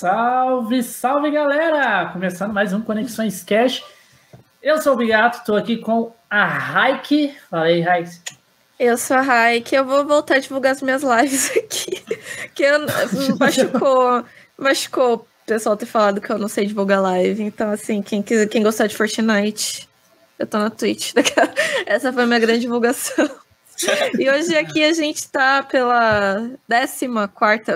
Salve, salve galera! Começando mais um Conexões Cash. Eu sou o Bigato, estou aqui com a Raik. Fala aí, Raik. Eu sou a Raik, eu vou voltar a divulgar as minhas lives aqui. Que machucou o pessoal ter falado que eu não sei divulgar live. Então, assim, quem gostar de Fortnite, eu tô na Twitch. Essa foi a minha grande divulgação. E hoje aqui a gente tá pela 14ª.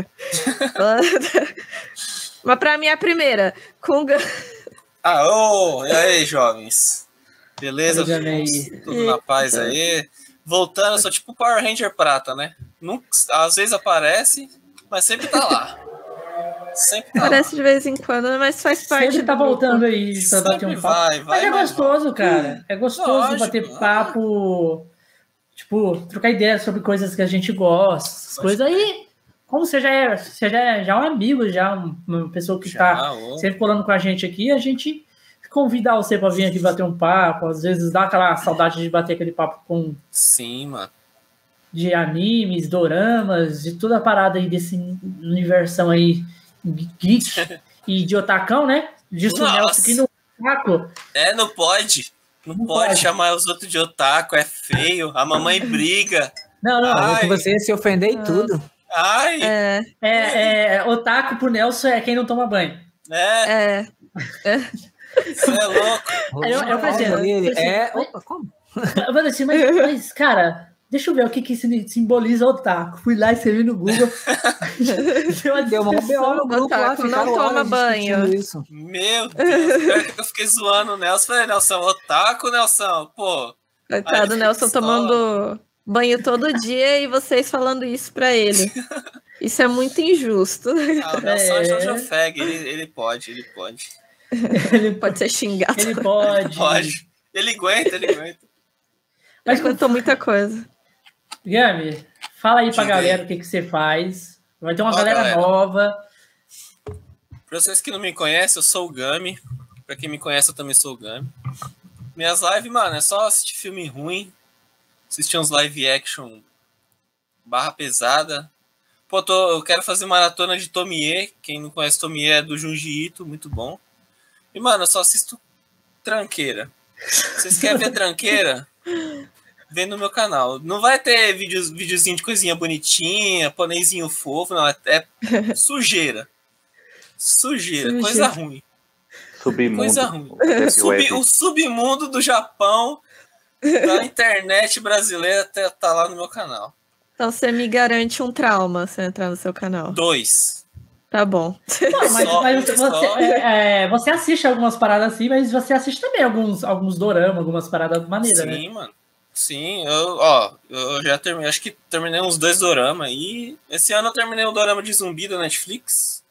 Mas pra mim é a primeira. Com... Aô! E aí, jovens? Beleza? Tudo na paz aí? Voltando, eu sou tipo o Power Ranger prata, né? Nunca, às vezes aparece, mas sempre tá lá. Sempre tá aparece lá. de vez em quando, mas faz parte. Sempre tá voltando aí pra bater um papo. Mas é gostoso, cara. É gostoso bater papo, tipo, trocar ideias sobre coisas que a gente gosta, essas coisas aí. Como você já é um amigo, já uma pessoa que está sempre falando com a gente convidar você para vir aqui bater um papo, às vezes dá aquela saudade de bater aquele papo com... Sim, mano. De animes, doramas, de toda a parada aí desse universão aí geek e de otacão, né? Disso Nelson aqui no otaku. Não pode. Não pode chamar os outros de otaku, é feio. A mamãe briga. Não. Ai. Você se ofender e tudo. Ai! Otaku pro Nelson é quem não toma banho. Você é louco. Eu fazendo. Opa, como? Eu falei assim, mas, cara, deixa eu ver o que simboliza otaku. Fui lá e escrevi no Google. Deu uma BO no grupo lá, não toma banho. Isso. Meu Deus, eu fiquei zoando o Nelson. Falei, Nelson, otaku, Nelson, pô. Coitado, Nelson tomando banho todo dia e vocês falando isso pra ele. Isso é muito injusto. O Nelson é Jojo Fag, ele pode. Ele pode ser xingado. Ele pode. Ele aguenta. Mas contou muita coisa. Gami, fala aí pra galera o que você faz. Vai ter uma galera nova. Pra vocês que não me conhecem, eu sou o Gami. Pra quem me conhece, eu também sou o Gami. Minhas lives, mano, é só assistir filme ruim, assistir uns live action barra pesada. Pô, eu quero fazer maratona de Tomie. Quem não conhece Tomie é do Junji Ito, muito bom. E, mano, eu só assisto tranqueira. Vocês querem ver tranqueira? Vem no meu canal. Não vai ter videozinho de coisinha bonitinha, pôneizinho fofo, não. É sujeira. Sujeira, coisa ruim. Submundo. Coisa ruim. O submundo do Japão, da internet brasileira, tá lá no meu canal. Então você me garante um trauma se eu entrar no seu canal. 2. Tá bom. Não, mas você assiste algumas paradas assim, mas você assiste também alguns doramas, algumas paradas maneiras, né? Sim, mano. Sim, eu já terminei, acho que terminei uns 2 doramas e esse ano eu terminei o dorama de zumbi da Netflix.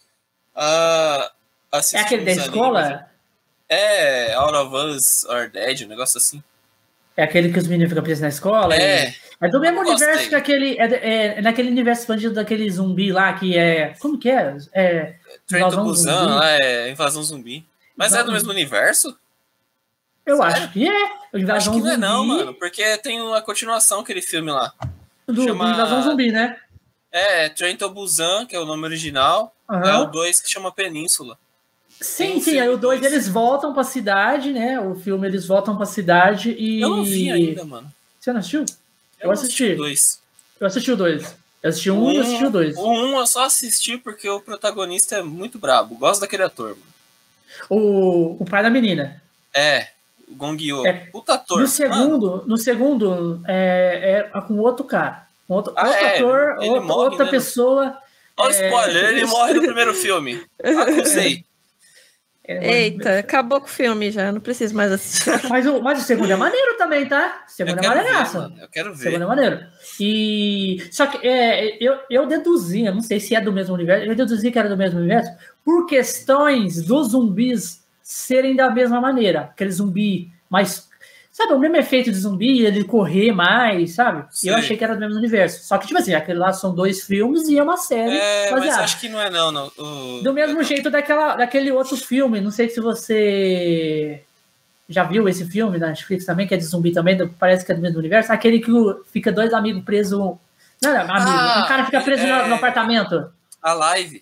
É aquele da escola? Out of Us or Dead, um negócio assim. É aquele que os meninos ficam presos na escola? É do mesmo universo que aquele. É naquele universo expandido daquele zumbi lá que é. Como que é? Train to Busan lá é Invasão Zumbi. Mas é do mesmo universo? Eu acho que é. Acho que não é não, mano. Porque tem uma continuação aquele filme lá. Do Invasão Zumbi, né? Train to Busan, que é o nome original. É o 2 que chama Península. Sim. Aí o 2 eles voltam pra cidade, né? O filme eles voltam pra cidade e... Eu não vi ainda, mano. Você não assistiu? Eu assisti. Eu assisti o 2. Eu assisti o 1 e assisti o 2. O 1 eu só assisti porque o protagonista é muito brabo. Gosto daquele ator, mano. O pai da menina. O Gong Yoo. Puta ator. No segundo é com outro cara. Outro ator, outra pessoa. Olha o spoiler, ele morre no primeiro filme. Acusei. Eita, acabou com o filme já, não preciso mais assistir. Mas o segundo é maneiro também, tá? O segundo é maneiraço. Eu quero ver. O segundo é maneiro. Só que eu deduzi, eu não sei se é do mesmo universo, eu deduzi que era do mesmo universo, por questões dos zumbis serem da mesma maneira. Aquele zumbi mais... Sabe, o mesmo efeito de zumbi, ele correr mais, sabe? Sim. Eu achei que era do mesmo universo. Só que, tipo assim, aquele lá são 2 filmes e é uma série. Mas acho que não é não. Do mesmo jeito daquele outro filme. Não sei se você já viu esse filme na Netflix também, que é de zumbi também, parece que é do mesmo universo. Aquele que fica 2 amigos presos... Não, amigo. Um cara fica preso no apartamento. A Live.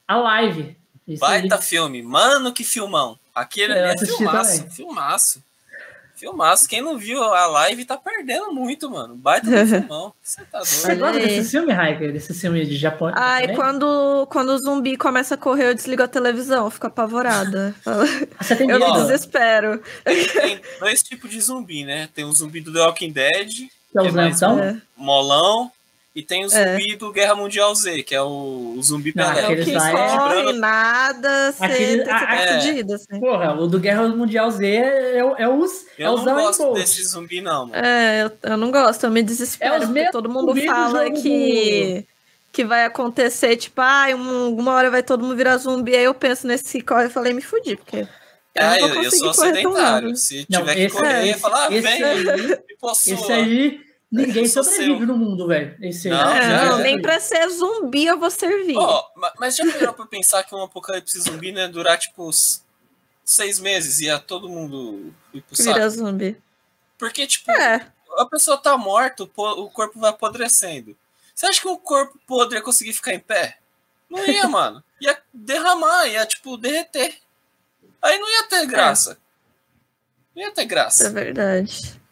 Alive. Baita filme. Mano, que filmão. Aquele ali é filmaço. Filmaço. Filmaço. Quem não viu a live tá perdendo muito, mano. Baita do filmão. Você tá doido. Você gosta desse filme, Raika? Desse filme de Japão? Ai, quando o zumbi começa a correr, eu desligo a televisão. Eu fico apavorada. Você tem eu me desespero. Tem 2 tipos de zumbi, né? Tem o zumbi do The Walking Dead, que é o mais molão. E tem o zumbi do Guerra Mundial Z, que é o zumbi Pelé. É o que corre, nada, você tá fudido, assim. Porra, o do Guerra Mundial Z é os... Eu não gosto desse zumbi, não, mano. Eu não gosto, eu me desespero, porque todo mundo fala que vai acontecer, tipo, uma hora vai todo mundo virar zumbi, aí eu penso nesse corre e falei, me fudi, porque... Eu sou sedentário. Se tiver que correr, eu ia falar, vem, esse aí... Ninguém sobrevive no mundo, velho. Nem pra ser zumbi eu vou servir. Mas já parou pra pensar que um apocalipse zumbi, né, durar, tipo, 6 meses e ia todo mundo ir pro saco? Vira zumbi. Porque, tipo, a pessoa tá morta, o corpo vai apodrecendo. Você acha que o corpo podre ia conseguir ficar em pé? Não ia, mano. Ia derramar, ia, tipo, derreter. Aí não ia ter graça. Não ia ter graça. É verdade.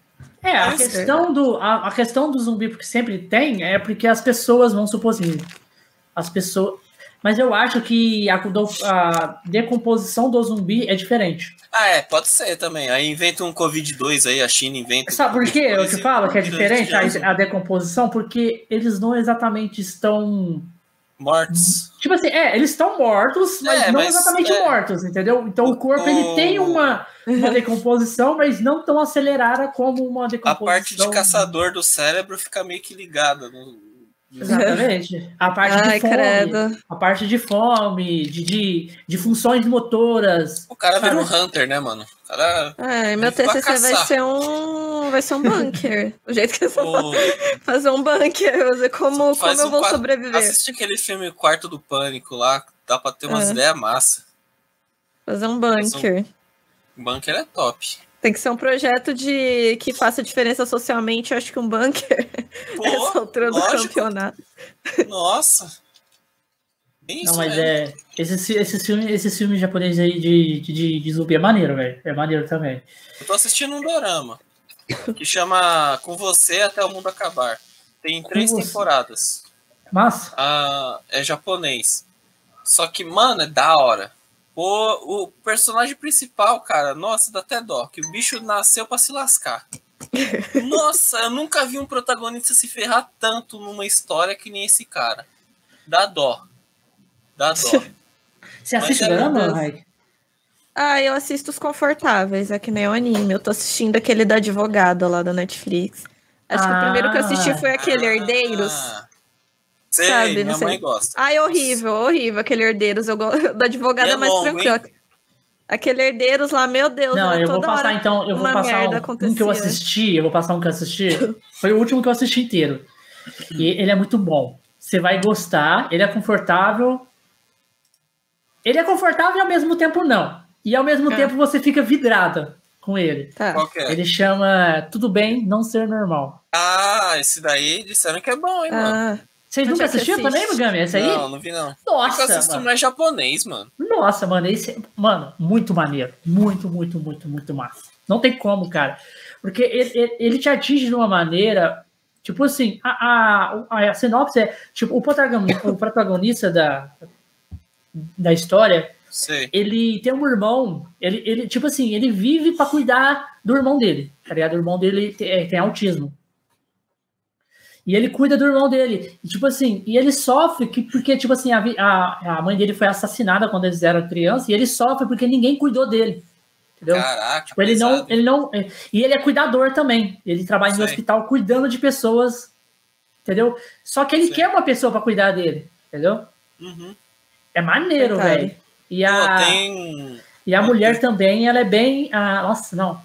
A questão do zumbi, porque sempre tem, é porque as pessoas vão supor assim, as pessoas... Mas eu acho que a decomposição do zumbi é diferente. Pode ser também. Aí inventa um Covid-2 aí, a China inventa... Sabe por quê? Eu te falo que é diferente a decomposição, porque eles não exatamente estão... mortos. Tipo assim, eles estão mortos, mas não exatamente mortos, entendeu? Então o corpo ele tem uma decomposição, mas não tão acelerada como uma decomposição. A parte de caçador do cérebro fica meio que ligada. Exatamente. A parte de fome. Credo. A parte de fome, de funções motoras. O cara vira um hunter, né, mano? O cara meu TCC vai ser um bunker. O jeito que eu vou fazer um bunker. Como eu vou sobreviver? Assiste aquele filme Quarto do Pânico lá. Dá pra ter umas ideias massa. Fazer um bunker. Um bunker é top. Tem que ser um projeto que faça diferença socialmente. Eu acho que um bunker essa altura do campeonato. Nossa. Isso, não, mas esse filme japonês aí de zumbi é maneiro, velho. É maneiro também. Eu tô assistindo um dorama que chama Com Você Até o Mundo Acabar. Tem 3 temporadas. Massa. É japonês. Só que, mano, é da hora. O personagem principal, cara, nossa, dá até dó. Que o bicho nasceu pra se lascar. Nossa, eu nunca vi um protagonista se ferrar tanto numa história que nem esse cara. Dá dó. Dá dó. Você assiste drama, Raik? Eu assisto os confortáveis, é que nem o anime. Eu tô assistindo aquele da advogada lá da Netflix. Acho que o primeiro que eu assisti foi aquele Herdeiros. Sei, sabe? Minha mãe gosta. Horrível. Aquele Herdeiros. Eu gosto da advogada mais tranquila. Aquele Herdeiros lá, meu Deus. Não, eu vou passar então. Eu vou passar um que eu assisti. Eu vou passar um que eu assisti. Foi o último que eu assisti inteiro. E ele é muito bom. Você vai gostar. Ele é confortável. Ele é confortável e ao mesmo tempo não. E ao mesmo tempo você fica vidrada com ele. Tá. Qual que é? Ele chama Tudo Bem Não Ser Normal. Esse daí disseram que é bom, hein, mano. Vocês nunca assistiram também, Mugami? Esse aí? Não vi não. Nossa, eu assisto mais japonês, mano. Nossa, mano, esse... Mano, muito maneiro. Muito, muito, muito, muito massa. Não tem como, cara. Porque ele te atinge de uma maneira... Tipo assim, a sinopse é... Tipo, o protagonista da história... Sei. Ele tem um irmão... Ele tipo assim, ele vive pra cuidar do irmão dele. Tá ligado? O irmão dele tem autismo. E ele cuida do irmão dele. E, tipo assim, e ele sofre porque, tipo assim, a mãe dele foi assassinada quando eles eram crianças, e ele sofre porque ninguém cuidou dele. Entendeu? Caraca, tipo, ele não. E ele é cuidador também. Ele trabalha no hospital cuidando de pessoas. Entendeu? Só que ele quer uma pessoa pra cuidar dele. Entendeu? Uhum. É maneiro, velho. E a mulher também, ela é bem. Nossa, não.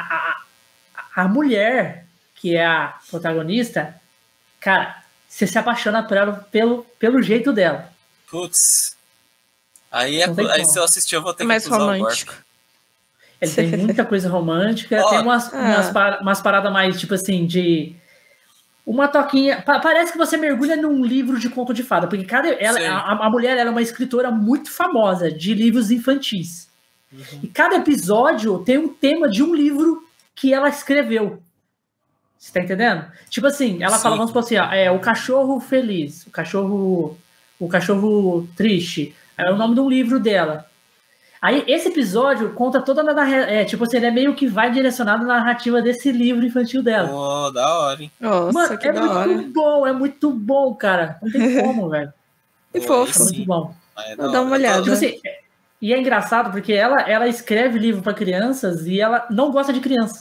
A mulher, que é a protagonista. Cara, você se apaixona por ela pelo jeito dela. Putz. Aí se eu assistir, eu vou ter que mais romântico. Ele tem muita coisa romântica. Tem umas paradas mais, tipo assim, de... uma toquinha. Parece que você mergulha num livro de conto de fada, porque a mulher ela é uma escritora muito famosa de livros infantis. Uhum. E cada episódio tem um tema de um livro que ela escreveu. Você tá entendendo? Tipo assim, ela fala, vamos supor assim, o cachorro feliz, o cachorro triste. É o nome de um livro dela. Aí, esse episódio conta toda a tipo assim, ele é meio que vai direcionado na narrativa desse livro infantil dela. Pô, da hora, hein? Nossa, mano, que da hora. É muito bom, cara. Não tem como, velho. Que fofo. É muito bom. Vou dar uma olhada. Tipo assim, e é engraçado porque ela escreve livro pra crianças e ela não gosta de criança.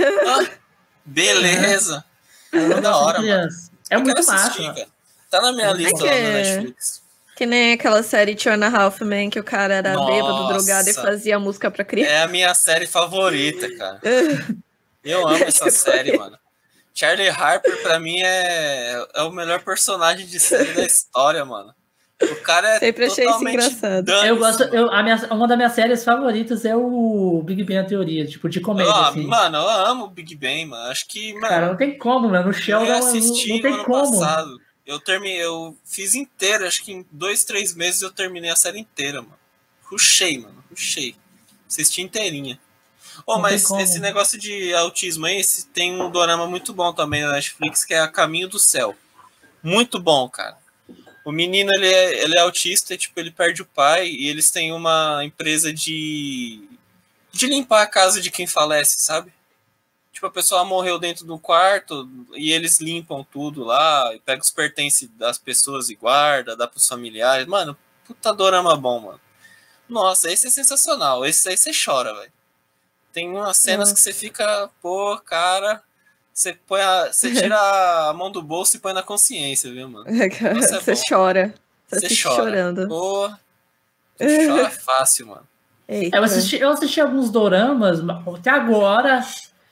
Beleza. Ela não da gosta hora, de criança. É muito massa. Cara. Tá na minha lista lá no Netflix. Que nem aquela série Two and a Half Men, que o cara era bêbado, drogado e fazia música pra criança. É a minha série favorita, cara. Eu amo essa série, mano. Charlie Harper, pra mim, é o melhor personagem de série da história, mano. O cara é sempre achei isso engraçado. Eu gosto, uma das minhas séries favoritas é o Big Bang Teoria, tipo, de comédia. Assim. Mano, eu amo o Big Bang, mano. Acho que, mano. Cara, não tem como, mano. O Sheldon eu assisti não tem ano como. Passado. Eu fiz inteiro, acho que em 2-3 meses eu terminei a série inteira, mano. Rushei. Assisti inteirinha. Mas esse negócio de autismo aí, tem um dorama muito bom também na Netflix, que é A Caminho do Céu. Muito bom, cara. O menino, ele é autista, tipo, ele perde o pai e eles têm uma empresa de limpar a casa de quem falece, sabe? Tipo, a pessoa morreu dentro do quarto e eles limpam tudo lá, e pegam os pertences das pessoas e guarda, dá pros familiares. Mano, puta dorama bom, mano. Nossa, esse é sensacional. Esse aí você chora, velho. Tem umas cenas que você fica, pô, cara... Você tira a mão do bolso e põe na consciência, viu, mano? Você chora. Você chora. Chorando. Pô, você chora fácil, mano. Eu assisti alguns doramas, até agora...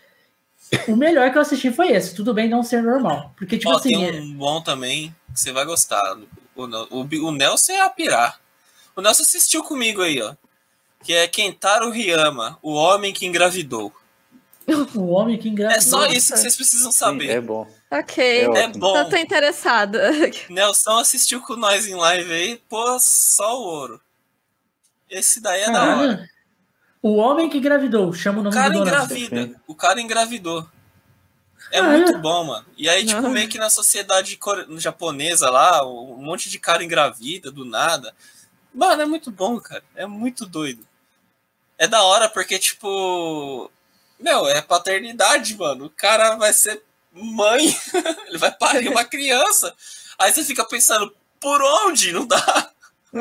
O melhor que eu assisti foi esse. Tudo bem não ser normal. Porque, tipo assim... Tem um bom também, que você vai gostar. O Nelson é a pirar. O Nelson assistiu comigo aí, ó. Que é Kentaro Hiyama, o homem que engravidou. O homem que engravidou. É só isso que vocês precisam saber. Sim, é bom. Ok. É bom. Eu tô interessada. Nelson assistiu com nós em live aí, pô, só o ouro. Esse daí é da hora. O homem que engravidou, chama o nome do engravida. O cara engravidou. É muito bom, mano. E aí, tipo, meio que na sociedade japonesa lá, um monte de cara engravida do nada. Mano, é muito bom, cara. É muito doido. É da hora porque, tipo... é paternidade, mano. O cara vai ser mãe. Ele vai parir uma criança. Aí você fica pensando, por onde? Não dá.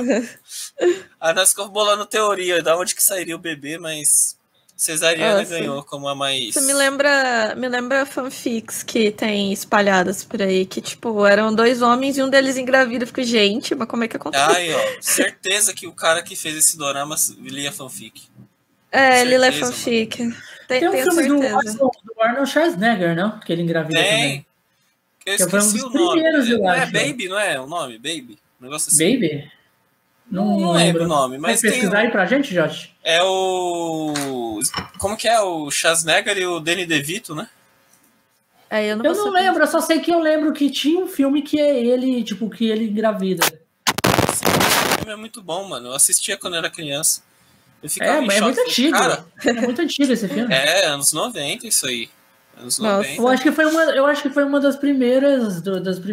Aí nós ficamos bolando teoria da onde que sairia o bebê, mas Cesariana ganhou como a mais... Isso me lembra fanfics que tem espalhadas por aí, que tipo, eram 2 homens e um deles engravida. Eu fico, gente, mas como é que aconteceu? Aí, ó, certeza que o cara que fez esse dorama lia fanfic. Ele lê fanfic. Tem um filme do Arnold Schwarzenegger, não? Que ele engravida também. Eu esqueci o nome. Não é Baby, não é o nome? Baby? Um negócio assim. Baby? Não lembro o nome, mas tem... pesquisar aí pra gente, Josh? É o... Como que é? O Schwarzenegger e o Danny DeVito, né? Eu não lembro, eu só sei que eu lembro que tinha um filme que é ele, tipo, que ele engravida. Sim, esse filme é muito bom, mano. Eu assistia quando era criança. Eu ficava mas é muito antigo. Cara, é muito antigo esse filme. Anos 90 isso aí. Anos 90. Eu acho que foi uma das primeiras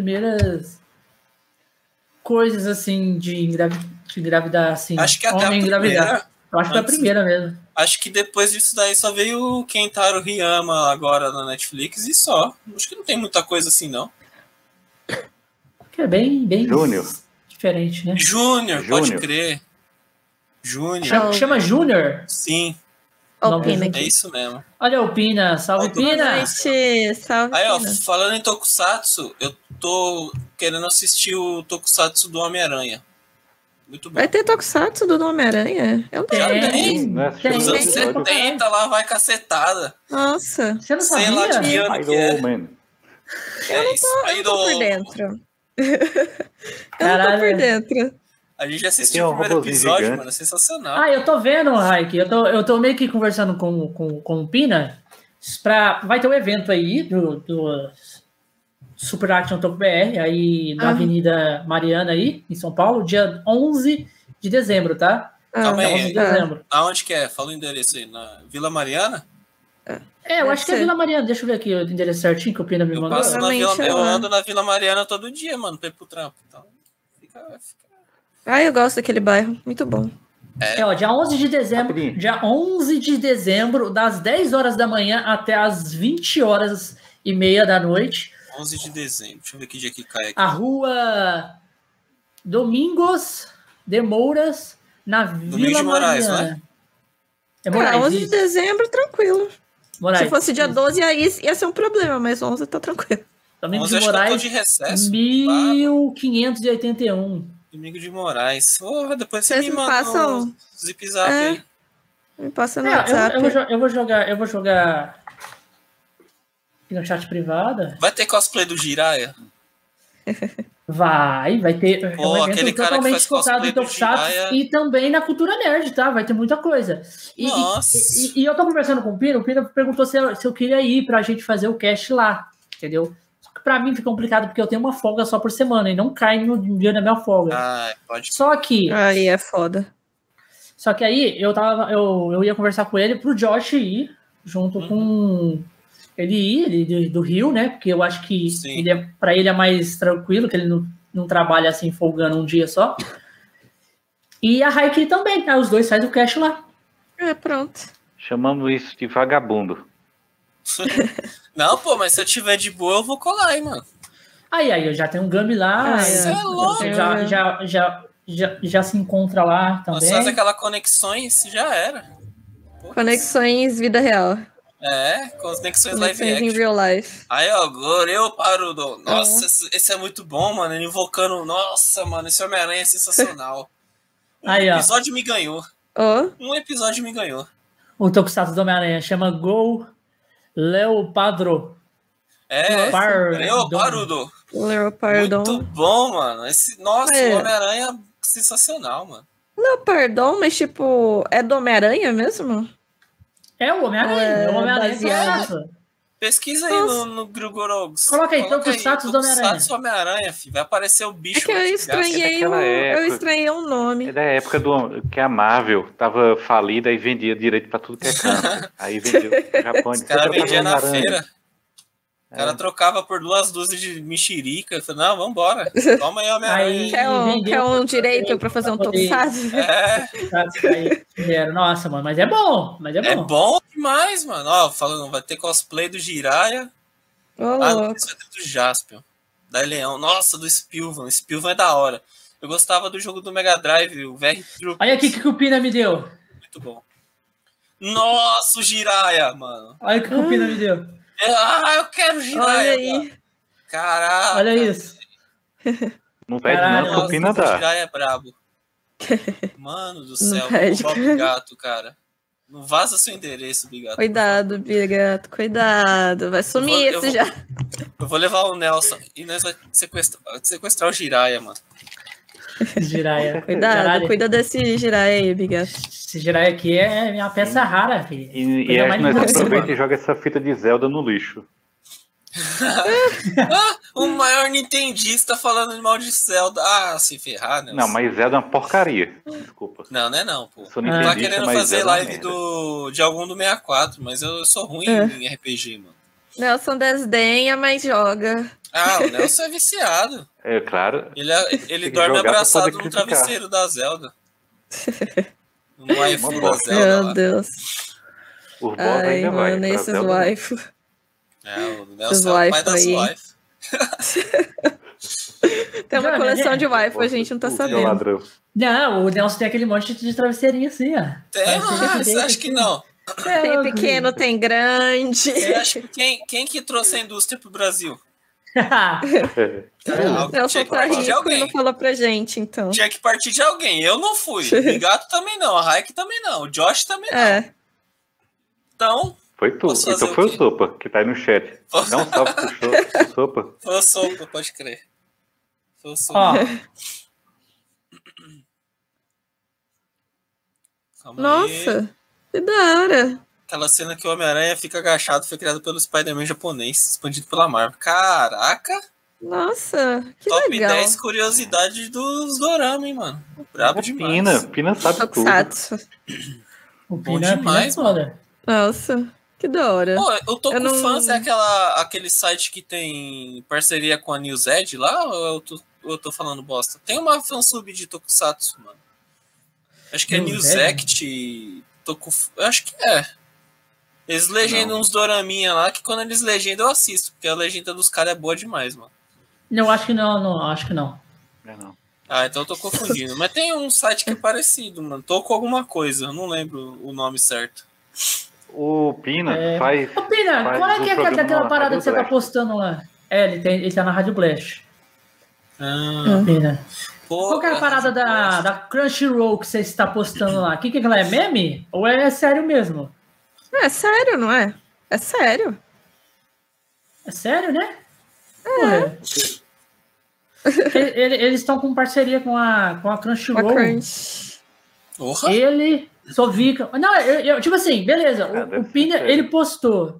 coisas assim de engravidar assim. Acho que até a primeira. Eu acho que foi a primeira mesmo. Acho que depois disso daí só veio o Kentaro Hiyama agora na Netflix e só. Acho que não tem muita coisa assim, não. Que é bem Júnior. Diferente, né? Júnior, pode crer. Júnior. Chama Júnior? Sim. É isso mesmo. Olha o Pina, salve Pina! Salve, aí, ó, falando em Tokusatsu, eu tô querendo assistir o Tokusatsu do Homem-Aranha. Muito bom. Vai ter Tokusatsu do Homem-Aranha? Eu tenho. Nos anos 70 lá vai cacetada. Nossa. Você não sabia? Sei lá de que ano que é. Eu não tô por dentro. Eu não tô por dentro. A gente já assistiu o primeiro episódio, mano, é sensacional. Eu tô vendo, Raik, eu tô meio que conversando com o Pina, vai ter um evento aí Super Action Top BR, aí na Avenida Mariana aí, em São Paulo, dia 11 de dezembro, tá? Calma aí. 11 de dezembro. Aonde que é? Fala o endereço aí. Na Vila Mariana? Eu acho que é Vila Mariana. Deixa eu ver aqui o endereço certinho que o Pina me mandou. Eu ando na Vila Mariana todo dia, mano, pra ir pro trampo. Então, fica... Eu gosto daquele bairro. Muito bom. Ó, dia 11 de dezembro. Dia 11 de dezembro, das 10 horas da manhã até as 20h30 da noite. 11 de dezembro. Deixa eu ver que dia que cai aqui. A rua Domingos de Mouras, na Vila Moraes, Mariana. né? É Moraes, 11 de dezembro, tranquilo. Moraes, se fosse dia 12, aí ia ser um problema, mas 11 tá tranquilo. Domingos de Moraes, de recesso, 1581. Domingo de Moraes. Depois você me manda um zip zap aí. Me passa no WhatsApp. Eu vou jogar no chat privado. Vai ter cosplay do Jiraiya? Vai ter. Pô, aquele cara que faz cosplay do Jiraiya. E também na cultura nerd, tá? Vai ter muita coisa. Nossa. E eu tô conversando com o Pino perguntou se eu queria ir pra gente fazer o cast lá, entendeu? Só que pra mim fica complicado porque eu tenho uma folga só por semana e não cai no dia da minha folga. Pode. Só que... Aí é foda. Só que aí eu ia conversar com ele pro Josh ir junto com... Ele do Rio, né? Porque eu acho que pra ele é mais tranquilo, que ele não trabalha assim, folgando um dia só. E a Raiki também, tá? Os dois fazem o cast lá. Pronto. Chamamos isso de vagabundo. Não, pô, mas se eu tiver de boa, eu vou colar, hein, mano. Aí, eu já tenho um Gummy lá. Você é louco. Já se encontra lá também. Nós faz aquela conexões, já era. Pô, conexões vida real. Conexões live action. Em real life. Aí, ó, Goreu Parudo. Nossa, esse é muito bom, mano. Ele invocando. Nossa, mano, esse Homem-Aranha é sensacional. Um episódio me ganhou. Um episódio me ganhou. O Tokusatsu do Homem-Aranha chama Go Leopardo. Leopardo. Leopardon. Muito bom, mano. O Homem-Aranha sensacional, mano. Leopardon, mas tipo, é do Homem-Aranha mesmo? É o Homem-Aranha. Homem-Aranha. Pesquisa aí no Grigorogs. Coloca aí, Tokusatsu do Homem-Aranha. Tokusatsu Homem-Aranha, filho. Vai aparecer o bicho. Que eu estranhei o nome. É da época que a Marvel tava falida e vendia direito pra tudo que é canto. Aí vendia o Japão. Os caras vendiam na feira. O cara trocava por 2 dúzias de mexerica. Eu falei, não, vambora. Toma aí, Homem-Aranha. Quer um direito pra fazer um Tokusatsu? Nossa, mano, mas é bom. É bom demais, mano. Ó, falando, vai ter cosplay do Jiraiya. Não, vai ter do Jaspion. Da Leão. Nossa, do Spilvan. O Spilvan é da hora. Eu gostava do jogo do Mega Drive, o VR Troopers. Olha aqui que o Pina me deu. Muito bom. Nossa, o Jiraiya, mano. Olha o que o Pina me deu. Eu quero Jiraiya. Olha aí. Caraca. Olha isso. Não pede não, que o Pina dá. O Jiraiya é brabo. Mano do céu. O Bigato, cara. Não vaza seu endereço, Bigato. Cuidado, Bigato. Cuidado. Vai sumir já. Eu vou levar o Nelson e nós vamos sequestrar o Jiraiya, mano. Jiraiya. Cuidado, cuida desse Jiraiya aí, Bigato. Esse Jiraiya aqui é minha peça rara, filho. E acho que nós aproveita e joga essa fita de Zelda no lixo. O maior nintendista falando mal de Zelda. Se ferrar, né? Não, mas Zelda é uma porcaria. Desculpa. Não é não, pô. Sou tá querendo fazer live de algum do 64, mas eu sou ruim em RPG, mano. Nelson desdenha, mas joga. O Nelson é viciado. É, claro. Ele dorme abraçado no travesseiro da Zelda. No waifu da Zelda. Meu Deus. Os boss ainda mano, vai. Esses waifu. O Nelson é o pai das waifu. Tem uma coleção de waifu, a gente não tá sabendo. Não, o Nelson tem aquele monte de travesseirinho assim, ó. Tem, mas acho que não. Tem pequeno, tem grande. Eu acho que quem que trouxe a indústria pro Brasil? Nelson tá rico e não falou pra gente, então. Tinha que partir de alguém. Eu não fui. O Bigato também não. A Raik também não. O Josh também não. Então... Foi tu. Então foi o Sopa, que tá aí no chat. Dá um salve pro Sopa. Foi o Sopa, pode crer. Foi o Sopa. Nossa, que da hora. Aquela cena que o Homem-Aranha fica agachado foi criada pelo Spider-Man japonês, expandido pela Marvel. Caraca! Nossa, que Top legal. 10 curiosidades dos dorama, hein, mano? Brabo demais. Pina sabe tudo. Tokusatsu. O Bom Pina demais, é foda. Nossa, que da hora. Pô, o Toku Eu não- Fans é aquele site que tem parceria com a Newzed lá? Ou eu tô falando bosta? Tem uma fansub de Tokusatsu, mano. Acho que é Newsect. Eu acho que é. Eles legendam uns doraminha lá que quando eles legendam eu assisto, porque a legenda dos caras é boa demais, mano. Não, acho que não, acho que não. Não. Ah, então eu tô confundindo. Mas tem um site que é parecido, mano. Tô com alguma coisa, eu não lembro o nome certo. O Pina faz. Ô, Pina, faz qual é o que é programa aquela na parada Rádio que você tá Blast. postando lá? Ele tá na Rádio Blast. Pina. Pô, Qual que é a parada da Crunchyroll que você está postando lá? O que ela é meme? Ou é sério mesmo? É sério, não é? É sério. É sério, né? Porra. Eles estão com parceria com a Uma Crunchyroll. crunch. Porra. Ele, Sovica. Não, tipo assim, beleza. O deve ser Pina, sério. ele postou.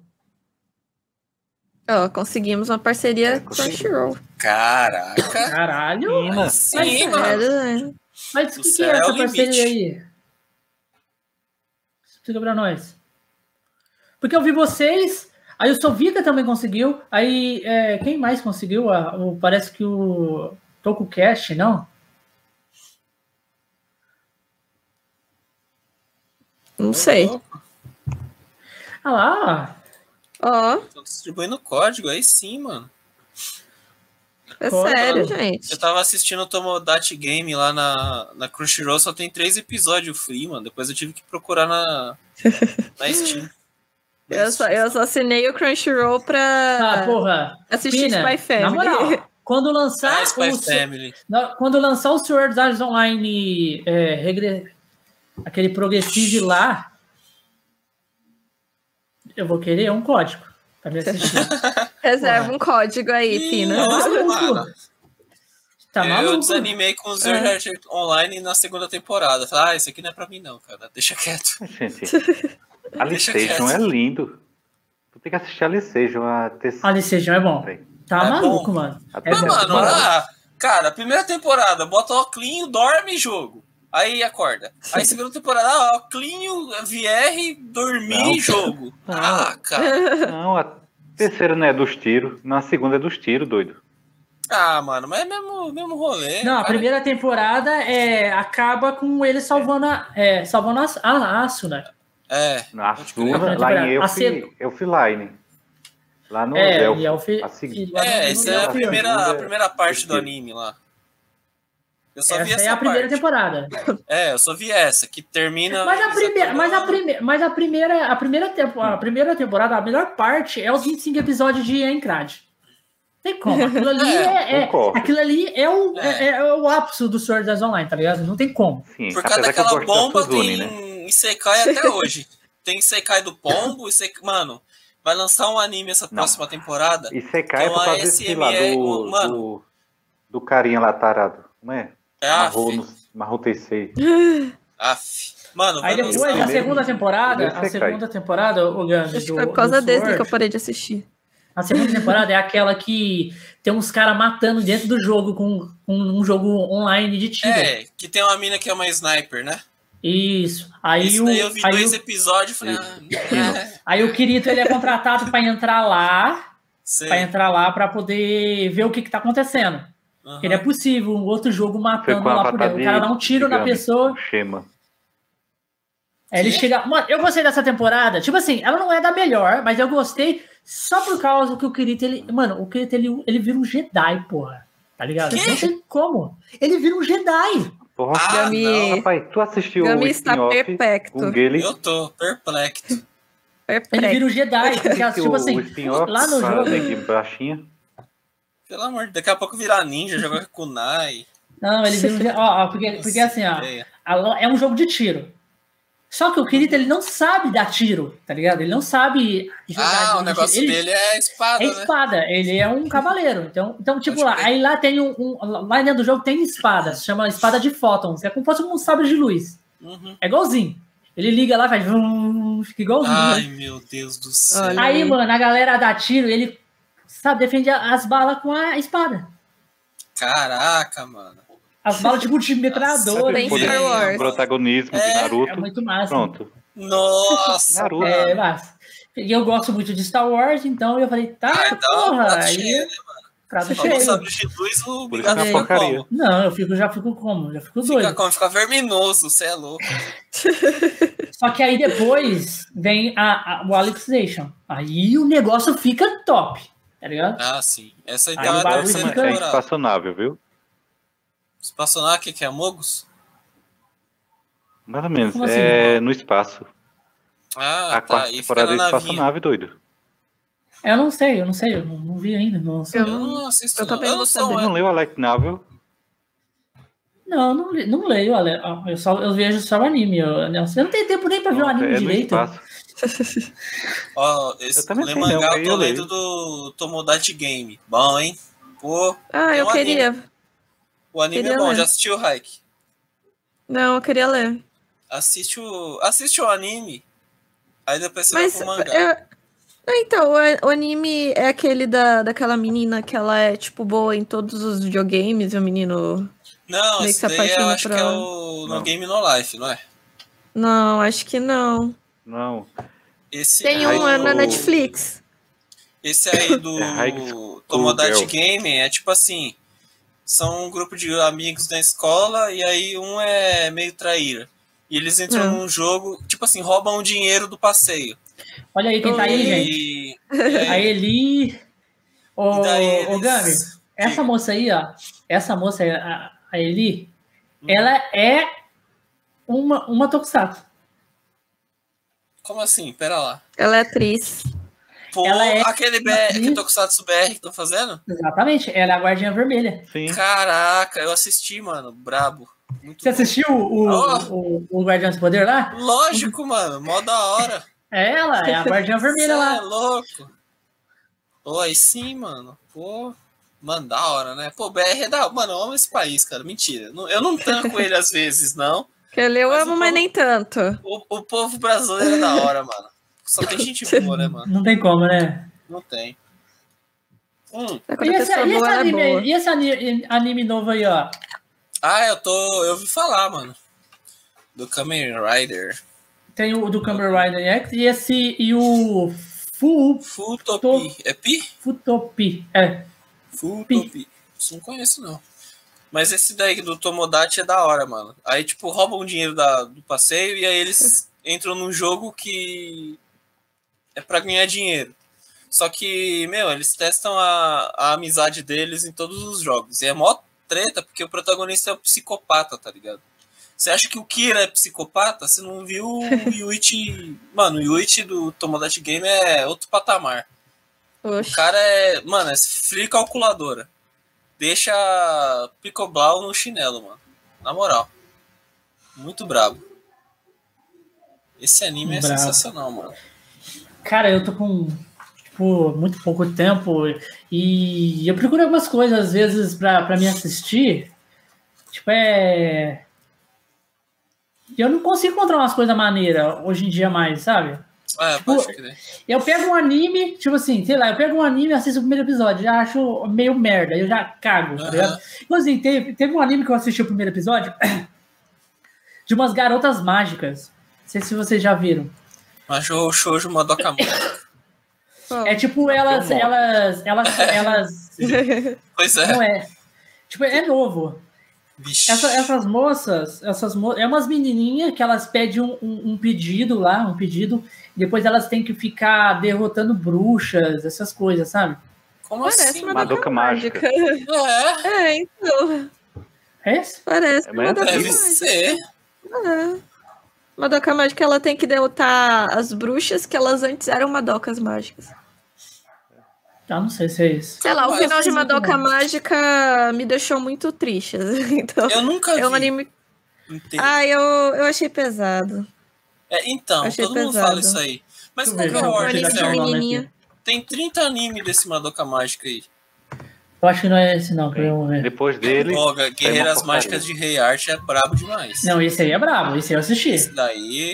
Ó, conseguimos uma parceria Crunchyroll. Caraca. Caralho. Pina. Sim, mano. Sério, né? Mas o O que é céu é essa o parceria limite. aí? Explica pra nós. Porque eu vi vocês, aí o Sovica também conseguiu, aí quem mais conseguiu? Parece que o TokuCast, não? Não sei. Ah lá, Ó, Tô distribuindo código, aí sim, mano. é Foda, sério, mano. gente. Eu tava assistindo o Tomodachi Game lá na Crunchyroll, só tem 3 episódios free, mano. Depois eu tive que procurar na Steam. Eu só assinei o Crunchyroll pra porra. assistir Pina, Spy Family. na moral, quando lançar Spy Family. quando lançar o Sword Art Online aquele Progressive lá, eu vou querer um código pra me assistir. Reserva um código aí, Pina. Nossa, maluco. mano. Tá maluco? Eu desanimei com o Sword Art Online na segunda temporada. Falei, isso aqui não é pra mim não, cara. Deixa quieto. Gente, Alicejam é lindo. Tu tem que assistir Alicejam a terceira. Alicejão é bom. Tá É maluco, bom. mano. É Mas, bom. mano, cara, primeira temporada, bota óculinho, dorme e jogo. Aí acorda. Aí segunda temporada, óculinho, VR, dormir e jogo. Cara. Não, a terceira não é dos tiros. Na segunda é dos tiros, doido. Ah, mano, mas é mesmo rolê. Não, a cara. primeira temporada acaba com ele salvando a Asuna. Na pode crer. segunda, lá em A seg- Elfline. Lá no e Elf. A segunda. Essa é a Elfline. primeira parte do anime lá. Eu só vi Essa essa é a primeira parte. temporada. Eu só vi essa, que termina. Mas a primeira temporada, a melhor parte é os 25 episódios de Encrad. Tem como. Aquilo ali concordo. aquilo ali é o ápice do Sword Art Online, tá ligado? Não tem como. Sim, Por causa apesar que eu daquela gosto da bomba, Suzune, tem né? Isekai até hoje. Tem Isekai do Pombo, Mano, vai lançar um anime essa próxima temporada. E Sekai é Então por a causa desse lá SME, mano. do carinha lá tarado. Não é? Af. Marrou Teixeira. Mano, vai Aí depois, lançar. a segunda primeiro temporada, o Gandhi, Acho que foi por causa do desse Sword, que eu parei de assistir. a segunda temporada é aquela que tem uns caras matando dentro do jogo com um jogo online de tiro. Que tem uma mina que é uma sniper, né? Isso. Aí Isso daí eu vi aí 2 episódios e falei, aí o Kirito ele é contratado para entrar lá, sei. para poder ver o que tá acontecendo. Aham. Que não é possível um outro jogo matando Foi com a lá por dentro. O cara dá um tiro na pessoa. Shema. Aí ele chega. Mano, eu gostei dessa temporada. Tipo assim, ela não é da melhor, mas eu gostei só por causa que o Kirito, o Kirito, ele vira um Jedi, porra. Tá ligado? Que? Não tem como. Ele vira um Jedi. Porra, Gami, não. rapaz, tu assistiu Gami o está spin-off perplexo. com Gale? Eu tô perplexo. Ele vira um Jedi. Porque, tipo assim, o spin-off lá no com a jogo. Negue Baixinha. Pelo amor de Deus, daqui a pouco virar ninja, jogar com kunai. Não, ele vira um Jedi. Porque assim, é um jogo de tiro. Só que o Kirito, ele não sabe dar tiro, tá ligado? Ele não sabe jogar. O negócio dele é espada, É né? espada, ele é um cavaleiro. Então tipo, aí lá tem lá dentro do jogo tem espada, se chama espada de fótons. É como se fosse um sabre de luz. Uhum. É igualzinho. Ele liga lá e faz. não fica igualzinho. Ai, meu Deus do céu. Olha Aí, mano, a galera dá tiro, ele, sabe, defende as balas com a espada. Caraca, mano. As balas tipo de metralhadora. Bem Por Star isso, Wars. o protagonismo de Naruto. É muito massa. Pronto. Nossa, Naruto. É massa. E eu gosto muito de Star Wars, então eu falei, tá, então, porra, prato aí... cheio, né, mano? Prato Você falou cheio. sabre de luz, o Por isso que é bigode uma fica porcaria. como? Não, já fico como? Já fico Fica doido. como? Fica verminoso, você é louco. Só que aí depois vem o Alicization. Aí o negócio fica top, tá ligado? Ah, sim. Essa Aí ideia o deve bagulho ser fica- É temporada. espaçonável, viu? Espaçonar, o que é Amogus? Mais ou menos. Como assim? É no espaço. Ah, A tá. quarta E fica temporada na é navinha. espaçonave, doido. Eu não sei, eu não vi ainda. Não, Eu Eu não assisto, Eu não. também Eu vou não sou saber. Você não leu a light novel? não leio, eu vejo só o anime. Eu não tenho tempo nem pra ver o Pronto, anime é no direito. espaço. Ó, Eu também ler tenho, mangá, aí eu tô eu lendo leio. do Tomodachi Game. Bom, hein? Pô, Ah, tem eu um anime. queria. O anime Queria é bom, ler. já assistiu o Hike? Não, eu queria ler. Assiste o anime, aí depois você Mas vai pro mangá. então, o anime é aquele daquela menina que ela é, tipo, boa em todos os videogames, e o menino Não, meio que esse se daí eu apaixona acho por que é ela. o No Não. Game No Life, não é? Não, acho que não. Não. Esse Tem High um na School- Netflix. Esse aí É High do School Tomodachi Girl. Game é tipo assim, são um grupo de amigos da escola e aí um é meio traíra. E eles entram num jogo, tipo assim, roubam o dinheiro do passeio. Olha aí quem tá aí, gente. E A aí, Eli. e daí Ô Gami, eles... essa Diga. moça aí, ó. Essa moça aí, a Eli, ela é uma Tokusatsu. Como assim? Pera lá. Ela é atriz. Pô, Ela é aquele Tokusatsu BR que estão fazendo? Exatamente, ela é a Guardinha Vermelha. Sim. Caraca, eu assisti, mano. Brabo. Muito Você bom. assistiu o Guardião do Poder lá? Lógico, mano. Mó da hora. É ela, é a Guardinha Vermelha Cê lá. é louco. Pô, aí sim, mano. Pô, mano, da hora, né? Pô, BR é da hora. Mano, eu amo esse país, cara. Mentira. Eu não tanco ele às vezes, não. Que ele eu Mas amo, o mas povo- nem tanto. O povo brasileiro é da hora, mano. Só tem gente boa, né, mano? Não tem como, né? Não tem. Quando E a pessoa esse, boa, ela é boa. anime novo aí, ó? Ah, eu ouvi falar, mano. Do Kamen Rider. Tem o do Kamen Rider X e o Futopi. É Pi? Futopi. É. Futopi. Isso não conheço, não. Mas esse daí do Tomodachi é da hora, mano. Aí, tipo, roubam o dinheiro do passeio e aí eles entram num jogo que é pra ganhar dinheiro. Só que, meu, eles testam a amizade deles em todos os jogos. E é mó treta, porque o protagonista é o psicopata, tá ligado? Você acha que o Kira é psicopata? Você não viu o Yuichi... Mano, o Yuichi do Tomodachi Game é outro patamar. Oxe. O cara é... Mano, é frio calculadora. Deixa Picoblau no chinelo, mano. Na moral. Muito brabo. Esse anime é Brabo. sensacional, mano. Cara, eu tô com muito pouco tempo e eu procuro algumas coisas às vezes pra me assistir. Tipo, eu não consigo encontrar umas coisas maneiras hoje em dia mais, sabe? É, Tipo, pode crer. eu pego um anime, tipo assim, sei lá, eu pego um anime e assisto o primeiro episódio, já acho meio merda, eu já cago, tá ligado? Então, assim, teve um anime que eu assisti o primeiro episódio de umas garotas mágicas. Não sei se vocês já viram. Mas o Shoujo Madoka Mágica. É tipo, elas Pois é. não é. Tipo, é novo. Vixe. Essas moças, é umas menininhas que elas pedem um pedido lá, e depois elas têm que ficar derrotando bruxas, essas coisas, sabe? Como Parece assim? uma Madoka Mágica. É, É, então. É isso? Parece É uma mesmo? Madoka deve Mágica. ser. É. Madoka Mágica, ela tem que derrotar as bruxas que elas antes eram Madocas Mágicas. Ah, não sei se é isso. Sei lá, o Mas final de é muito Madoka bom. Mágica me deixou muito triste. Então, Eu nunca vi. é um anime. inteiro. Ah, eu achei pesado. Então, achei todo mundo pesado. fala isso aí. Mas Deixa eu qual ver, que é a eu vou ordem pegar de aqui o certa? nome menininha. aqui. Tem 30 animes desse Madoka Mágica aí. Eu acho que não é esse não, que eu vou ver. Depois dele. Olga, Guerreiras porcaria. Mágicas de Rei Arte é brabo demais. Não, esse aí é brabo, esse aí eu assisti. Esse daí...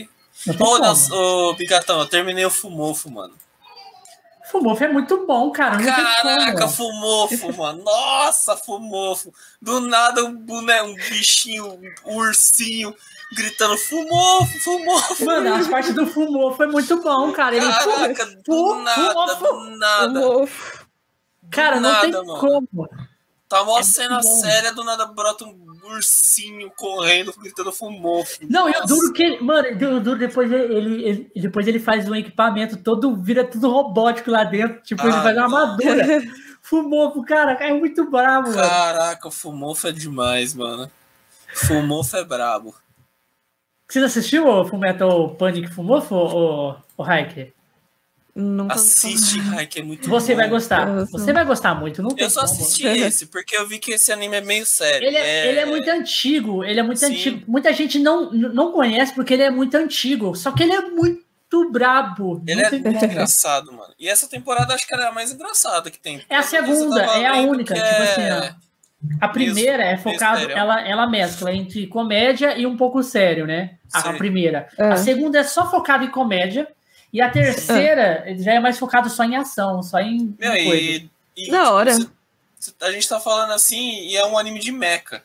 Ô, Bigatão, eu terminei o Fumofo, mano. Fumofo é muito bom, cara. Caraca, Fumofo, mano. Nossa, Fumofo. Do nada um bichinho, um ursinho gritando Fumofo, Fumofo. Mano, as partes do Fumofo é muito bom, cara. Ele Caraca, do nada. Fumofo. Cara, não tem como. Tá uma cena séria, do nada brota um ursinho correndo, gritando Fumofo. Não, eu duro que mano, o duro depois ele faz um equipamento todo, vira tudo robótico lá dentro, tipo, ele faz uma armadura. Fumofo, cara, é muito brabo, mano. Caraca, o Fumofo é demais, mano. Fumofo é brabo. Você assistiu o Fullmetal Panic Fumofo, o Raik? Nunca assiste, Raik, é muito Você bom. Vai gostar. Você vai gostar muito, não tem. Eu só assisti esse, porque eu vi que esse anime é meio sério. Ele é muito antigo, antigo. Muita gente não conhece porque ele é muito antigo, só que ele é muito brabo. Ele é muito engraçado, mano. E essa temporada acho que era a mais engraçada que tem. É a segunda, é a única. Tipo assim, ó. A primeira é focada, ela mescla entre comédia e um pouco sério, né? A primeira. A segunda é só focada em comédia. E a terceira já é mais focado só em ação, só em coisa. Da hora. A gente tá falando assim, e é um anime de mecha.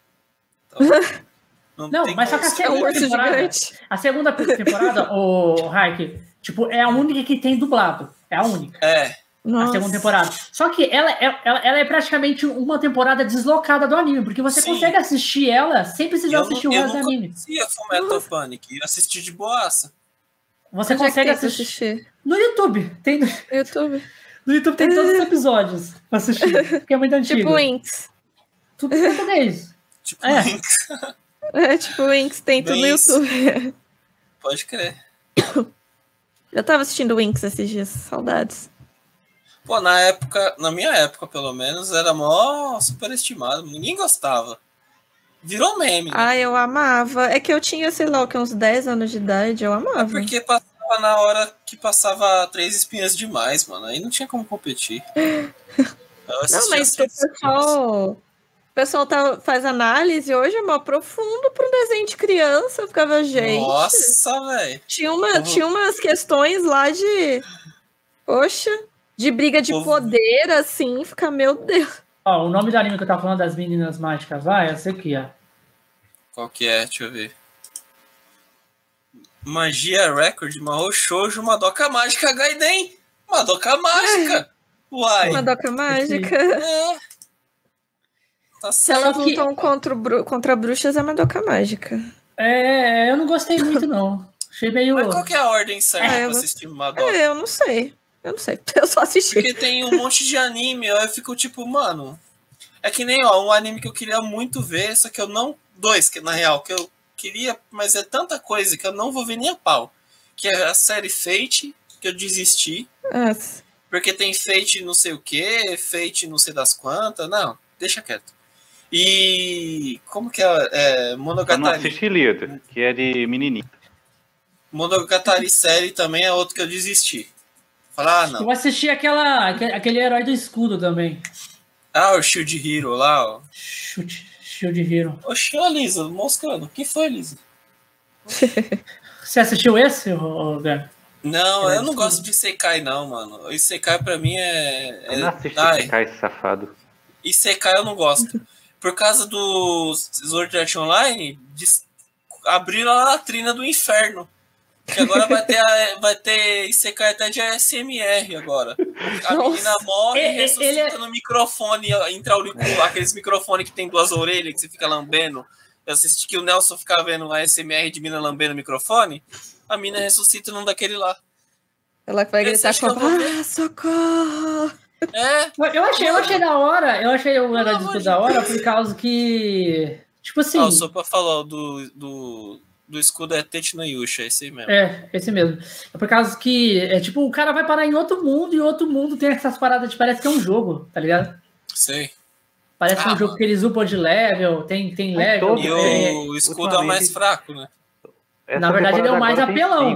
Então, não, mas só que a segunda temporada, o Haik, tipo, é a única que tem dublado. É a única. A segunda temporada. Só que ela é praticamente uma temporada deslocada do anime, porque você consegue assistir ela sem precisar assistir o resto do anime. Eu não conhecia Fullmetal Panic, eu assisti de boaça. Você consegue assistir no YouTube. No YouTube tem todos os episódios pra assistir, porque é muito antigo. Tipo Winx. Tudo em português. Tipo Winx. Tipo Winx, tem tudo no YouTube. Pode crer. Eu tava assistindo Winx esses dias, saudades. Pô, na minha época, pelo menos, era mó superestimado. Ninguém gostava. Virou meme. Né? Eu amava. É que eu tinha, sei lá, uns 10 anos de idade, eu amava. É porque passava na hora que passava 3 espinhas demais, mano. Aí não tinha como competir. Não, mas o pessoal faz análise hoje, é mó profundo para um desenho de criança. Eu ficava, gente. Nossa, velho. Tinha umas questões lá de briga de poder, assim, fica, meu Deus. Ó, o nome do anime que eu tava falando das meninas mágicas lá é esse aqui, ó. Qual que é? Deixa eu ver. Magia Record, Mahou Shoujo, Madoka Mágica Gaiden. Madoka Mágica. Uai. Madoka Mágica. Tá Se elas lutam contra bruxas, é Madoka Mágica. Eu não gostei muito, não. Achei meio... Mas qual que é a ordem certa pra assistir Madoka? Eu não sei. Eu só assisti. Porque tem um monte de anime, eu fico tipo, mano... É que nem, um anime que eu queria muito ver, só que eu não... Dois, que na real, que eu queria, mas é tanta coisa que eu não vou ver nem a pau. Que é a série Fate, que eu desisti. Porque tem Fate não sei o que, Fate não sei das quantas. Não, deixa quieto. E... Como que é? Monogatari. Eu não assisti Lido, que é de menininho. Monogatari série também é outro que eu desisti. Falar, não. Eu assisti aquele herói do escudo também. O Shield Hero lá, ó. Shield Hero. Oxi, ó, Lisa, moscando. O que foi, Lisa? Você assistiu esse, Gano? Não, eu não gosto de Isekai, não, mano. Isekai pra mim Eu não assisti Isekai, esse safado. Isekai eu não gosto. Por causa do Sword Art Online, abriram a latrina do inferno. Que agora vai ter Isekai até de ASMR agora. A menina morre e ressuscita no microfone intra-auricular, aqueles microfones que tem 2 orelhas que você fica lambendo. Eu assisti que o Nelson ficava vendo a ASMR de mina lambendo o microfone. A mina ressuscita num daquele lá. Ela vai gritar socorro! Eu achei da hora. Eu achei o negócio da hora por causa que... Tipo assim... O Sopa falou do escudo é Tete no Yusha, esse aí mesmo. Esse mesmo. É por causa que, tipo, o cara vai parar em outro mundo e outro mundo tem essas paradas de parece que é um jogo, tá ligado? Sei. Parece que é um jogo que eles upam de level, tem level. E o escudo é o mais fraco, né? Na verdade, ele é o mais apelão.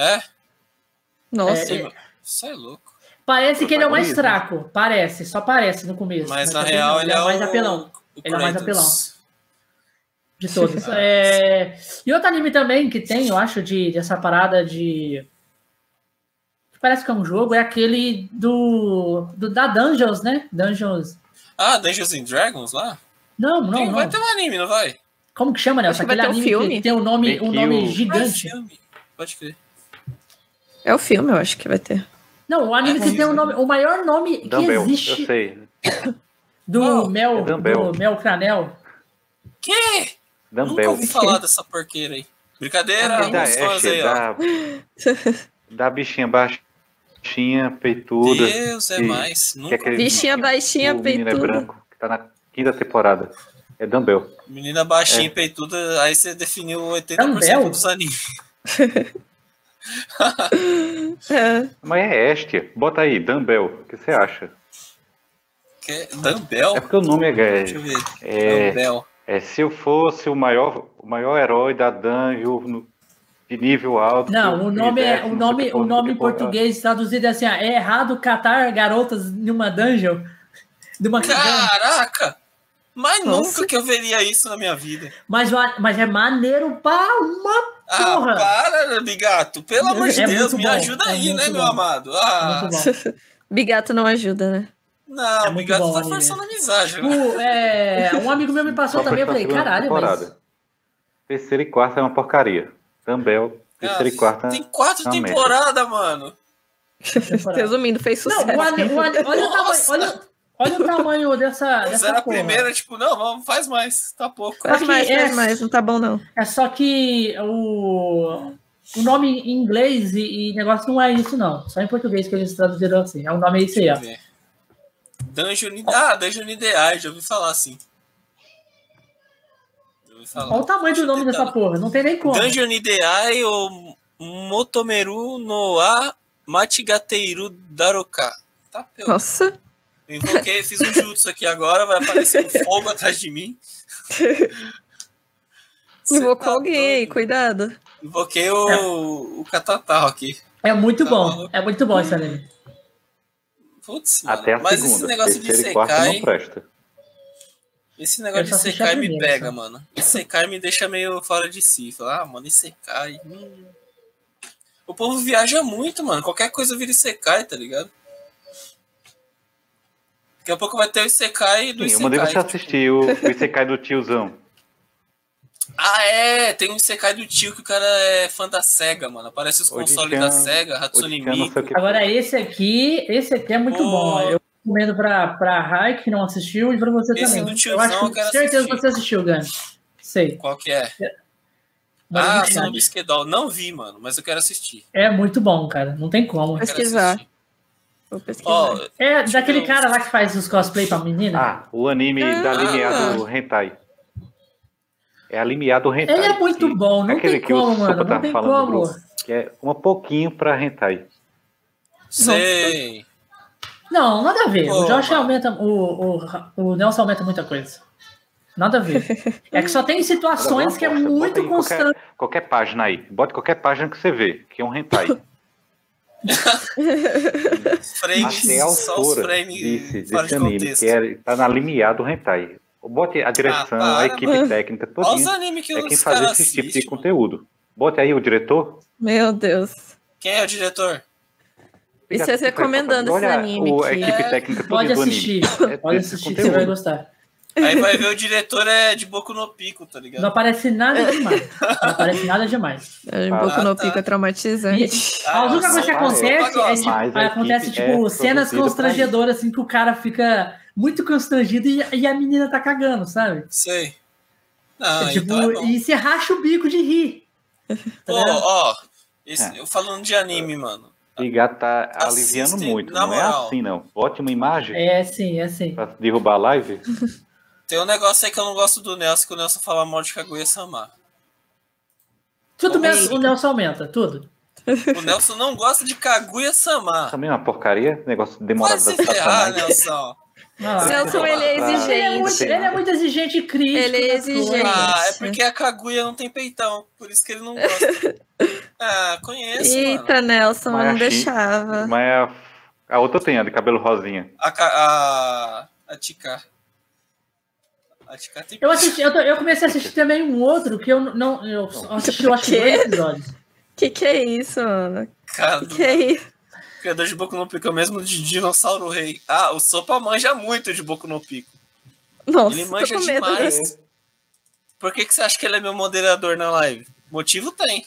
Nossa. Isso é louco. Parece que ele é o mais fraco. Só parece no começo. Mas na real, ele é o mais apelão. Ele é o mais apelão. De todos. E outro anime também que tem, eu acho, dessa parada de... Parece que é um jogo, é aquele da Dungeons, né? Dungeons. Dungeons and Dragons lá? Não. Vai ter um anime, não vai? Como que chama, Nelson? Aquele anime filme. Que tem um nome gigante. Pode crer. É o filme, eu acho que vai ter. Não, o anime que tem o maior nome Dumbbell, que existe. Eu sei. Do Mel Cranel. Que? Dumbbell. Nunca ouvi falar dessa porqueira aí. Brincadeira, os fãs aí, ó. Da bichinha baixinha, peituda. Deus, é mais. Bichinha baixinha, peituda. O menino é branco, que tá na 5ª temporada. É Dumbbell. Menina baixinha, peituda, aí você definiu 80% dos animes. Mas é Estia. Bota aí, Dumbbell. O que você acha? Dumbbell? É porque o nome Deixa eu ver. Dumbbell. Se eu fosse o maior herói da dungeon de nível alto. Não, o nome em português traduzido é assim: é errado catar garotas numa dungeon. Caraca! Mas nunca que eu veria isso na minha vida. Mas é maneiro pra uma porra. Para, Bigato. Pelo amor de Deus, me ajuda aí, né, meu amado? Bigato não ajuda, né? Não, o Bigato tá forçando a amizade. Né? Um amigo meu me passou também, eu falei, caralho, mas... 3ª e 4ª é uma porcaria. Dumbbell, 3ª e 4ª... Tem 4 temporadas, mano. Resumindo, fez sucesso. Não, olha o tamanho dessa era a primeira, tipo, não, faz mais, tá pouco. Faz mais, não tá bom não. É só que o nome em inglês e negócio não é isso, não. Só em português que eles traduziram assim. É o nome esse aí, ó. Dungeon Ideais, já ouvi falar assim. Olha o tamanho do nome dessa porra, não tem nem como. Dungeon Ideai ou Motomeru no A Matigateiru Daroka. Tá, nossa. Eu invoquei, fiz um jutsu aqui agora, vai aparecer um fogo atrás de mim. Invocou alguém, cuidado. Invoquei o Catatal aqui. É muito bom, é muito bom esse anime. Putz, até a mas segunda, esse negócio de Sekai não presta. Esse negócio de Sekai me pega, mano. Esse Sekai me deixa meio fora de si. Fala, mano, esse Sekai... O povo viaja muito, mano. Qualquer coisa vira Sekai, tá ligado? Daqui a pouco vai ter o Isekai do Isekai. Eu mandei você assistir o Isekai do tiozão. Tem um Isekai do tio que o cara é fã da SEGA, mano. Aparece os consoles da SEGA, Hatsune Miku. Agora, esse aqui é muito bom. Eu recomendo pra Rai, que não assistiu, e pra você esse também. Do tiozão, eu quero certeza que você assistiu, Gani. Sei. Qual que é? São Bisquedol. Não vi, mano, mas eu quero assistir. É muito bom, cara. Não tem como. Vou pesquisar. Daquele cara lá que faz os cosplay pra menina? O anime da limiado Hentai. É a limiado Hentai. Ele é muito bom, não tem como, mano. Não tem como. Que é um pouquinho pra Hentai. Sei. Não, nada a ver. O Josh aumenta. O Nelson aumenta muita coisa. Nada a ver. É que só tem situações que é muito constante. Qualquer página aí. Bota qualquer página que você vê, que é um Hentai. Até a autora desse anime, que tá na limiar do hentai. Bote a direção, a equipe técnica, todinha é quem faz esse tipo de conteúdo. Bote aí o diretor. Meu Deus. Quem é o diretor? Vocês recomendando esse anime. A equipe técnica pode assistir. Pode assistir, você vai gostar. Aí vai ver o diretor de Boku no Pico, tá ligado? Não aparece nada demais. Boku no Pico é traumatizante. A única coisa que acontece tipo, cenas constrangedoras, assim, que o cara fica muito constrangido e a menina tá cagando, sabe? Sei. E você racha o bico de rir. Eu falando de anime, mano. Ligar tá aliviando muito, não é assim, não. Bote uma imagem. É sim. Pra derrubar a live. Tem um negócio aí que eu não gosto do Nelson, que o Nelson fala mal de Kaguya-sama. Tudo mesmo, o Nelson aumenta, tudo. O Nelson não gosta de Kaguya-sama. Também é uma porcaria, negócio demorado. Vai se ferrar, Nelson. Nelson, ele é exigente. Ele é muito exigente e crítico. Ele é exigente. É porque a Kaguya não tem peitão, por isso que ele não gosta. Conheço, Eita, mano. Nelson, eu não deixava. Mas a outra tem, a de cabelo rosinha. A Tika. Eu comecei a assistir também um outro que eu não. Eu assisti, eu acho que 2 episódios. Que é isso, mano? Que é isso? O criador de Boku no Pico é o mesmo de Dinossauro Rei. Ah, o Sopa manja muito de Boku no Pico. Nossa, ele manja demais. Por que você acha que ele é meu moderador na live? Motivo tem.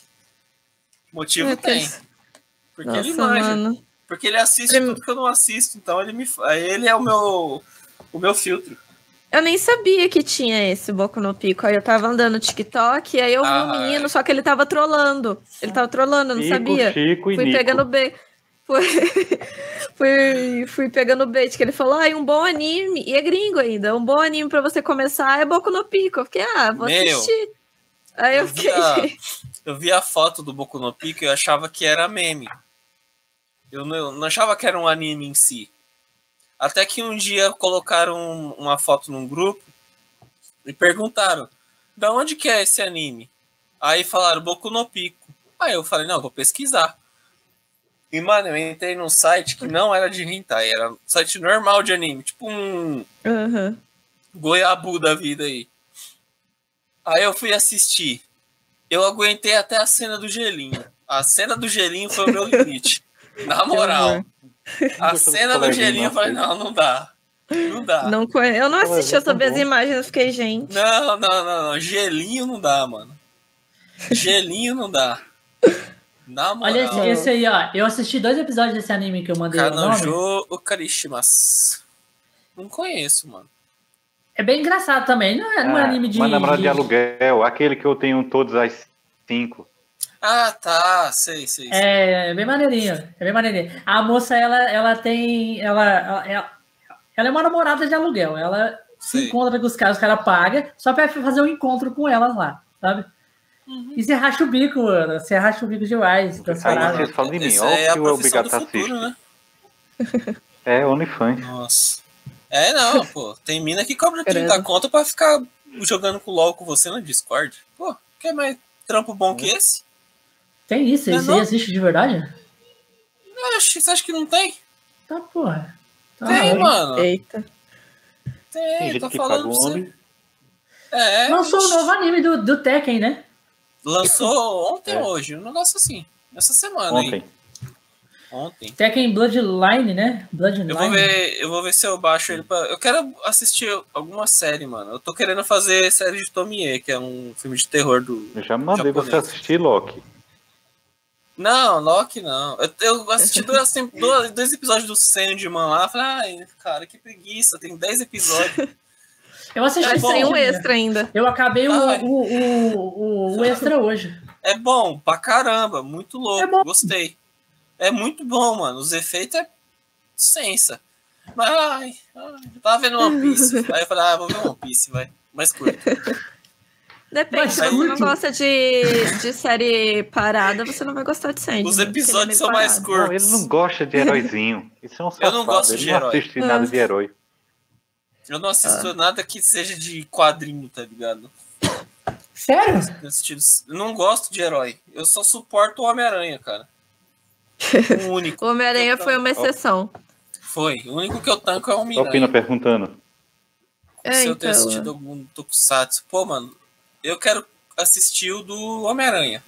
Porque nossa, ele manja. Mano. Porque ele assiste tudo que eu não assisto. Então ele é o meu filtro. Eu nem sabia que tinha esse Boku no Pico. Aí eu tava andando no TikTok, aí eu vi um menino, só que ele tava trolando. Ele tava trolando, eu não sabia. Chico e Fui Nico. pegando bait. Fui pegando bait, que ele falou, um bom anime, e é gringo ainda, um bom anime pra você começar é Boku no Pico. Eu fiquei, vou assistir. Aí eu fiquei... Eu vi a foto do Boku no Pico e eu achava que era meme. Eu não achava que era um anime em si. Até que um dia colocaram uma foto num grupo e perguntaram, da onde que é esse anime? Aí falaram, Boku no Pico. Aí eu falei, não, vou pesquisar. E, mano, eu entrei num site que não era de hentai, era um site normal de anime, tipo um Goiabu da vida aí. Aí eu fui assistir. Eu aguentei até a cena do gelinho. A cena do gelinho foi o meu limite. Na moral. A cena do gelinho, eu falei, não dá. Não dá. Eu não assisti, eu só vi as imagens, eu fiquei, gente. Não. Gelinho não dá, mano. Gelinho não dá. Na moral. Olha esse aí, ó. Eu assisti 2 episódios desse anime que eu mandei. Kanojo Okarishimasu. Não conheço, mano. É bem engraçado também. Não é anime de... Uma namorada de aluguel. Aquele que eu tenho todos as 5. Ah, tá. Sei. É bem maneirinho. A moça, ela tem... Ela é uma namorada de aluguel. Ela se encontra com os caras pagam só pra fazer um encontro com elas lá, sabe? E você racha o bico, mano. Você racha o bico demais. Aí vocês falam de mim, ó, que o obrigado a assistir. Né? É, OnlyFans. Nossa. Não, pô. Tem mina que cobra 30 conto pra ficar jogando com o LOL com você no Discord. Pô, quer mais trampo bom que esse? Tem isso? Isso aí existe de verdade? Você acha que não tem? Tá, porra. Tem, mano. Eita. Tem, tô que falando pra você. Lançou um novo anime do Tekken, né? Lançou ontem ou hoje? Um negócio assim. Essa semana aí. Ontem. Tekken Bloodline, né? Eu vou ver se eu baixo ele pra... Eu quero assistir alguma série, mano. Eu tô querendo fazer série de Tomie, que é um filme de terror do... Eu já mandei você assistir Loki. Não, Loki não. Eu assisti 2 episódios do Sandman lá. Falei, cara, que preguiça. Tem 10 episódios. Eu assisti tem um extra ainda. Eu acabei o extra hoje. É bom pra caramba. Muito louco. Gostei. É muito bom, mano. Os efeitos é sensa. Mas, eu tava vendo One Piece. Aí eu falei, vou ver One Piece, vai. Mais curto. Depende, se você não gosta de série parada, você não vai gostar de Sandman. Os episódios são mais curtos. Não, ele não gosta de heróizinho. Isso é um safado. Eu não gosto de herói. Não assiste nada de herói. Eu não assisto nada que seja de quadrinho, tá ligado? Sério? Eu não gosto de herói. Eu só suporto o Homem-Aranha, cara. O único. O Homem-Aranha foi uma exceção. Foi. O único que eu tanco é o Homem-Aranha. Opina perguntando. Se eu tenho assistido algum Tokusatsu. Pô, mano, eu quero assistir o do Homem-Aranha.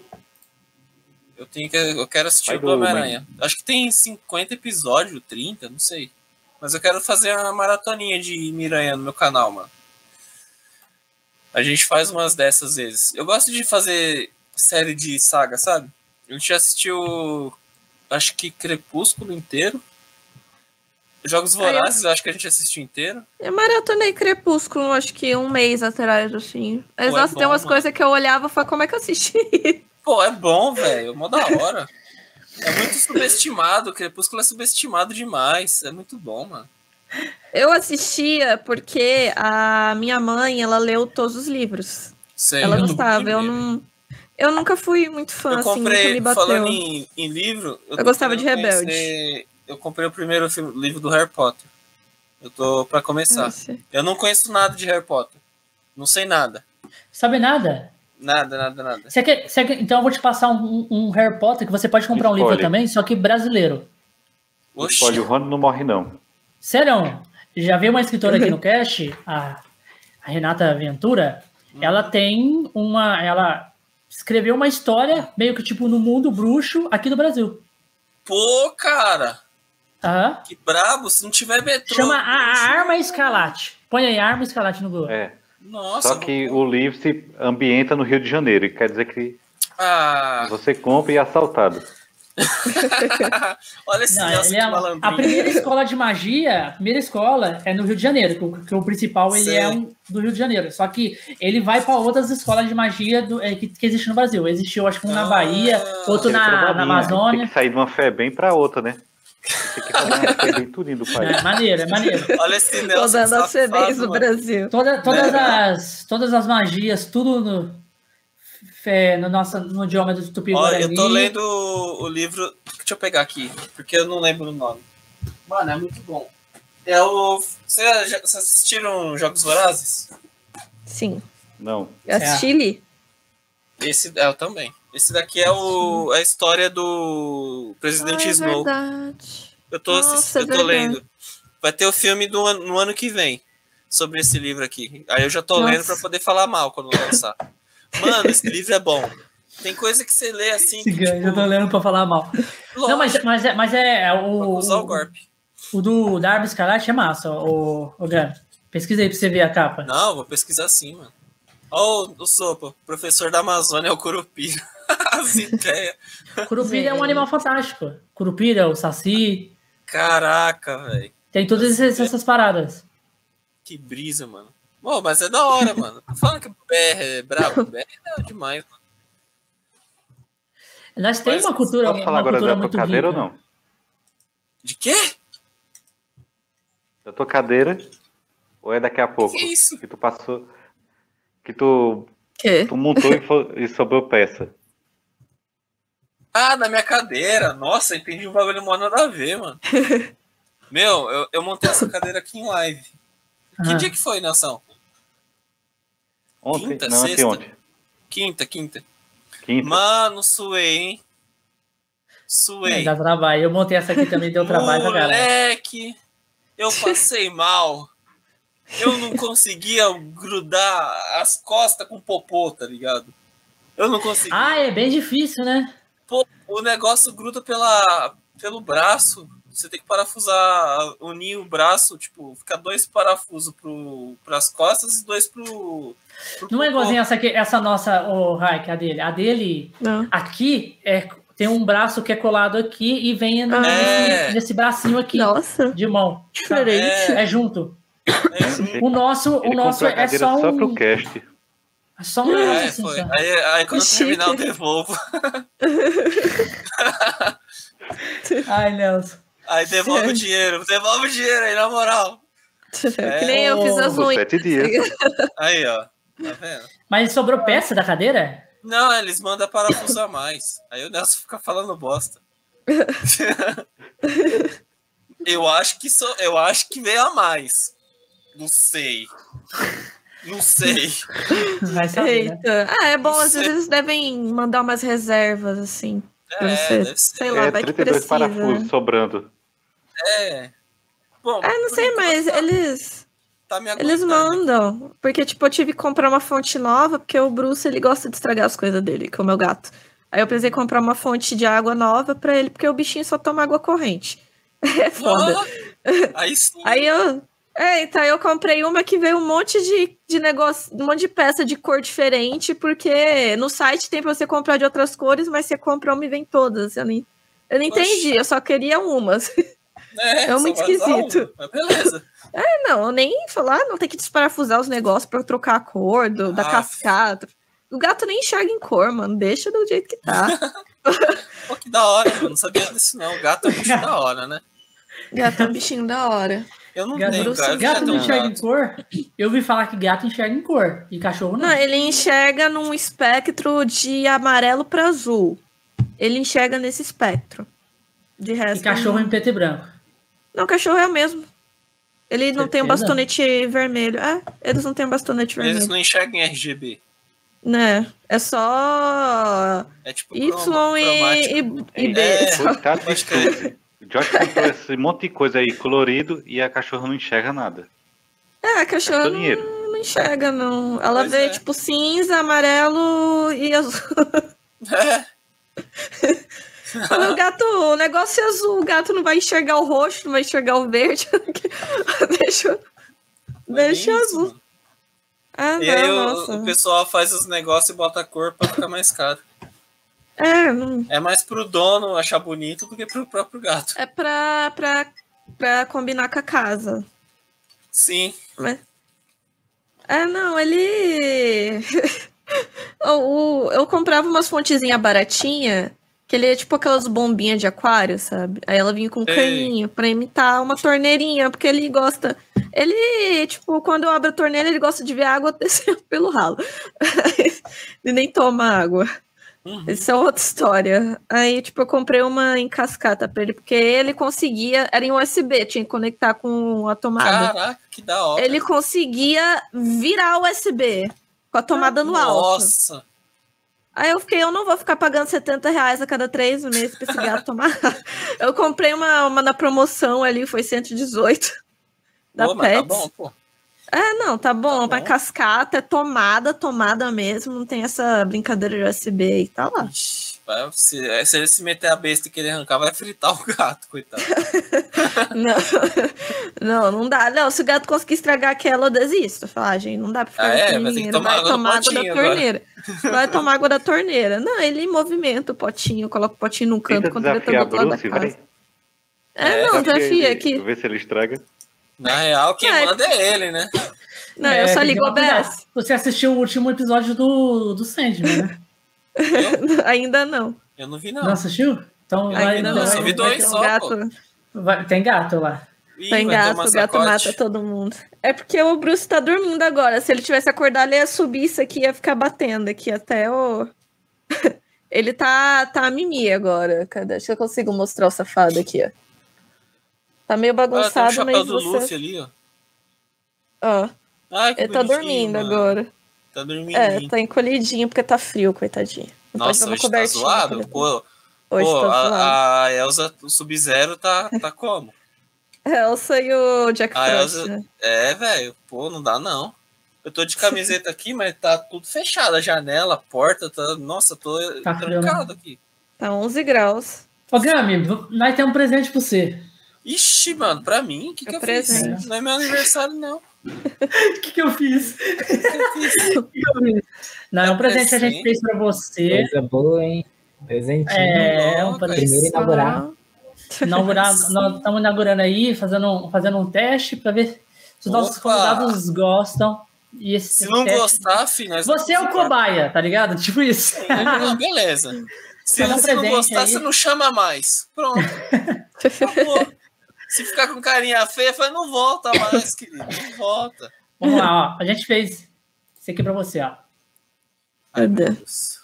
Eu quero assistir o do Homem-Aranha. Acho que tem 50 episódios, 30, não sei. Mas eu quero fazer uma maratoninha de Miranha no meu canal, mano. A gente faz umas dessas vezes. Eu gosto de fazer série de saga, sabe? A gente já assistiu, acho que Crepúsculo inteiro. Jogos Vorazes, acho que a gente assistiu inteiro. Eu maratonei Crepúsculo, acho que 1 mês atrás, assim. Mas, nossa, tem umas coisas que eu olhava e falava, como é que eu assisti? Pô, é bom, velho. Mó da hora. É muito subestimado. Crepúsculo é subestimado demais. É muito bom, mano. Eu assistia porque a minha mãe, ela leu todos os livros. Sei, ela gostava, eu nunca fui muito fã, assim, nunca me bateu. Falando em livro... Eu gostava de Rebelde. Eu comprei o primeiro livro do Harry Potter. Eu tô pra começar. Nossa. Eu não conheço nada de Harry Potter. Não sei nada. Sabe nada? Nada. Então eu vou te passar um Harry Potter que você pode comprar um livro também, só que brasileiro. Olha, o Rony não morre, não. Sério? Já veio uma escritora aqui no cast, a a Renata Ventura, ela tem ela escreveu uma história meio que tipo no mundo bruxo aqui do Brasil. Pô, cara! Aham. Que brabo, se não tiver metrô. Chama a Arma Escarlate. Põe aí, Arma Escarlate no Google. Nossa, só que o livro se ambienta no Rio de Janeiro, e quer dizer que você compra e é assaltado. Olha esse malandrinho. A primeira escola de magia, a primeira escola é no Rio de Janeiro, que o principal ele é do Rio de Janeiro. Só que ele vai para outras escolas de magia que existem no Brasil. Existiu, acho que um na Bahia, outro na Amazônia. Tem que sair de uma FEBEM para outra, né? Tem que fazer uma FEBEM tudo do país. É maneiro. Olha esse Nelson. Todas as FEBEMs do Brasil. Todas as magias, tudo no idioma do Tupi-Guarani. Eu tô lendo o livro. Deixa eu pegar aqui, porque eu não lembro o nome. Mano, é muito bom. Vocês assistiram Jogos Vorazes? Sim. Não. Eu assisti. Eu também. Esse daqui é a história do Presidente Snow. Verdade. Eu tô lendo. Vai ter o filme no ano que vem sobre esse livro aqui. Aí eu já tô lendo pra poder falar mal quando lançar. Mano, esse livro é bom. Tem coisa que você lê assim. Eu tô lendo pra falar mal. Lógico. Não, mas é o. Usar o golpe. O da Arma Escarlate é massa, o Gami. Pesquisa aí pra você ver a capa. Não, vou pesquisar sim, mano. Ó, o Sopa, professor da Amazônia é o Curupira. As ideias. Curupira é um animal fantástico. Curupira, o Saci. Caraca, velho. Tem todas essas paradas. Que brisa, mano. Bom, mas é da hora, mano. Falando que o BR é brabo, o BR é demais, mano. Nós temos uma cultura, posso falar agora da tua muito cadeira rica. ou não? De quê? Da tua cadeira? Ou é daqui a pouco? Que isso? Que tu passou... Que tu montou e sobrou peça. Ah, na minha cadeira. Nossa, entendi um bagulho mó nada a ver, mano. Meu, eu montei essa cadeira aqui em live. Que dia que foi, Nelson? Ontem? Quinta, não, sexta? ontem. Quinta. Quinta. Mano, suei, hein? Suei. Dá trabalho. Eu montei essa aqui também, deu trabalho pra galera. Moleque, eu passei mal. Eu não conseguia grudar as costas com popô, tá ligado? Eu não conseguia. Ah, é bem difícil, né? Pô, o negócio gruda pelo braço. Você tem que parafusar, unir o braço, tipo, ficar 2 parafusos pras costas e 2 pro não é igualzinho essa nossa, Raik, a dele. A dele, não. Aqui, tem um braço que é colado aqui e vem nesse bracinho aqui. Nossa. De mão. Diferente. É junto. O nosso é só pro cast. É só um negócio assim. Aí quando eu terminar eu devolvo. Ai, Nelson. Aí devolve o dinheiro aí, na moral. Que nem eu fiz as unhas. 7 dias. Aí, ó. Tá vendo? Mas sobrou peça da cadeira? Não, eles mandam parafusar mais. Aí o Nelson fica falando bosta. Eu acho que veio a mais. Não sei. Vai saber, né? É bom, às vezes eles devem mandar umas reservas, assim. Deve ser. Sei lá, vai que 32 precisa. parafusos sobrando. Bom, não sei, mas eles mandam. Porque, tipo, eu tive que comprar uma fonte nova, porque o Bruce, ele gosta de estragar as coisas dele, que é o meu gato. Aí eu precisei comprar uma fonte de água nova pra ele, porque o bichinho só toma água corrente. É foda. Aí sim. Então eu comprei uma que veio um monte de negócio, um monte de peça de cor diferente, porque no site tem pra você comprar de outras cores, mas você compra uma e vem todas. Eu não entendi, eu só queria umas. É muito esquisito. Mas beleza. Não, eu nem falar, não tem que desparafusar os negócios pra trocar a cor da cascata. O gato nem enxerga em cor, mano. Deixa do jeito que tá. Pô, que da hora, mano. Não sabia disso, não. O gato é um bicho da hora, né? Gato é um bichinho da hora. Eu não tenho, cara. Gato não enxerga em cor? Eu ouvi falar que gato enxerga em cor. E cachorro não. Não, ele enxerga num espectro de amarelo pra azul. Ele enxerga nesse espectro. De resto. E cachorro em preto e branco. Não, cachorro é o mesmo. Ele não tem um bastonete vermelho. Eles não têm um bastonete vermelho. Eles não enxergam em RGB. Né? É só tipo Y e B. O Josh comprou esse monte de coisa aí colorido e a cachorra não enxerga nada. A cachorra não enxerga, não. Ela vê, tipo, cinza, amarelo e azul. O negócio é azul, o gato não vai enxergar o roxo, não vai enxergar o verde. Deixa azul. Isso, e aí o pessoal faz os negócios e bota a cor pra ficar mais caro. É mais pro dono achar bonito do que pro próprio gato. É pra combinar com a casa. Sim. Não, ele... eu comprava umas fontezinhas baratinhas, que ele é tipo aquelas bombinhas de aquário, sabe? Aí ela vinha com um caninho pra imitar uma torneirinha, porque ele gosta... Ele, tipo, quando eu abro a torneira, ele gosta de ver a água descendo pelo ralo. Ele nem toma água. Isso é outra história. Aí, tipo, eu comprei uma em cascata pra ele, porque ele conseguia... Era em USB, tinha que conectar com a tomada. Caraca, que da hora. Ele conseguia virar o USB com a tomada no alto. Nossa! Aí eu não vou ficar pagando R$70 a cada 3 meses pra esse gato tomar. Eu comprei uma na promoção ali, foi 118 da Pets. Mas tá bom, pô. Não, tá bom. Mas cascata é tomada mesmo, não tem essa brincadeira de USB aí, tá lá. Se ele se meter a besta e querer arrancar, vai fritar o gato, coitado. Não dá. Não, se o gato conseguir estragar aquela, eu desisto. Falar, gente, não dá pra ficar vai ter que tomar água da torneira. Vai tomar água da torneira. Não, ele movimenta o potinho, coloca o potinho num canto quando ele tá do outro lado da casa. Desafia aqui. Ver se ele estraga. Na real, quem manda é ele, né? Não, eu só ligo o OBS. Você assistiu o último episódio do Sandman, né? Ainda não. Eu não vi, não. Não assistiu? Então eu só vi 2 só, tem gato lá. Tem gato, o gato mata todo mundo. É porque o Bruce tá dormindo agora. Se ele tivesse acordado, ele ia subir isso aqui e ia ficar batendo aqui até o... Ele tá a mimimi agora. Cadê? Acho que eu consigo mostrar o safado aqui, ó. Tá meio bagunçado, tem o chapéu mas do Luffy ali, ó. Ó. Ai, ele tá dormindo agora. Tá dormindo. Tá encolhidinho porque tá frio, coitadinho. Não. Nossa, hoje tá zoado? Pô, a Elsa, o Sub-Zero tá como? Elsa e o Jack Frost, Elsa, né? Velho, pô, não dá não. Eu tô de camiseta aqui, mas tá tudo fechado. A janela, a porta, tá... Nossa, tô trancado aqui. Tá 11 graus. Ô, Gami, nós temos um presente pra você. Ixi, mano, pra mim? O que eu fiz? Não é meu aniversário, não. O que eu fiz? Não, é um presente que a gente fez pra você. Coisa boa, hein? Presentinho. Um primeiro inaugurar. Nós estamos inaugurando aí, fazendo um teste pra ver se os nossos convidados gostam. E se não gostar, filho, você é o cobaia, tá ligado? Tipo isso. Beleza. Se você não gostar, você não chama mais. Pronto. Acabou. Se ficar com carinha feia, fala, não volta mais, querido. Não volta. Vamos lá, ó. A gente fez isso aqui pra você, ó. Ai, meu Deus.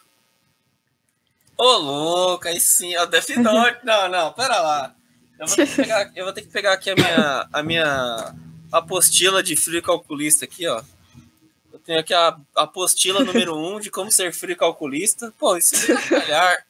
Ô, louco, aí sim, ó. Death Note. Não, pera lá. Eu vou ter que pegar aqui a minha apostila de frio calculista aqui, ó. Eu tenho aqui a apostila número 1 de como ser frio calculista. Pô, isso veio a calhar.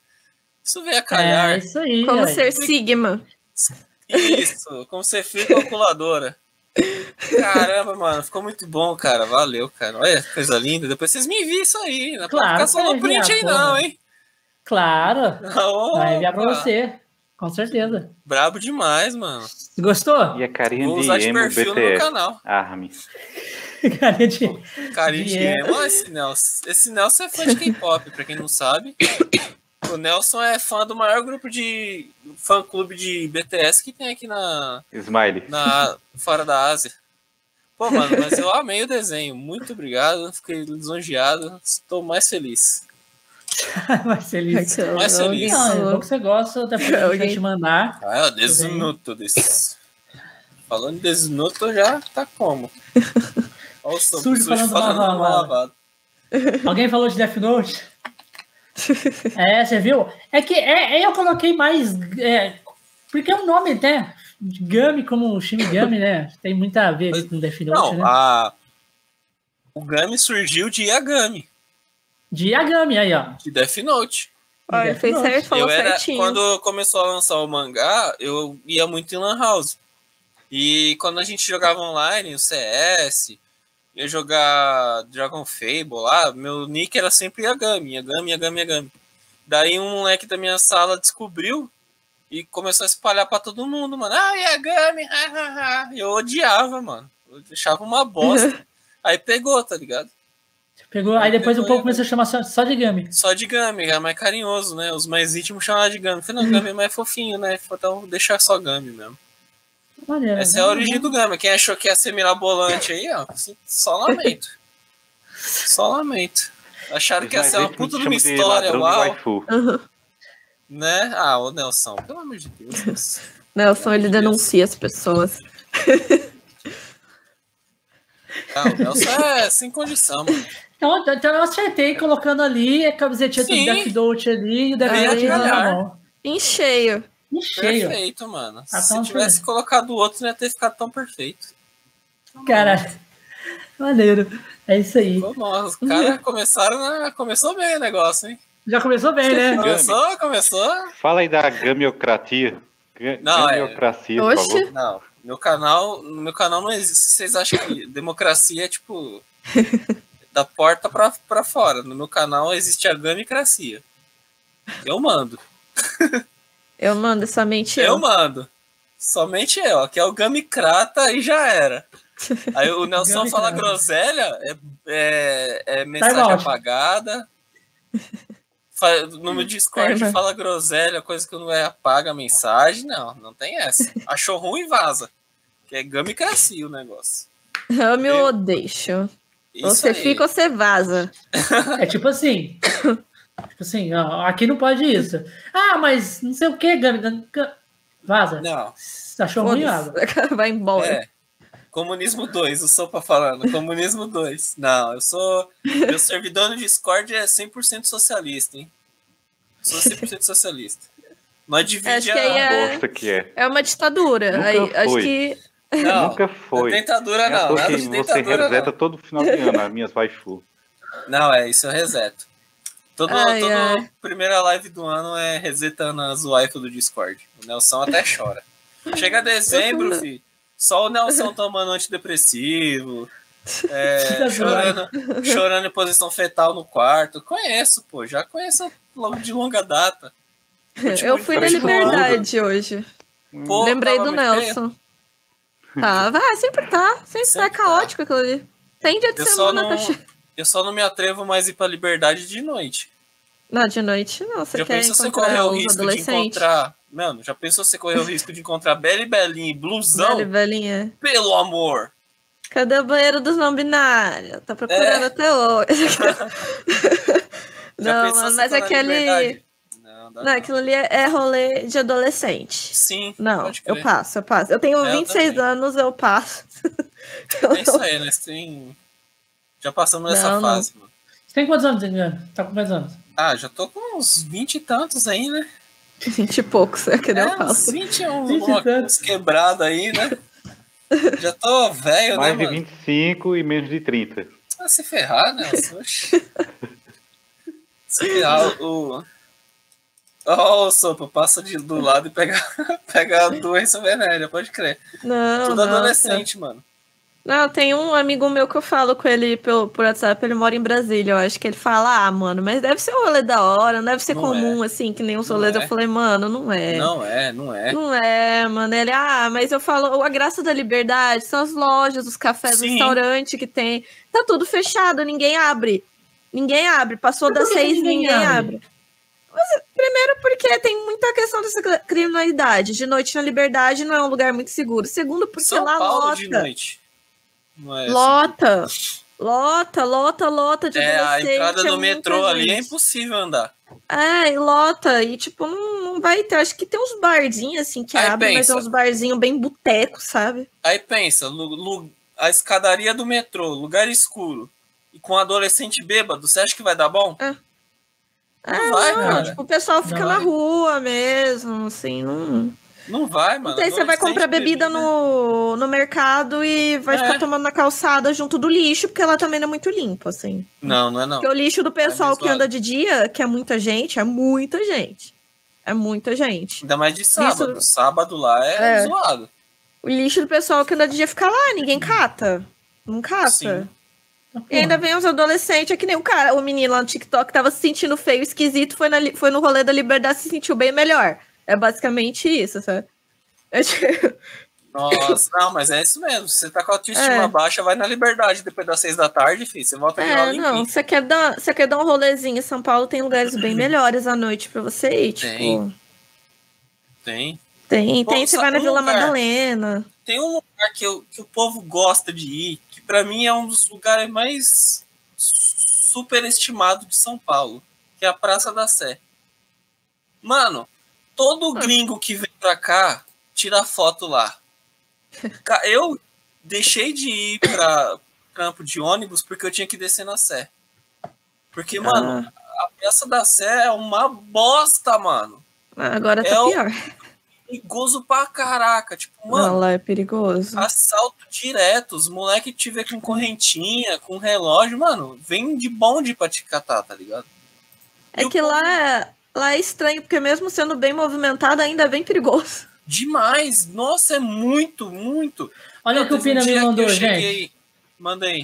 É isso aí. Como ser Sigma. Isso, como ser frio calculadora. Caramba, mano, ficou muito bom, cara. Valeu, cara. Olha, coisa linda. Depois vocês me enviam isso aí. Não pode ficar só no print aí, não, hein? Claro. Vai enviar pra você. Com certeza. Brabo demais, mano. Gostou? E a carinha Vou usar de perfil BTS, no meu canal. Arme. Carinha de emo. Olha esse Nelson. Esse Nelson é fã de K-pop, pra quem não sabe. O Nelson é fã do maior grupo de fã-clube de BTS que tem aqui na... Smiley. Fora da Ásia. Pô, mano, mas eu amei o desenho. Muito obrigado. Fiquei lisonjeado. Estou mais feliz. mais feliz. Mais feliz. Não, é que você gosta, depois a gente vai te mandar. Desnuto desse. Falando de desnuto, já tá como? Olha o sujo falando lavado. Alguém falou de Death Note? Você viu? É que eu coloquei mais. Porque é um nome até. Gami como o Shinigami, né? Tem muito a ver com Death Note, né? O Gami surgiu de Yagami. De Yagami, aí, ó. De Death Note. Olha, fez certo, falou certinho. Quando começou a lançar o mangá, eu ia muito em Lan House. E quando a gente jogava online, o CS, ia jogar Dragon Fable lá, meu nick era sempre Yagami. Daí um moleque da minha sala descobriu e começou a espalhar pra todo mundo, mano. Ah, Yagami, eu odiava, mano. Eu deixava uma bosta. Aí pegou, tá ligado? Pegou, aí depois um pouco começou a chamar só de Gami. Só de Gami, é mais carinhoso, né? Os mais íntimos chamavam de Gami. Falei, não, Gami é mais fofinho, né? Então vou deixar só Gami mesmo. Maneiro, essa é a origem do Gami. Quem achou que ia ser mirabolante aí, ó, só lamento. Só lamento. Acharam que ia ser uma puta de uma história, uau. Né? Ah, o Nelson, pelo amor de Deus. Nelson, ele denuncia as pessoas. Ah, o Nelson é sem condição, mano. Então eu acertei colocando ali a camisetinha do Death Note ali e o Death Note na mão. Em cheio. Perfeito, mano. Se tivesse colocado o outro, não ia ter ficado tão perfeito. Caralho. Maneiro. É isso aí. Os caras começou bem o negócio, hein? Já começou bem, né? Começou. Fala aí da gamiocracia. Gamiocracia, por favor. Não, no meu canal não existe. Vocês acham que democracia é tipo da porta pra fora? No meu canal existe a gamicracia. Eu mando. Eu mando, somente eu. Eu mando. Somente eu. Aqui é o gamicrata e já era. Aí o Nelson fala groselha, é mensagem apagada. No meu Discord fala groselha, coisa que não apaga a mensagem. Não tem essa. Achou ruim, vaza. Que é gamicracia o negócio. Ame ou deixo. Você fica ou você vaza. É tipo assim. Aqui não pode isso. Ah, mas não sei o que, vaza. Não. Achou ruim, vaza. Vai embora. Comunismo 2, o Sopa falando. Comunismo 2. Não, meu servidor no Discord é 100% socialista, hein? Sou 100% socialista. Nós dividimos bosta que é. É uma ditadura. Acho que... Não, nunca foi. Ditadura não. Nada de você reseta todo final de ano as minhas waifu. Não, isso eu reseto. Toda primeira live do ano é resetando as waifu do Discord. O Nelson até chora. Chega dezembro, filho. Só o Nelson tomando antidepressivo, chorando em posição fetal no quarto. Já conheço de longa data. Eu fui na Liberdade hoje. Pô, lembrei do Nelson. Sempre tá. Sempre tá caótico aquilo ali. Tem dia de semana, eu só não me atrevo mais a ir pra Liberdade de noite. Não, de noite não. Você quer encontrar os adolescentes? Mano, já pensou você correr o risco de encontrar Bela e Belinha e Blusão? Bela e Belinha. Pelo amor! Cadê o banheiro dos não binários? Tá procurando até hoje. Não, mas aquele... Não, aquilo ali é rolê de adolescente. Sim, não, eu passo. Eu tenho 26 anos, eu passo. É isso aí, né? Já passamos nessa fase, mano. Você tem quantos anos, Engano? Tá com quantos anos? Já tô com uns 20 e tantos aí, né? 20 e poucos, que nem eu falo. Uns 20 uns quebrados aí, né? Já tô velho, né, mano? Mais de 25 e menos de 30. Se ferrar, né? Se ferrar, o Sopa passa do lado e pega a doença venérea, pode crer. Tudo adolescente, mano. Não, tem um amigo meu que eu falo com ele por WhatsApp, ele mora em Brasília, eu acho que ele fala, mano, mas deve ser um rolê da hora, não deve ser comum, assim, que nem os rolês. Eu falei, mano, não é. Não é. Não é, mano. Ele, mas eu falo, a graça da Liberdade são as lojas, os cafés, os restaurantes que tem. Tá tudo fechado, ninguém abre. Passou das 6 ninguém abre. Mas, primeiro porque tem muita questão dessa criminalidade. De noite na Liberdade não é um lugar muito seguro. Segundo porque São lá Paulo lota. De noite. Lota de adolescente. A entrada do metrô ali é impossível andar. E lota. E, tipo, não vai ter. Acho que tem uns barzinhos, assim, que abrem, mas tem uns barzinhos bem boteco, sabe? Aí pensa, a escadaria do metrô, lugar escuro, e com um adolescente bêbado, você acha que vai dar bom? Não vai, cara. Tipo, o pessoal fica na rua mesmo, assim, Não vai, mano. Então você vai comprar bebida no mercado e vai ficar tomando na calçada junto do lixo, porque ela também não é muito limpa, assim. Não é não. Porque o lixo do pessoal que anda de dia, que é muita gente. É muita gente. Ainda mais de sábado. Sábado lá é zoado. O lixo do pessoal que anda de dia fica lá, ninguém cata. Não cata. Sim. E ainda vem os adolescentes, é que nem o menino lá no TikTok tava se sentindo feio, esquisito, foi no rolê da Liberdade e se sentiu bem melhor. É basicamente isso, sabe? Nossa, não, mas é isso mesmo. Se você tá com a autoestima baixa, vai na Liberdade depois das 6 da tarde, filho. Você volta de lá limpinho. Não, você quer dar um rolezinho em São Paulo, tem lugares bem melhores à noite pra você ir, tipo... Tem. Você vai na Vila Madalena. Tem um lugar que o povo gosta de ir, que pra mim é um dos lugares mais superestimados de São Paulo, que é a Praça da Sé. Mano, todo gringo que vem pra cá tira foto lá. Eu deixei de ir pra campo de ônibus porque eu tinha que descer na Sé. Porque, mano, a Praça da Sé é uma bosta, mano. Agora tá pior. Perigoso pra caraca. Tipo, mano. Não, lá é perigoso. Assalto direto. Os moleques te vê com correntinha, com relógio, mano. Vem de bonde pra te catar, tá ligado? É que lá é estranho, porque mesmo sendo bem movimentado, ainda é bem perigoso. Demais. Nossa, é muito, muito. Olha o que o Pina me mandou, gente. Mandei.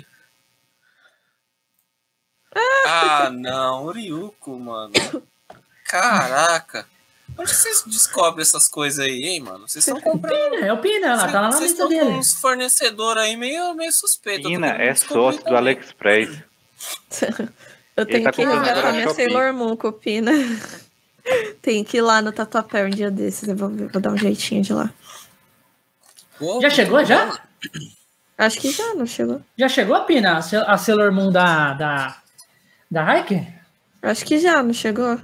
Não. Uriuco, mano. Caraca. Onde vocês descobrem essas coisas aí, hein, mano? Vocês estão comprando... É o Pina, ela tá lá na lista dele. Com uns fornecedores aí meio suspeito. Pina é sócio do AliExpress. Eu tenho que resgatar minha Sailor Moon com o Pina. Tem que ir lá no Tatuapé um dia desses. Eu vou dar um jeitinho de lá. Já chegou, já? Acho que já, não chegou. Já chegou, Pina? A Sailor Moon da Hike? Acho que já, não chegou.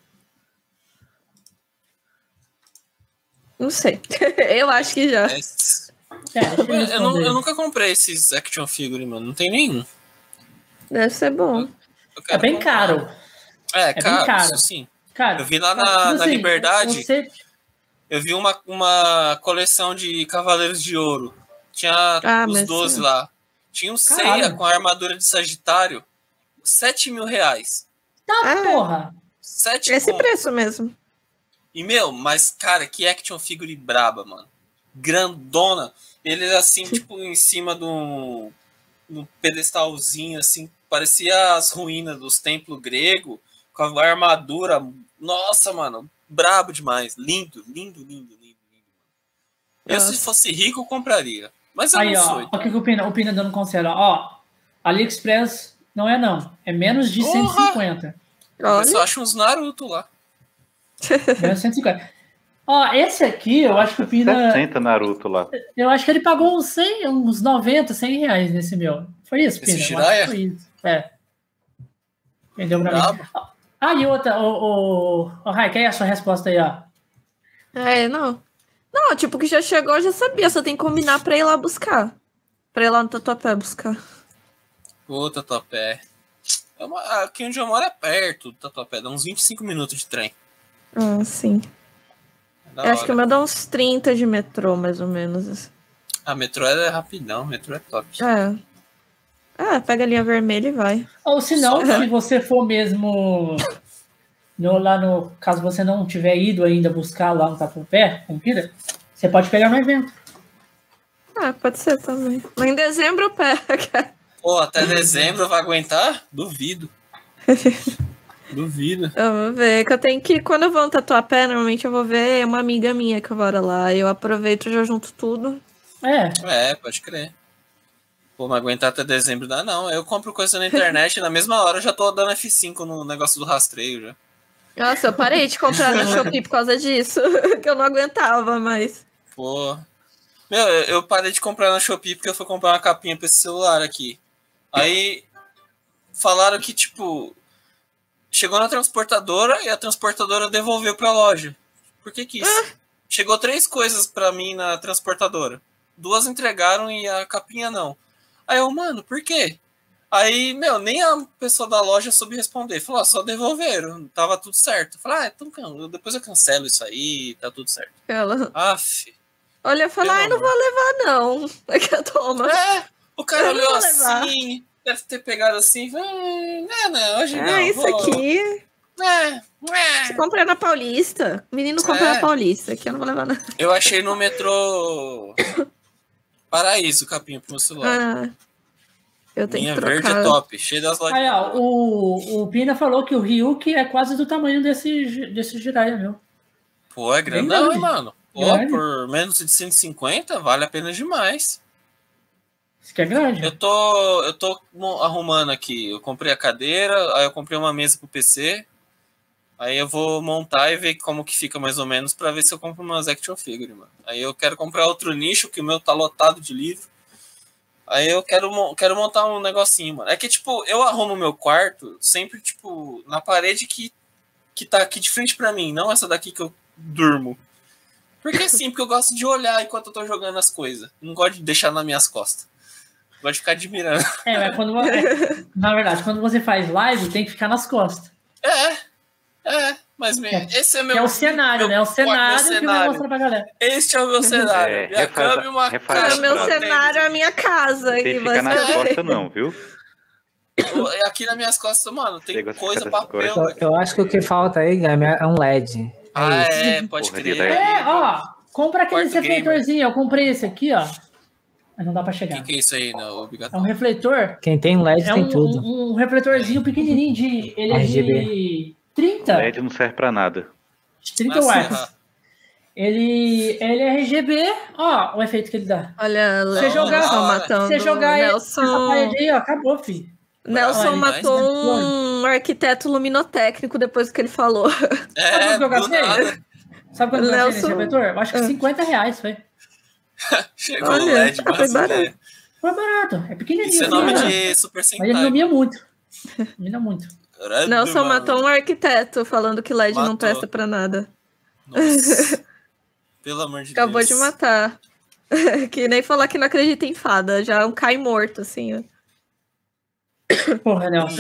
Não sei. Eu acho que já. Eu nunca comprei esses action figure, mano. Não tem nenhum. Deve ser bom. É bem caro. É caro, bem caro. Sim. Cara, eu vi lá na Liberdade. Eu vi uma coleção de Cavaleiros de Ouro. Tinha os 12 lá. Tinha um Seiya com a armadura de Sagitário. 7 mil reais. Porra! Esse preço mesmo. E, mas, cara, que action figure braba, mano. Grandona. Ele assim, tipo, em cima de um pedestalzinho, assim. Parecia as ruínas dos templos gregos. Com a armadura. Nossa, mano. Brabo demais. Lindo. Eu, se fosse rico, eu compraria. Mas eu não sou. Então. Olha o que o Pina dando conselho. AliExpress não. É menos de 150. Eu só acho uns Naruto lá. Menos 150. Esse aqui, eu acho que o Pina... 60 Naruto lá. Eu acho que ele pagou uns 90, 100 reais nesse meu. Foi isso, Pina? Foi isso. Entendeu pra mim? E outra, Rai, quer a sua resposta aí, ó? Não, tipo, que já chegou, já sabia, só tem que combinar pra ir lá buscar. Pra ir lá no Tatuapé buscar. Ô, Tatuapé. Aqui onde eu moro é perto do Tatuapé, dá uns 25 minutos de trem. Sim. Eu acho que o meu dá uns 30 de metrô, mais ou menos. Metrô é rapidão, metrô é top. Pega a linha vermelha e vai. Ou se não, se você for mesmo... caso você não tiver ido ainda buscar lá no Tatuapé, você pode pegar no evento. Pode ser também. Mas em dezembro eu pego. Pô, até dezembro vai aguentar? Duvido. Duvido. Eu vou ver, que eu tenho que... Quando eu vou no Tatuapé, normalmente eu vou ver uma amiga minha que mora lá. Eu aproveito e já junto tudo. Pode crer. Pô, mas aguentar até dezembro dá não. Eu compro coisa na internet e na mesma hora eu já tô dando F5 no negócio do rastreio já. Nossa, eu parei de comprar no Shopee por causa disso. Que eu não aguentava mais. Pô. Eu parei de comprar no Shopee porque eu fui comprar uma capinha pra esse celular aqui. Aí falaram que, tipo, chegou na transportadora e a transportadora devolveu pra loja. Por que isso? Chegou 3 coisas pra mim na transportadora. 2 entregaram e a capinha não. Aí eu, mano, por quê? Aí, nem a pessoa da loja soube responder. Falou, só devolveram, tava tudo certo. Falei, então depois eu cancelo isso aí, tá tudo certo. Aff. Olha, eu falei, não vou levar não. É que eu tomo. O cara olhou assim, deve ter pegado assim, hoje não. Isso aqui... Você compra na Paulista. Menino compra na Paulista, aqui eu não vou levar nada. Eu achei no metrô Paraíso, capinha pro meu celular. Eu tenho Linha que trocar. verde é top, cheio das lojas. Aí, ó, o Pina falou que o Ryuk é quase do tamanho desse Jiraiya, meu. Pô, é grandão, hein, mano? Pô, por menos de 150, vale a pena demais. Isso que é grande. Eu tô arrumando aqui. Eu comprei a cadeira, aí eu comprei uma mesa pro PC. Aí eu vou montar e ver como que fica mais ou menos pra ver se eu compro umas action figure, mano. Aí eu quero comprar outro nicho, que o meu tá lotado de livro. Aí eu quero montar um negocinho, mano. É que, tipo, eu arrumo o meu quarto sempre, tipo, na parede que tá aqui de frente pra mim, não essa daqui que eu durmo. Porque sim, porque eu gosto de olhar enquanto eu tô jogando as coisas. Não gosto de deixar nas minhas costas. Gosto de ficar admirando. Mas na verdade, quando você faz live, tem que ficar nas costas. Mas esse é meu... É o cenário, né? É o cenário que vai mostrar pra galera. Este é o meu cenário. Minha cama e uma caixa. O meu cenário é a minha casa. Não tem que ficar nas costas não, viu? Aqui nas minhas costas, mano, tem coisa, papel. Eu acho que o que falta aí, Gami, é um LED. Pode crer. Compra aquele refletorzinho. Eu comprei esse aqui, ó. Mas não dá pra chegar. O que é isso aí, não? É um refletor. Quem tem LED tem tudo. Um refletorzinho pequenininho ele RGB. É de 30. O LED não serve pra nada. 30 watts. Ele é RGB. Ó, o efeito que ele dá. Olha, você jogar essa parede aí, ó, acabou, filho. Nelson matou um arquiteto luminotécnico depois do que ele falou. Sabe quanto eu gastei nesse refletor? Eu acho que R$50 foi. Chegou o LED, foi barato. Foi barato, é pequenininho. Isso é nome de Super Sentai. Mas ele ilumina muito. Ilumina muito. Nelson matou um arquiteto falando que LED não presta pra nada. Nossa. Pelo amor de Deus. Acabou de matar. Que nem falar que não acredita em fada. Já é um cai morto, assim, ó. Porra, Nelson.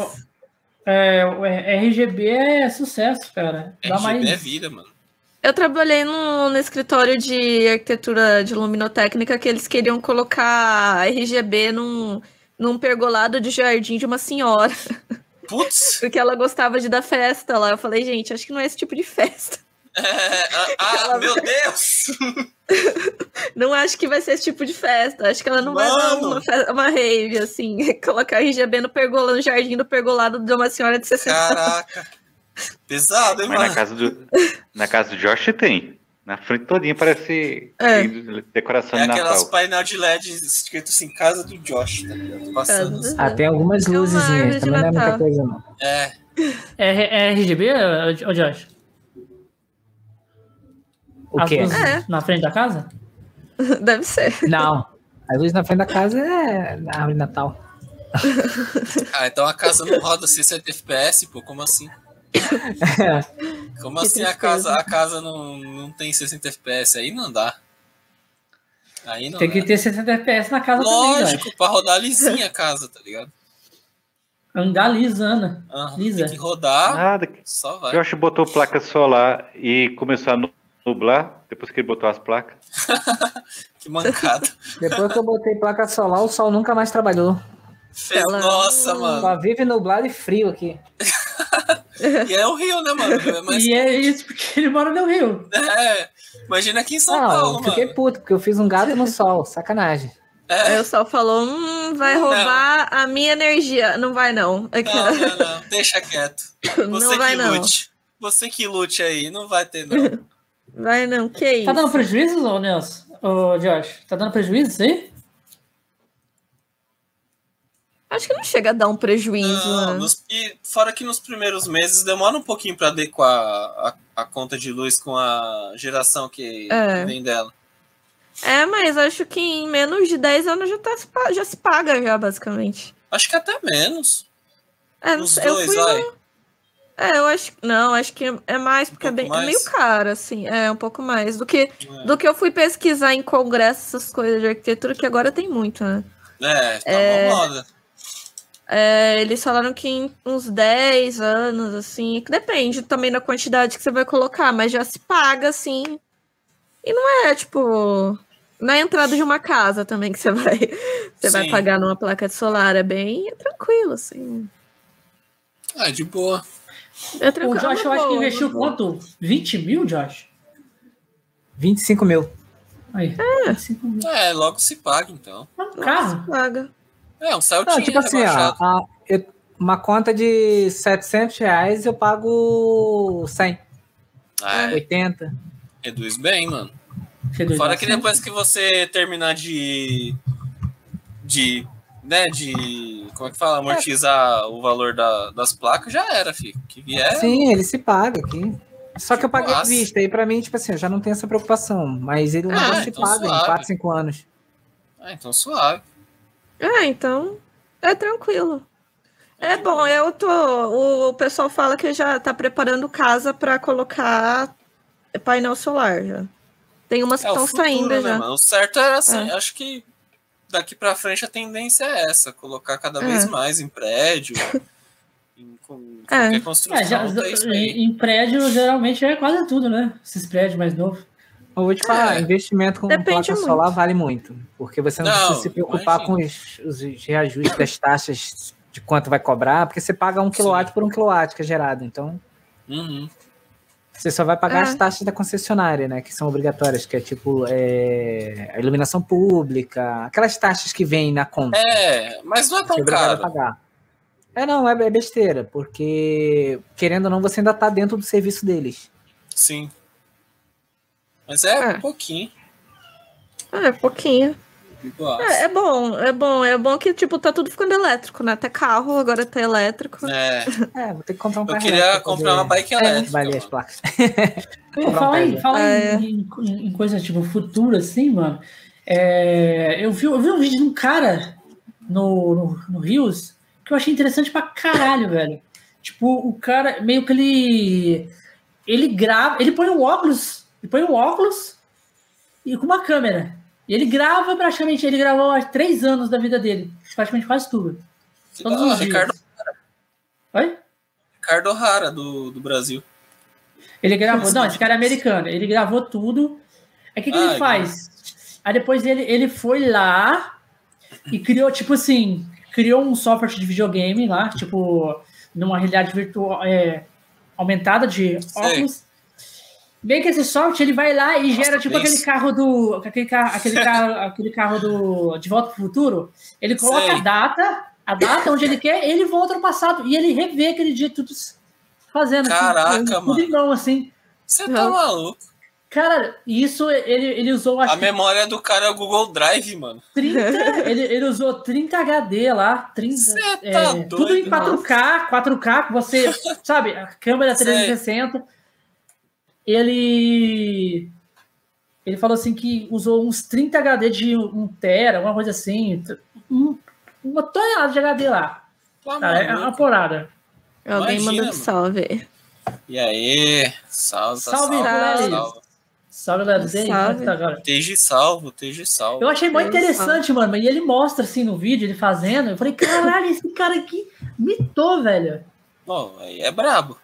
O RGB é sucesso, cara. Dá RGB é vida, mano. Eu trabalhei no escritório de arquitetura de luminotécnica que eles queriam colocar RGB num pergolado de jardim de uma senhora. Putz! Porque ela gostava de dar festa lá. Eu falei, gente, acho que não é esse tipo de festa. Meu Deus! Não acho que vai ser esse tipo de festa. Acho que ela não vai dar uma rave, assim. Colocar RGB no jardim do pergolado de uma senhora de 60 anos. Caraca! Pesado, hein, mas mano? Na casa do Josh tem. Na frente todinha parece decoração de Natal. Aquelas painel de LED escrito assim, casa do Josh, tá ligado? Passando assim. Tem algumas luzezinhas, também não é muita coisa, não. É RGB, ô Josh? O quê? Na frente da casa? Deve ser. Não. A luz na frente da casa é a árvore de Natal. Então a casa não roda 60 FPS, pô, como assim? Como assim a casa não tem 60 FPS? Aí não dá. Aí não tem que ter 60 FPS na casa também, lógico, pra rodar lisinha a casa, tá ligado? Andar lisana. Lisa. Tem que rodar, nada. Só vai. Josh botou placa solar e começou a nublar, depois que ele botou as placas. Que mancada. Depois que eu botei placa solar, o sol nunca mais trabalhou. Nossa, mano. Só vive nublado e frio aqui. E é o Rio, né, mano? É isso porque ele mora no Rio. Imagina aqui em São Paulo, mano. Eu fiquei puto, porque eu fiz um gato no sol. Sacanagem. Aí o sol falou, vai roubar a minha energia. Não vai, não. Não. Deixa quieto. Não vai, não. Você que lute aí. Não vai ter, não. Vai, não. Que isso? Tá dando prejuízo, ô Nelson? Ô, Josh? Tá dando prejuízo isso aí? Acho que não chega a dar um prejuízo. Não, e fora que nos primeiros meses demora um pouquinho para adequar a conta de luz com a geração que vem dela. Mas acho que em menos de 10 anos já se paga, basicamente. Acho que até menos. Uns eu 2, fui vai. Eu acho. Não, acho que é mais, porque é meio caro, assim. É um pouco mais. Do que eu fui pesquisar em congresso, essas coisas de arquitetura, que agora tem muito, né? Tá uma moda. Eles falaram que em uns 10 anos, assim, que depende também da quantidade que você vai colocar, mas já se paga, assim. E não é, tipo, na entrada de uma casa também que você vai pagar numa placa de solar. É bem tranquilo, assim. De boa. O Josh, eu acho que investiu quanto? 20 mil, Josh? 25 mil. Aí, 25 mil. Logo se paga, então. Carro? Se paga. Um Celtinha tipo assim, uma conta de R$700 eu pago 100. 80. Reduz bem, mano. Fora que depois que você terminar de como é que fala? Amortizar o valor das placas, já era, filho. Que vier. Sim, ele se paga aqui. Só que eu paguei à vista, e pra mim, tipo assim, eu já não tenho essa preocupação. Mas ele não se paga em 4, 5 anos. Então suave. Então é tranquilo. É bom, o pessoal fala que já tá preparando casa para colocar painel solar já. Tem umas que estão saindo já. Mano? O certo era assim, acho que daqui para frente a tendência é essa, colocar cada vez mais em prédio, em qualquer construção. Em prédio geralmente é quase tudo, né? Esses prédios mais novos. Eu vou te falar, investimento com placa solar vale muito, porque você não precisa se preocupar com os reajustes das taxas de quanto vai cobrar, porque você paga 1 kW por 1 kW que é gerado, então você só vai pagar as taxas da concessionária, né, que são obrigatórias, que é tipo a iluminação pública, aquelas taxas que vêm na conta. Mas não é tão caro. Pagar. Não, é besteira, porque querendo ou não, você ainda tá dentro do serviço deles. Sim. Mas é pouquinho. Pouquinho. É bom que, tipo, tá tudo ficando elétrico, né? Até carro agora tá elétrico. Vou ter que comprar um carro. Eu queria comprar uma bike elétrica. Valer as placas. Fala em coisa, tipo, futuro, assim, mano. Eu vi um vídeo de um cara no Rios que eu achei interessante pra caralho, velho. Tipo, o cara, meio que ele grava, ele põe um óculos e com uma câmera. E ele grava praticamente, ele gravou há 3 anos da vida dele. Praticamente quase tudo. Todos os dias. Ricardo Hara. Oi? Ricardo Hara, do Brasil. Ele gravou, não, esse cara é americano. Ele gravou tudo. Aí o que ele faz? Aí depois ele foi lá e criou, tipo assim, um software de videogame lá, tipo, numa realidade virtual aumentada de óculos. Bem que esse software, ele vai lá e gera, tipo, aquele carro do De Volta pro Futuro. Ele coloca a data onde ele quer, ele volta no passado. E ele revê aquele dia tudo fazendo. Caraca, tudo mano. Em mão, assim. Você tá maluco. Cara, isso ele usou... A memória do cara é o Google Drive, mano. Ele usou 30 HD lá. 30, tá doido, tudo em 4K, que você... sabe, a câmera 360... Ele falou assim que usou uns 30 HD de 1 tera, uma coisa assim, uma tonelada de HD lá. Cara, é uma porrada. Alguém mandou salve. E aí? Salve. Salve, Lelis. Esteja salvo. Eu achei muito interessante, mano. E ele mostra assim no vídeo, ele fazendo. Eu falei, caralho, esse cara aqui mitou, velho. Bom, aí é brabo.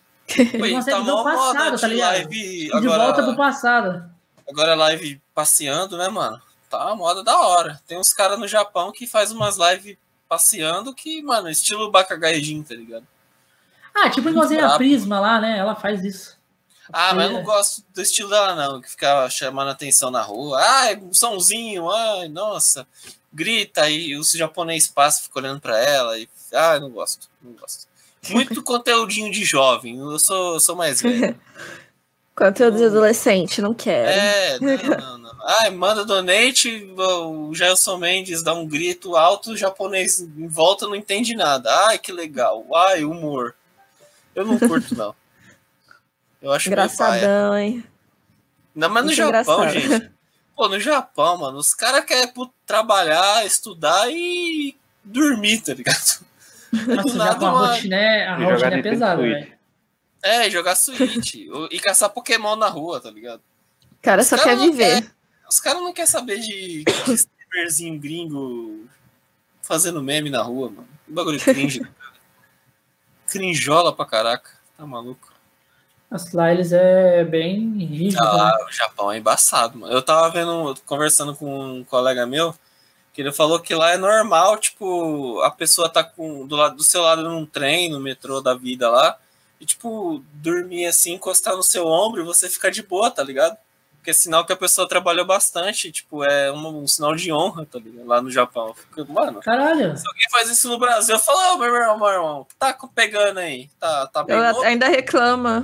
Tá mó passado, tá ligado? De volta pro passado. Agora live passeando, né, mano? Tá uma moda da hora. Tem uns caras no Japão que faz umas lives passeando que, mano, estilo Bakagaijin, tá ligado? Tipo igualzinho a Prisma lá, né? Ela faz isso. Mas eu não gosto do estilo dela, não. Que fica chamando atenção na rua. Um somzinho, nossa. Grita e os japonês passam, ficam olhando pra ela. E, não gosto. Muito conteúdinho de jovem. Eu sou mais velho. Conteúdo de adolescente, não quero. Não. Manda donate, o Gelson Mendes dá um grito alto, o japonês em volta não entende nada. Que legal. Humor. Eu não curto, não. Eu acho engraçadão, hein? Não, mas no Japão, gente. Pô, no Japão, mano, os caras querem trabalhar, estudar e dormir, tá ligado? Nossa, a rotina é pesada, velho. Jogar Switch. E caçar Pokémon na rua, tá ligado? O cara só quer viver. Os caras não querem saber de streamerzinho gringo fazendo meme na rua, mano. Um bagulho cringe. Crinjola pra caraca. Tá maluco? Lá eles é bem rígido. Né? O Japão é embaçado, mano. Eu tava conversando com um colega meu, que ele falou que lá é normal, tipo, a pessoa tá do seu lado num trem, no metrô da vida lá, e, tipo, dormir assim, encostar no seu ombro e você ficar de boa, tá ligado? Porque é sinal que a pessoa trabalhou bastante, tipo, é um sinal de honra, tá ligado? Lá no Japão. Fico, mano, caralho. Se alguém faz isso no Brasil, eu falo, meu irmão, tá pegando aí? Tá bem louco? Ainda reclama.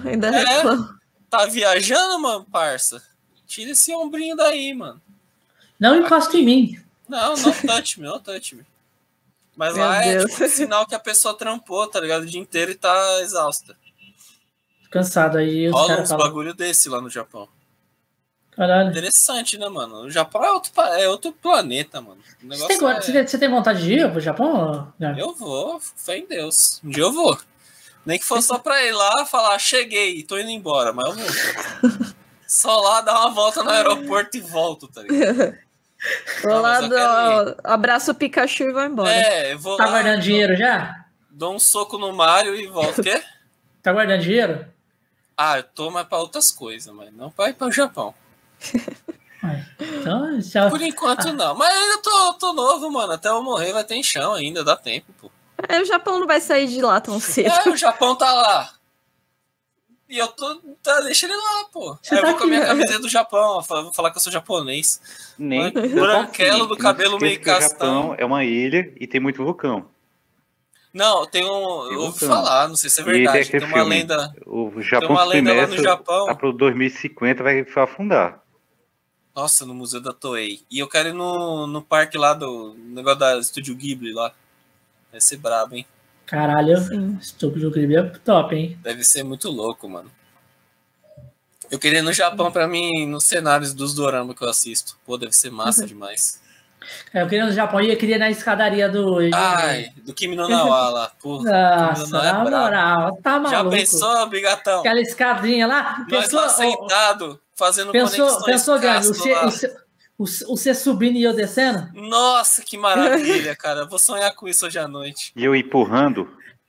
Tá viajando, mano, parça? Tira esse ombrinho daí, mano. Não encosta em mim. Não touch me. Mas meu lá Deus. É tipo um sinal que a pessoa trampou, tá ligado? O dia inteiro e tá exausta. Cansado aí. Rola uns bagulho desse lá no Japão. Caralho. Interessante, né, mano? O Japão é outro planeta, mano. Você tem vontade de ir pro Japão? Eu vou, fé em Deus. Um dia eu vou. Nem que fosse só pra ir lá falar, cheguei, tô indo embora, mas eu vou. Só lá dar uma volta no aeroporto e volto, tá ligado? Vou lá, abraço o Pikachu e vou embora. Eu vou lá. Tá guardando dinheiro já? Dou um soco no Mario e volto. O quê? Tá guardando dinheiro? Eu tô, mas pra outras coisas, mas não pra ir pro Japão. Então, já... Por enquanto não. Mas eu tô novo, mano. Até eu morrer vai ter chão ainda, dá tempo, pô. O Japão não vai sair de lá tão cedo. O Japão tá lá. E eu tô. Deixa ele lá, pô. Aí eu vou com a minha camiseta do Japão. Vou falar que eu sou japonês. Nem branquelo do cabelo meio castão. O Japão é uma ilha e tem muito vulcão. Não, tem um. Eu ouvi falar, não sei se é verdade. Tem uma lenda. O Japão, tem uma lenda lá no Japão. Lá pro 2050 vai afundar. Nossa, no Museu da Toei. E eu quero ir no parque lá do negócio da Estúdio Ghibli lá. Vai ser brabo, hein? Caralho, Estúdio Ghibli é top, hein? Deve ser muito louco, mano. Eu queria ir no Japão pra mim, nos cenários dos dorama que eu assisto. Pô, deve ser massa demais. Eu queria ir no Japão e eu queria ir na escadaria do Kimi no Nawa lá. Porra, nossa, na moral, tá maluco. Já pensou, Bigatão? Aquela escadinha lá? Nós lá sentado, fazendo conexões. Pensou, Gabi, você subindo e eu descendo? Nossa, que maravilha, cara. Vou sonhar com isso hoje à noite. E eu empurrando?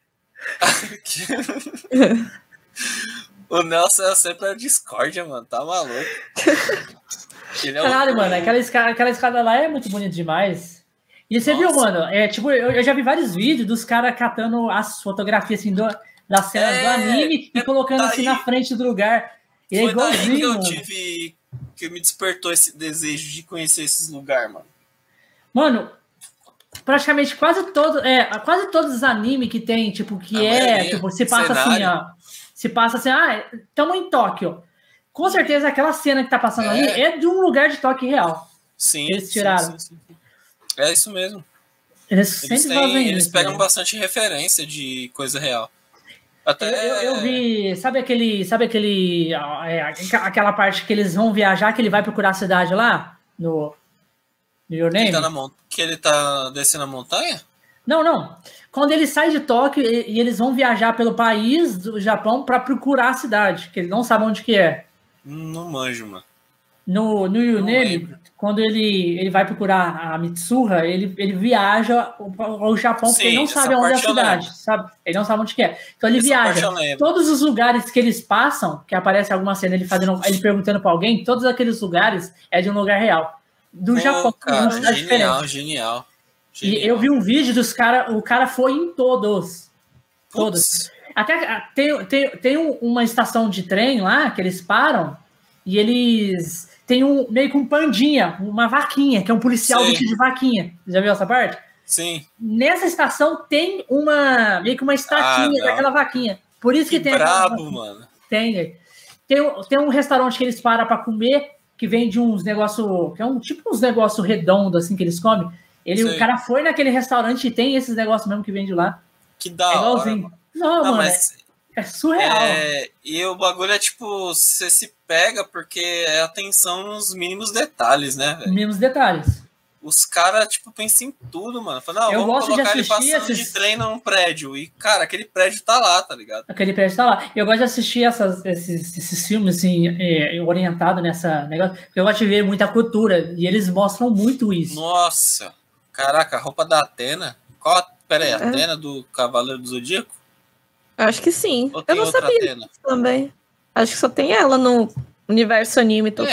O Nelson é sempre a discórdia, mano. Tá maluco. Caralho, mano, aquela escada lá é muito bonita demais. E você viu, mano, tipo, eu já vi vários vídeos dos caras catando as fotografias assim da cena do anime e colocando assim na frente do lugar. E foi é igualzinho, daí que me despertou esse desejo de conhecer esses lugares, mano. Mano, praticamente quase todos os animes que tem, tipo, tipo, se passa cenário. Assim, ó. Se passa assim, estamos em Tóquio. Com certeza aquela cena que tá passando ali é de um lugar de Tóquio real. Sim. Eles tiraram. Sim. É isso mesmo. Eles pegam bastante referência de coisa real. Até eu vi, sabe aquela parte que eles vão viajar, que ele vai procurar a cidade lá no Your Name? Que ele tá descendo a montanha? Não. Quando ele sai de Tóquio e eles vão viajar pelo país do Japão para procurar a cidade, que eles não sabem onde que é. Não manjo, mano. No Your Name, quando ele vai procurar a Mitsuha, ele viaja ao Japão, porque ele não sabe onde é a cidade, sabe? Ele não sabe onde que é. Então ele viaja. Todos os lugares que eles passam, que aparece alguma cena ele perguntando pra alguém, todos aqueles lugares é de um lugar real. Do Japão, cara, uma cidade diferente. Genial. E eu vi um vídeo dos caras, o cara foi em todos. Todos. Até tem uma estação de trem lá que eles param e eles tem meio que um pandinha, uma vaquinha, que é um policial vestido de vaquinha. Já viu essa parte? Sim. Nessa estação tem meio que uma estátua daquela vaquinha. Por isso que tem. Brabo, mano. Tem um restaurante que eles param para comer, que vende uns negócios, que é tipo uns negócios redondos assim que eles comem. O cara foi naquele restaurante e tem esses negócios mesmo que vende lá. Que da hora, mano. Não, mano, mas é surreal. E o bagulho é tipo, você se pega porque é atenção nos mínimos detalhes, né, velho? Mínimos detalhes. Os caras, tipo, pensam em tudo, mano. Fala, não, vamos colocar ele passando de trem num prédio. E, cara, aquele prédio tá lá, tá ligado? Aquele prédio tá lá. Eu gosto de assistir esses filmes, assim, orientado nessa negócio. Porque eu gosto de ver muita cultura. E eles mostram muito isso. Nossa. Caraca, a roupa da Atena. Pera aí, a Atena do Cavaleiro do Zodíaco? Acho que sim. Eu não sabia Atena também. Acho que só tem ela no universo anime todo.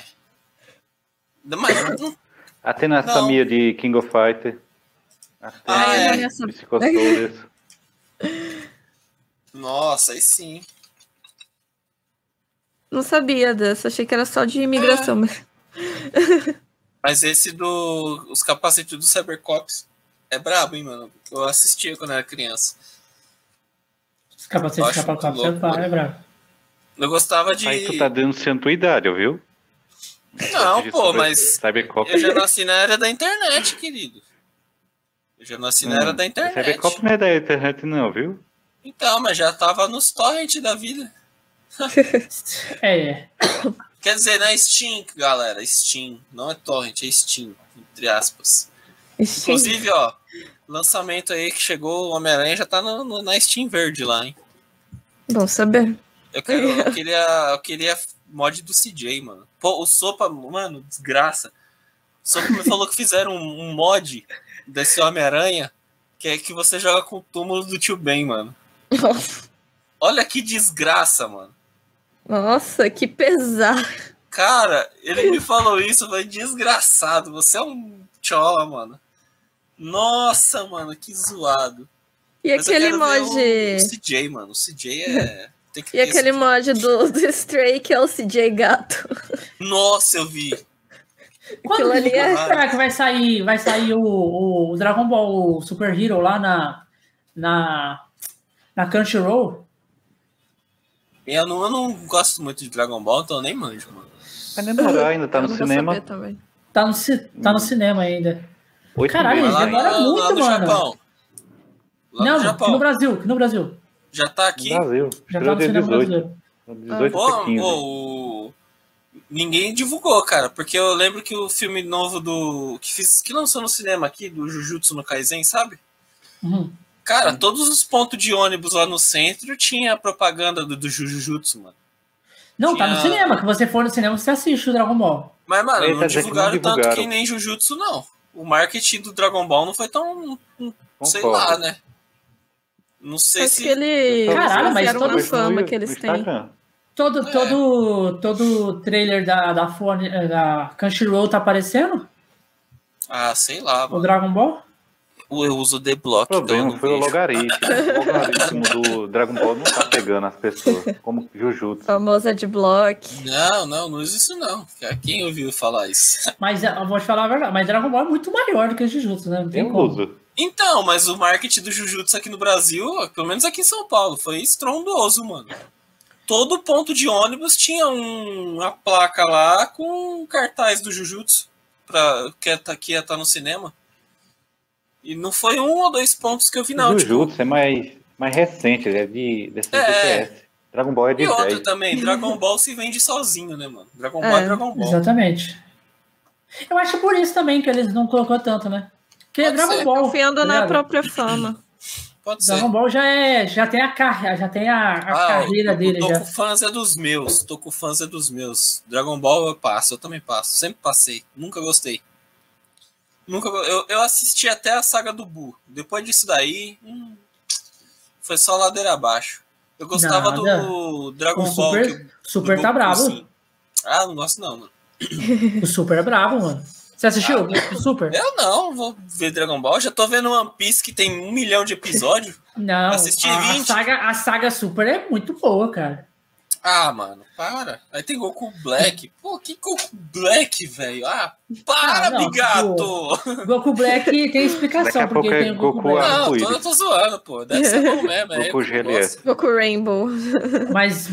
Mas não... Atena Samia de King of Fighter. Nossa, aí sim. Não sabia dessa, achei que era só de imigração. Mas esse os capacetes do Cybercops é brabo, hein, mano? Eu assistia quando era criança. Os capacetes do Cybercops é brabo. Eu gostava de... Aí tu tá denunciando tua idade, ouviu? Não, pô, mas eu já nasci na era da internet, querido. Eu já nasci na era da internet. Cybercop não é da internet não, viu? Então, mas já tava nos torrents da vida. Quer dizer, na Steam, galera. Steam. Não é torrent, é Steam, entre aspas. Steam. Inclusive, ó, lançamento aí que chegou, o Homem-Aranha já tá na Steam verde lá, hein? Bom saber. Eu queria mod do CJ, mano. Pô, o Sopa, mano, desgraça. O Sopa me falou que fizeram um mod desse Homem-Aranha que é que você joga com o túmulo do Tio Ben, mano. Olha que desgraça, mano. Nossa, que pesado. Cara, ele me falou isso, foi desgraçado. Você é um chola, mano. Nossa, mano, que zoado. E mas aquele mod... O CJ, mano. O CJ é... Tem que e aquele mod do Stray, que é o CJ gato. Nossa, eu vi. Quando será que vai sair o Dragon Ball Super Hero lá na Crunchyroll? Eu não gosto muito de Dragon Ball, então eu nem manjo, mano. Vai demorar, ainda tá no cinema. Tá no cinema ainda. Caralho, demora muito, mano. Japão. Não, aqui no Brasil. Já tá aqui? Já tá no cinema brasileiro. 18 Ninguém divulgou, cara, porque eu lembro que o filme novo que lançou no cinema aqui, do Jujutsu no Kaisen, sabe? Uhum. Cara, todos os pontos de ônibus lá no centro tinha propaganda do Jujutsu, mano. Não, tá no cinema, que você for no cinema, você assiste o Dragon Ball. Mas, mano, não divulgaram tanto que nem Jujutsu, não. O marketing do Dragon Ball não foi tão... sei lá, né? Não sei se... Caralho, mas toda fama que eles têm. Todo trailer da Crunchyroll tá aparecendo? Ah, sei lá, mano. O Dragon Ball? Eu uso o D-Block. O problema foi o logaritmo. O logaritmo do Dragon Ball não tá pegando as pessoas, como Jujutsu. Famosa D-Block. Não uso isso não. Quem ouviu falar isso? Mas eu vou te falar a verdade, mas Dragon Ball é muito maior do que o Jujutsu, né? Não tem como. Uso. Então, mas o marketing do Jujutsu aqui no Brasil, pelo menos aqui em São Paulo, foi estrondoso, mano. Todo ponto de ônibus tinha uma placa lá com cartaz do Jujutsu que ia estar no cinema. E não foi 1 ou 2 pontos que eu vi, não. O Jujutsu é mais recente, é de DPS. Dragon Ball é de 10. E outro também, Dragon Ball se vende sozinho, né, mano? Dragon Ball é Dragon Ball. Exatamente. Eu acho por isso também que eles não colocou tanto, né? Porque Pode Dragon ser. Ball... Confiando na própria fama. Pode ser. Dragon Ball já tem a carreira dele. Tô com fãs é dos meus. Dragon Ball eu também passo. Sempre passei. Nunca gostei. Eu assisti até a saga do Buu. Depois disso daí, foi só ladeira abaixo. Eu gostava do Dragon Ball. Super tá bravo. Sim. Ah, não gosto não, mano. O Super é bravo, mano. Você assistiu o Super? Eu não, vou ver Dragon Ball. Já tô vendo One Piece que tem 1 milhão de episódios. Não, assisti 20. A saga Super é muito boa, cara. Ah, mano, para. Aí tem Goku Black. Pô, que Goku Black, velho? Ah, para, bigato! Goku Black tem explicação, porque tem o Goku Black. Não, eu tô zoando, pô. Deve ser bom mesmo. Goku GLS. Goku Rainbow. Mas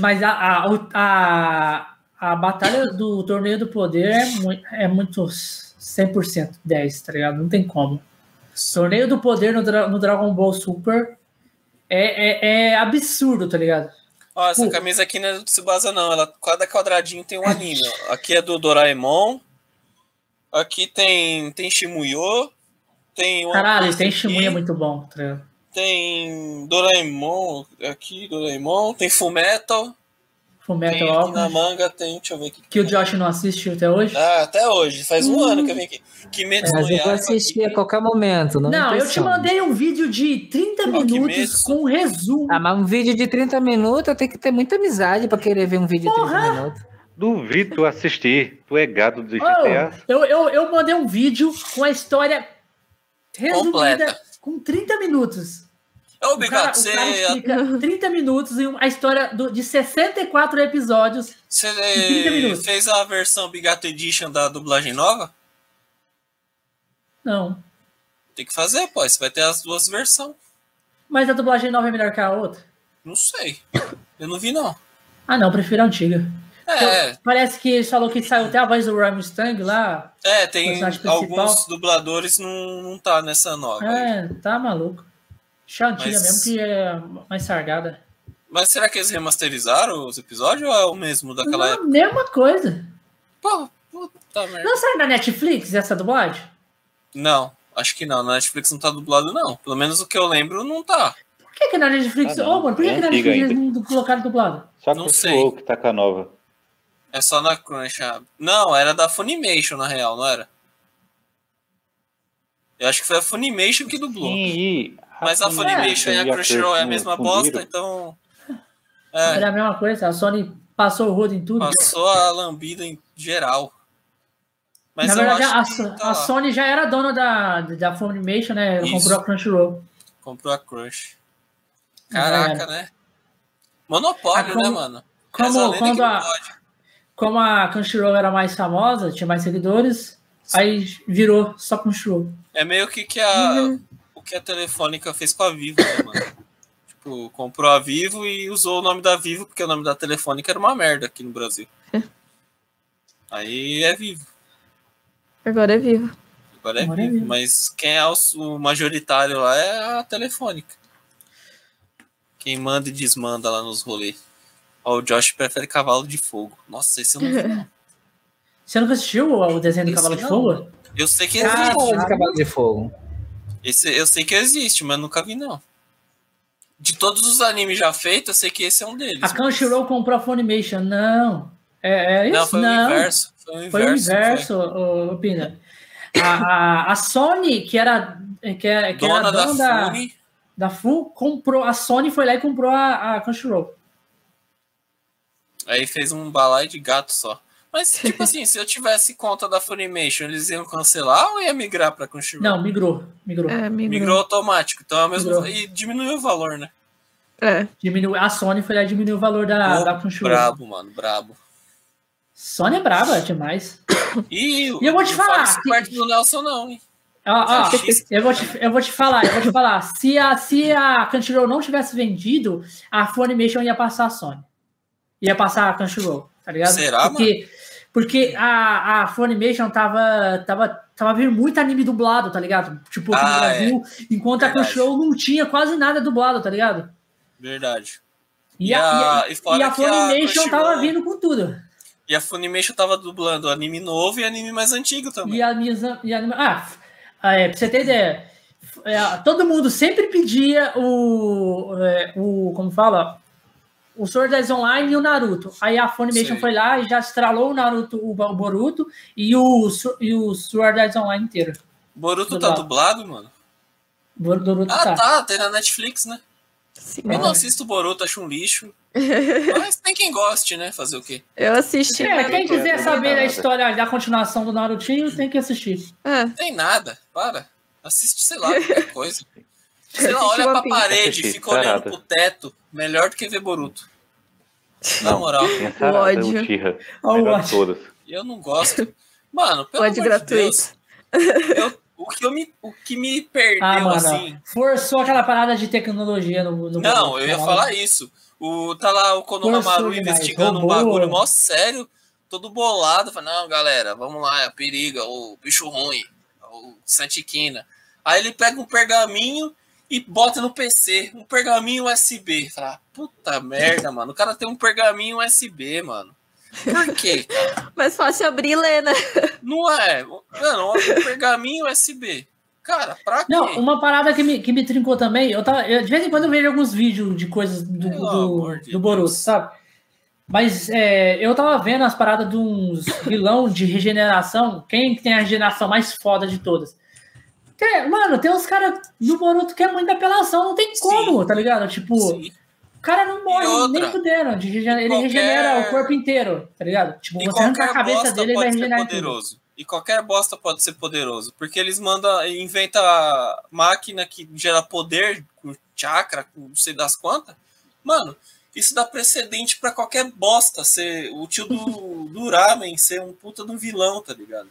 a batalha do Torneio do Poder é muito 100% 10, tá ligado? Não tem como. Torneio do Poder no Dragon Ball Super é absurdo, tá ligado? Ó, essa camisa aqui não é do Tsubasa, não. Cada quadradinho tem um anime. Aqui é do Doraemon. Aqui tem Shimuyo. Caralho, tem Shimuyo, é muito bom, tá ligado? Tem Doraemon. Aqui, Doraemon. Tem Fullmetal. Fullmetal aqui na manga tem, deixa eu ver aqui. Que o Josh não assistiu até hoje? Ah, até hoje. Faz um ano que eu vim aqui. Mas eu vou assistir a qualquer momento. Não, eu te mandei um vídeo de 30 minutos com um resumo. Ah, mas um vídeo de 30 minutos eu tenho que ter muita amizade pra querer ver um vídeo de 30 minutos. Duvido tu assistir. Tu é gado do GTA. Eu mandei um vídeo com a história resumida completa. Com 30 minutos. É obrigado. O cara explica 30 minutos em a história de 64 episódios. Você fez a versão Bigato Edition da dublagem nova? Não. Tem que fazer, pô. Você vai ter as duas versões. Mas a dublagem nova é melhor que a outra? Não sei. Eu não vi, não. Ah, não. Prefiro a antiga. Parece que ele falou que saiu até a voz do Ryan Mustang lá. Tem alguns dubladores não tá nessa nova. Tá maluco. Deixa a antiga mesmo, que é mais sargada. Mas será que eles remasterizaram os episódios ou é o mesmo daquela época? Mesma coisa. Pô, puta merda. Não sai na Netflix essa dublagem? Não, acho que não. Na Netflix não tá dublado, não. Pelo menos o que eu lembro não tá. Por que na Netflix... mano, por que na Netflix não colocaram dublado? Só que não sei. Que tá com a nova. É só na Crunch. Não, era da Funimation, na real, não era? Eu acho que foi a Funimation que dublou. Sim, mas a Funimation e a Crunchyroll é a mesma bosta, então... Era a mesma coisa, a Sony passou o rodo em tudo. Passou a lambida em geral. Mas na verdade, a Sony já era dona da Funimation, né? Ela comprou a Crunchyroll. Comprou a Crunch. Caraca, né? Monopólio, né, mano? Como a Crunchyroll era mais famosa, tinha mais seguidores, aí virou só Crunchyroll. É meio que o que a Telefônica fez com a Vivo, né, mano? Tipo, comprou a Vivo e usou o nome da Vivo, porque o nome da Telefônica era uma merda aqui no Brasil. Aí é Vivo. Agora é Vivo. Agora é Vivo. Mas quem é o majoritário lá é a Telefônica. Quem manda e desmanda lá nos rolês. O Josh prefere Cavalo de Fogo. Nossa, esse eu não vi, não. Você nunca assistiu o desenho do Cavalo de Fogo? Eu sei que existe. Cavalo de Fogo. Eu sei que existe, mas nunca vi, não. De todos os animes já feitos, eu sei que esse é um deles. A Crunchyroll comprou a Funimation. Não. É isso? Não, foi o inverso. Foi o inverso, Pina. A Sony, que era dona da Fu, comprou. A Sony foi lá e comprou a Crunchyroll. Aí fez um balaio de gato só. Mas, tipo assim, se eu tivesse conta da Funimation, eles iam cancelar ou ia migrar pra Crunchyroll? Não, migrou. Migrou automático. Então é o mesmo. E diminuiu o valor, né? A Sony foi lá e diminuiu o valor da Crunchyroll. Brabo, mano, brabo. Sony é braba demais. E eu vou te falar. Não perto do Nelson, não, hein? Eu vou te falar. Se a Crunchyroll não tivesse vendido, a Funimation ia passar a Sony. Ia passar a Crunchyroll, tá ligado? Será, porque a Funimation tava vindo muito anime dublado, tá ligado? Tipo, aqui no Brasil, enquanto a Crunchyroll não tinha quase nada dublado, tá ligado? Verdade. E a Funimation tava vindo com tudo. E a Funimation tava dublando anime novo e anime mais antigo também. Pra você ter ideia, todo mundo sempre pedia como fala? O Sword Art Online e o Naruto. Aí a Funimation foi lá e já estralou o Naruto, o Boruto e o Sword Art Online inteiro. Boruto tá dublado, mano? Boruto tem na Netflix, né? Sim, eu não assisto Boruto, acho um lixo. Mas tem quem goste, né? Fazer o quê? Eu assisti. Quem quiser saber a história da continuação do Narutinho, tem que assistir. Não tem nada, para. Assiste, sei lá, qualquer coisa. Sei lá, olha pra parede e fica olhando pro teto. Melhor do que ver Boruto. Na moral. O ódio. Todas. Eu não gosto. Mano, pelo amor de Deus. O que me perdeu, assim... Forçou aquela parada de tecnologia no Não, Boruto, eu ia falar isso. Tá lá o Konohamaru investigando um bagulho mó sério, todo bolado. Fala, não, galera, vamos lá, é periga, o bicho ruim, o Santikina. Aí ele pega um pergaminho e bota no PC, um pergaminho USB. Fala, puta merda, mano. O cara tem um pergaminho USB, mano. Por quê, cara? Mais fácil abrir e ler, né? Não é. Mano, um pergaminho USB. Cara, pra quê? Não, uma parada que me trincou também, de vez em quando eu vejo alguns vídeos de coisas do Boruto, sabe? Mas eu tava vendo as paradas de uns vilão de regeneração. Quem tem a regeneração mais foda de todas? Mano, tem uns caras no Boruto que é muita apelação, não tem como, tá ligado? Tipo, o cara não morre nem fudendo, ele regenera o corpo inteiro, tá ligado? Tipo, você arranca a cabeça dele e vai regenerar tudo. E qualquer bosta pode ser poderoso. Porque eles inventa máquina que gera poder com chakra, com não sei das quantas. Mano, isso dá precedente pra qualquer bosta ser o tio do Ramen ser um puta de um vilão, tá ligado?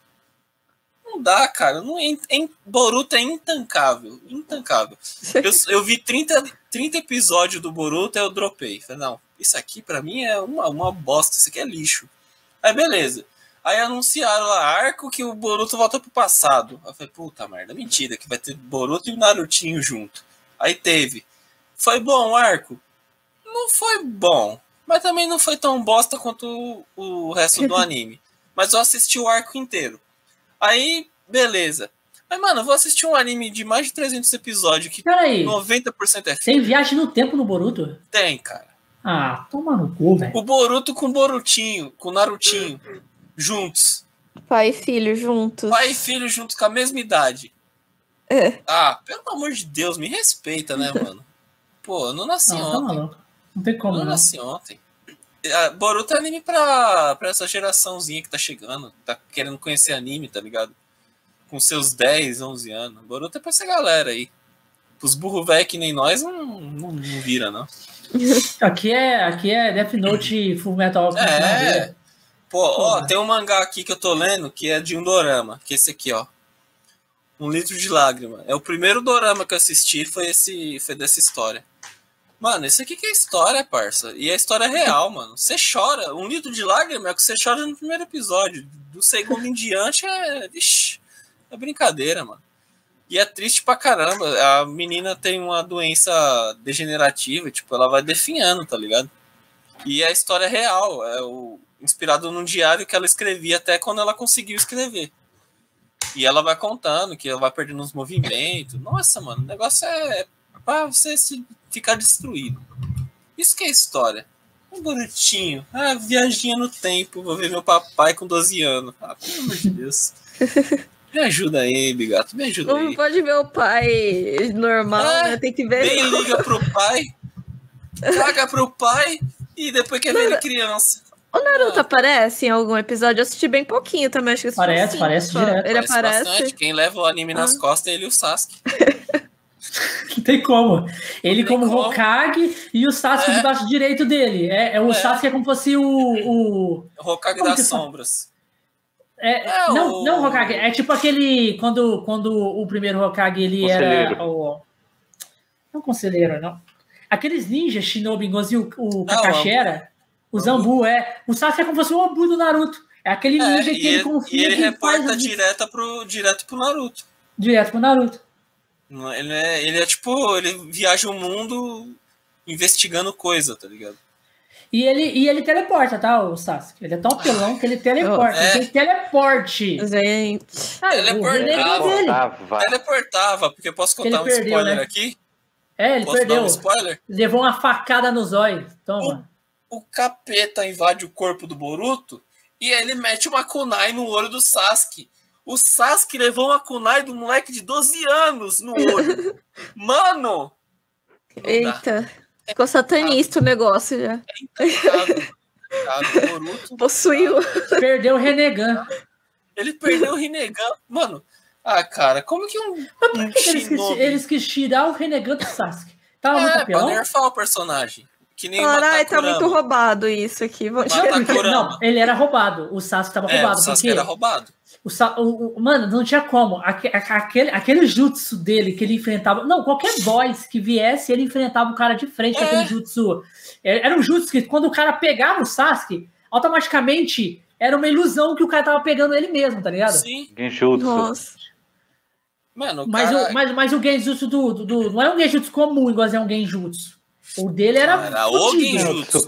Não dá, cara. Boruto é intancável. Intancável. Eu vi 30 episódios do Boruto e eu dropei. Falei, não, isso aqui pra mim é uma bosta. Isso aqui é lixo. Aí, beleza. Aí anunciaram lá, arco que o Boruto volta pro passado. Eu falei, puta merda, mentira, que vai ter Boruto e o Narutinho junto. Aí teve. Foi bom o arco? Não foi bom. Mas também não foi tão bosta quanto o resto do anime. Mas eu assisti o arco inteiro. Aí, beleza. Mas, mano, eu vou assistir um anime de mais de 300 episódios que 90% é filme. Tem viagem no tempo no Boruto? Tem, cara. Ah, toma no cu, velho. O Boruto com o Borutinho, com o Narutinho, juntos. Pai e filho juntos. Pai e filho juntos com a mesma idade. É. Ah, pelo amor de Deus, me respeita, né, mano? Pô, eu não nasci ontem. Tá, não tem como, eu não nasci ontem. Boruto é anime pra essa geraçãozinha que tá chegando, tá querendo conhecer anime, tá ligado? Com seus 10, 11 anos. Boruto é pra essa galera aí. Os burro velho que nem nós não vira, não. Aqui é Death Note Full Metal Alchemist. Pô, ó, tem um mangá aqui que eu tô lendo que é de um dorama, que é esse aqui, ó. 1 litro de lágrima. É o primeiro dorama que eu assisti, foi dessa história. Mano, isso aqui que é história, parça. E a história é real, mano. Você chora. 1 litro de lágrima é o que você chora no primeiro episódio. Do segundo em diante Vixe, é brincadeira, mano. E é triste pra caramba. A menina tem uma doença degenerativa, tipo, ela vai definhando, tá ligado? E a história é real. Inspirado num diário que ela escrevia até quando ela conseguiu escrever. E ela vai contando que ela vai perdendo os movimentos. Nossa, mano, o negócio é pra você ficar destruído. Isso que é história. Um bonitinho. Viaginha no tempo. Vou ver meu papai com 12 anos. Pelo amor de Deus. Me ajuda aí, Bigato. Me ajuda aí. Não pode ver o pai normal, né? Tem que ver. Bem liga pro pai. Caga pro pai. E depois quer ver ele criança. O Naruto aparece em algum episódio? Eu assisti bem pouquinho também. Acho que parece direto. Ele aparece. Bastante. Quem leva o anime nas costas é ele e o Sasuke. Não tem como. Ele como Hokage e o Sasuke debaixo direito dele. O Sasuke é como se fosse o Hokage das sombras. Não Hokage. É tipo aquele... Quando o primeiro Hokage, ele conselheiro. Era o... Não conselheiro, não. Aqueles ninjas Shinobingos e o Kakashi era... O Zambu, O Sasuke é como se fosse o Obu do Naruto. É aquele ninja que ele confia. E ele reporta direto pro Naruto. Direto pro Naruto. Ele é tipo, ele viaja o mundo investigando coisa, tá ligado? E ele teleporta, tá, o Sasuke? Ele é tão apelão que ele teleporta. Ele tem teleporte. Gente. Teleportava, porque eu posso contar spoiler, né? Aqui? Ele posso perdeu. Dar um spoiler? Levou uma facada no zóio. Toma. O capeta invade o corpo do Boruto e ele mete uma kunai no olho do Sasuke. O Sasuke levou uma kunai do moleque de 12 anos no olho. Mano! Eita. Ficou satanista o negócio já. Boruto possuiu. Perdeu o Rinnegan. Ele perdeu o Rinnegan. Mano, cara, como que Mas por que eles quis tirar o Rinnegan do Sasuke? Tava muito apelão? Pra nerfar o personagem. Que nem Caralho, tá muito roubado isso aqui. Não, ele era roubado. O Sasuke tava roubado. O Sasuke era roubado. Mano, não tinha como. Aquele jutsu dele que ele enfrentava. Não, qualquer boss que viesse, ele enfrentava o cara de frente com aquele jutsu. Era um jutsu que quando o cara pegava o Sasuke, automaticamente era uma ilusão que o cara tava pegando ele mesmo, tá ligado? Sim. Genjutsu. Nossa. Mano, mas o Genjutsu não é um Genjutsu comum, igual é um Genjutsu. O dele era o Genjutsu.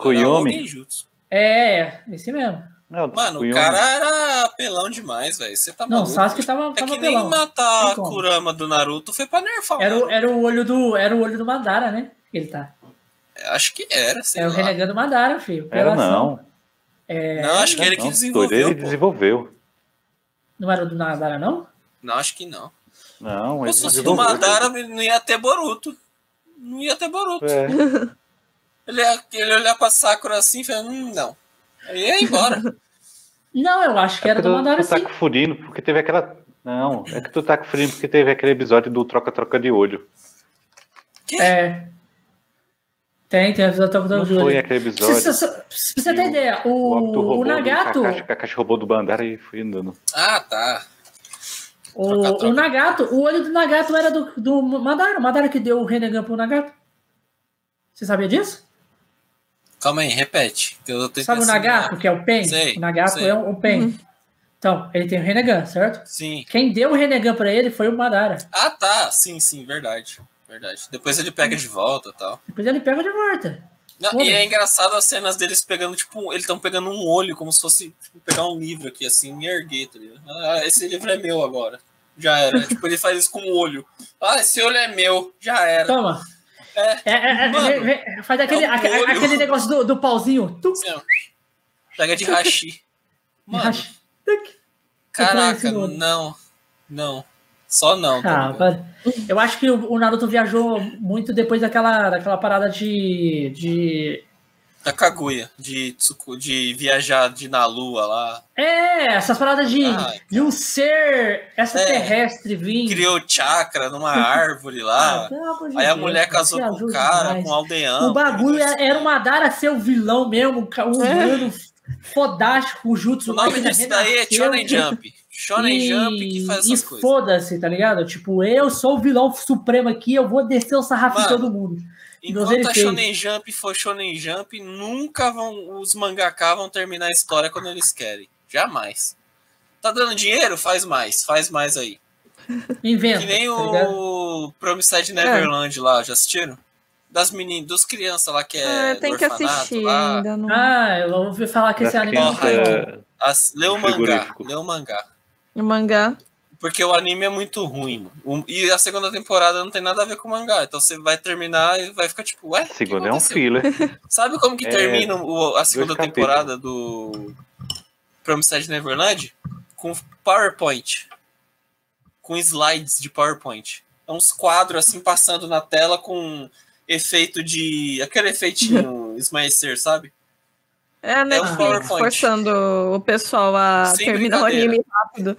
Esse mesmo. Mano, o cara era apelão demais, velho. Você tá maluco. Não, o Sasuke tava que apelão. Nem matar a Kurama do Naruto foi pra nerfar. Era o olho do Madara, né? Ele tá. Acho que era, sei lá. O Rinnegan do Madara, filho. Era não. Não, acho que ele que desenvolveu. Ele desenvolveu. Não era do Madara, não? Não, acho que não. Não, ele se fosse do Madara, não ia ter Boruto. Não ia ter Boruto. Ele olhar pra Sakura assim e falar, não. Aí ia embora. Não, eu acho que era do Madara, sim. Tu tá confundindo porque teve aquela... Não, é que tu tá confundindo porque teve aquele episódio do troca-troca de olho. É. Tem episódio do troca-troca de olho. Não foi aquele episódio. Pra você ter ideia, o Nagato... O Kakashi roubou do Bandara e foi andando. Ah, tá. O Nagato, o olho do Nagato era do Madara. O Madara que deu o Rinnegan pro Nagato. Você sabia disso? Calma aí, repete. Sabe o Nagato, que é o Pen? Sei, o Nagato é o Pen. Uhum. Então, ele tem o Rinnegan, certo? Sim. Quem deu o Rinnegan pra ele foi o Madara. Ah, tá. Sim, verdade. Depois ele pega de volta e tal. Depois ele pega de volta. Não, e é engraçado as cenas deles pegando, tipo, eles estão pegando um olho, como se fosse pegar um livro aqui, assim, me erguer, tá ligado? Ah, esse livro é meu agora. Já era. Tipo, ele faz isso com o olho. Ah, esse olho é meu. Já era. Toma. Faz aquele negócio do pauzinho. Assim, pega de hashi. Mano. Caraca, não. Só não. Eu acho que o Naruto viajou muito depois daquela parada de... Da Kaguya, de viajar na lua lá. Essas paradas de um ser extraterrestre vir. Criou chakra numa árvore lá. Aí a mulher casou com o cara, com o aldeão. O bagulho era o Madara ser o vilão mesmo, o mano fodástico, o jutsu. O nome disso daí é Shonen Jump. Shonen Jump que faz essas coisas. E foda-se, tá ligado? Tipo, eu sou o vilão supremo aqui, eu vou descer o sarrafo em todo mundo. Enquanto a Shonen Jump for Shonen Jump, nunca os mangaka vão terminar a história quando eles querem. Jamais. Tá dando dinheiro? Faz mais aí. Inventa. Que nem o Promised Neverland lá, já assistiram? Dos crianças lá que é tem que assistir lá. Ainda não. Eu ouvi falar que esse anime Lê o mangá. O mangá. Porque o anime é muito ruim, mano. E a segunda temporada não tem nada a ver com o mangá. Então você vai terminar e vai ficar tipo, ué? A segunda é um filler. Sabe como que termina a segunda temporada do Promised Neverland? Com PowerPoint. Com slides de PowerPoint. É uns quadros assim passando na tela com efeito de... Aquele efeitinho esmaecer, sabe? É Netflix forçando o pessoal a terminar o anime rápido.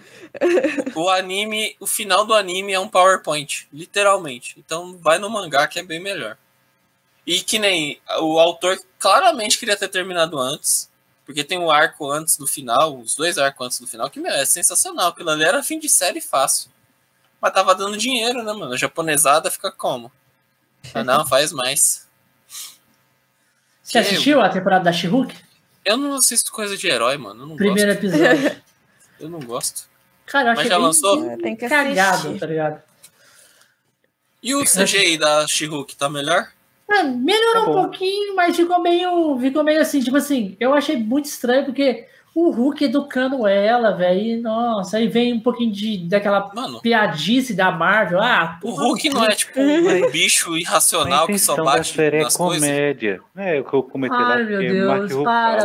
O final do anime é um PowerPoint, literalmente. Então vai no mangá que é bem melhor. E que nem o autor claramente queria ter terminado antes, porque tem um arco antes do final, os 2 arcos antes do final, que é sensacional. Aquilo ali era fim de série fácil. Mas tava dando dinheiro, né, mano? A japonesada fica como? Não, faz mais. Você assistiu a temporada da She-Hulk? Eu não assisto coisa de herói, mano. Eu não Primeiro gosto. episódio. Eu não gosto. Cara, eu achei já lançou? Tem que cagado, tá ligado? E o CGI da She-Hulk tá melhor? Melhorou um pouquinho, mas ficou meio assim, tipo assim, eu achei muito estranho, porque o Hulk educando ela, velho, nossa, aí vem um pouquinho daquela piadice da Marvel. O Hulk não é tipo um bicho irracional que só bate nas comédia. coisas? O que eu comentei lá. Ai, meu Deus,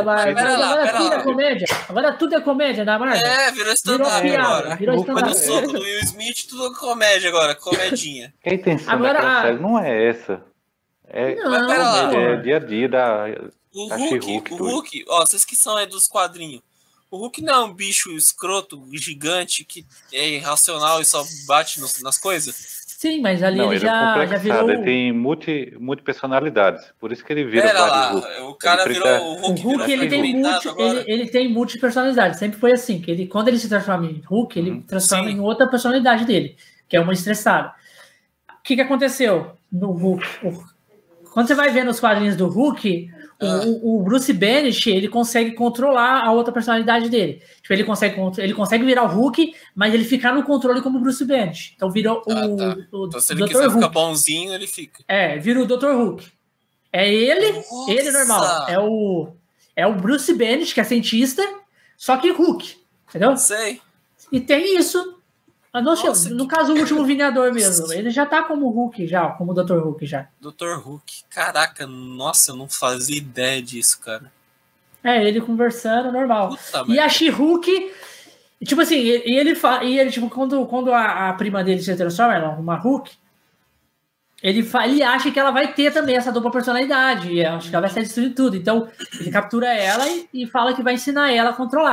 Agora tudo é comédia da Marvel. Virou stand-up agora. Virou stand-up. No soco do Will Smith, tudo é comédia agora, comedinha. A intenção daquela série não é essa. É dia a dia da O Hulk, vocês que são dos quadrinhos. O Hulk não é um bicho escroto, gigante, que é irracional e só bate nas coisas? Sim, mas ali ele já virou... Ele tem multi-personalidades, por isso que ele vira vários Hulk. O cara virou... O Hulk ele tem multi-personalidade, sempre foi assim, que quando ele se transforma em Hulk, ele transforma em outra personalidade dele, que é uma estressada. O que aconteceu no Hulk? Quando você vai ver nos quadrinhos do Hulk... O Bruce Banner, ele consegue controlar a outra personalidade dele. Tipo, ele consegue virar o Hulk, mas ele ficar no controle como o Bruce Banner. Então virou então se ele Dr. quiser Hulk. Ficar bonzinho, ele fica. Vira o Dr. Hulk. É ele normal. É o Bruce Banner, que é cientista, só que Hulk. Entendeu? Sei. E tem isso. No caso, o último Vingador mesmo. Ele já tá como Hulk, como Dr. Hulk já. Dr. Hulk. Caraca, nossa, eu não fazia ideia disso, cara. Ele conversando, normal. E a She-Hulk, tipo assim, ele tipo, quando a prima dele se transforma, ela uma Hulk, ele acha que ela vai ter também essa dupla personalidade. E acha que ela vai ser destruindo tudo. Então, ele captura ela e fala que vai ensinar ela a controlar.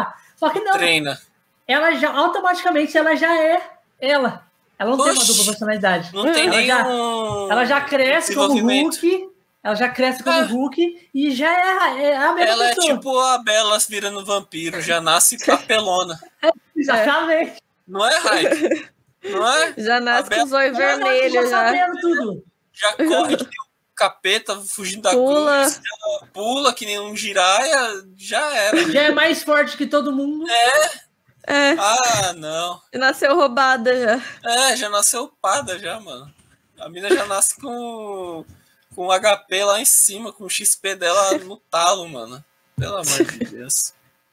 Só que não. Treina. Ela já, automaticamente, ela já é ela. Ela não tem uma dupla personalidade. Não tem nenhum... Ela já cresce como Hulk. Ela já cresce como Hulk e já é a mesma Ela pessoa. É tipo a Bella virando vampiro, já nasce papelona. Exatamente. Não é hype? Não é? Já nasce com os olhos vermelhos. Já sabendo tudo. Já corre que nem um capeta fugindo da cruz. Pula que nem um giraia. Já era. Já é mais forte que todo mundo. Ah, não. Nasceu roubada já. Já nasceu upada já, mano. A mina já nasce com HP lá em cima, com o XP dela no talo, mano. Pelo amor de Deus.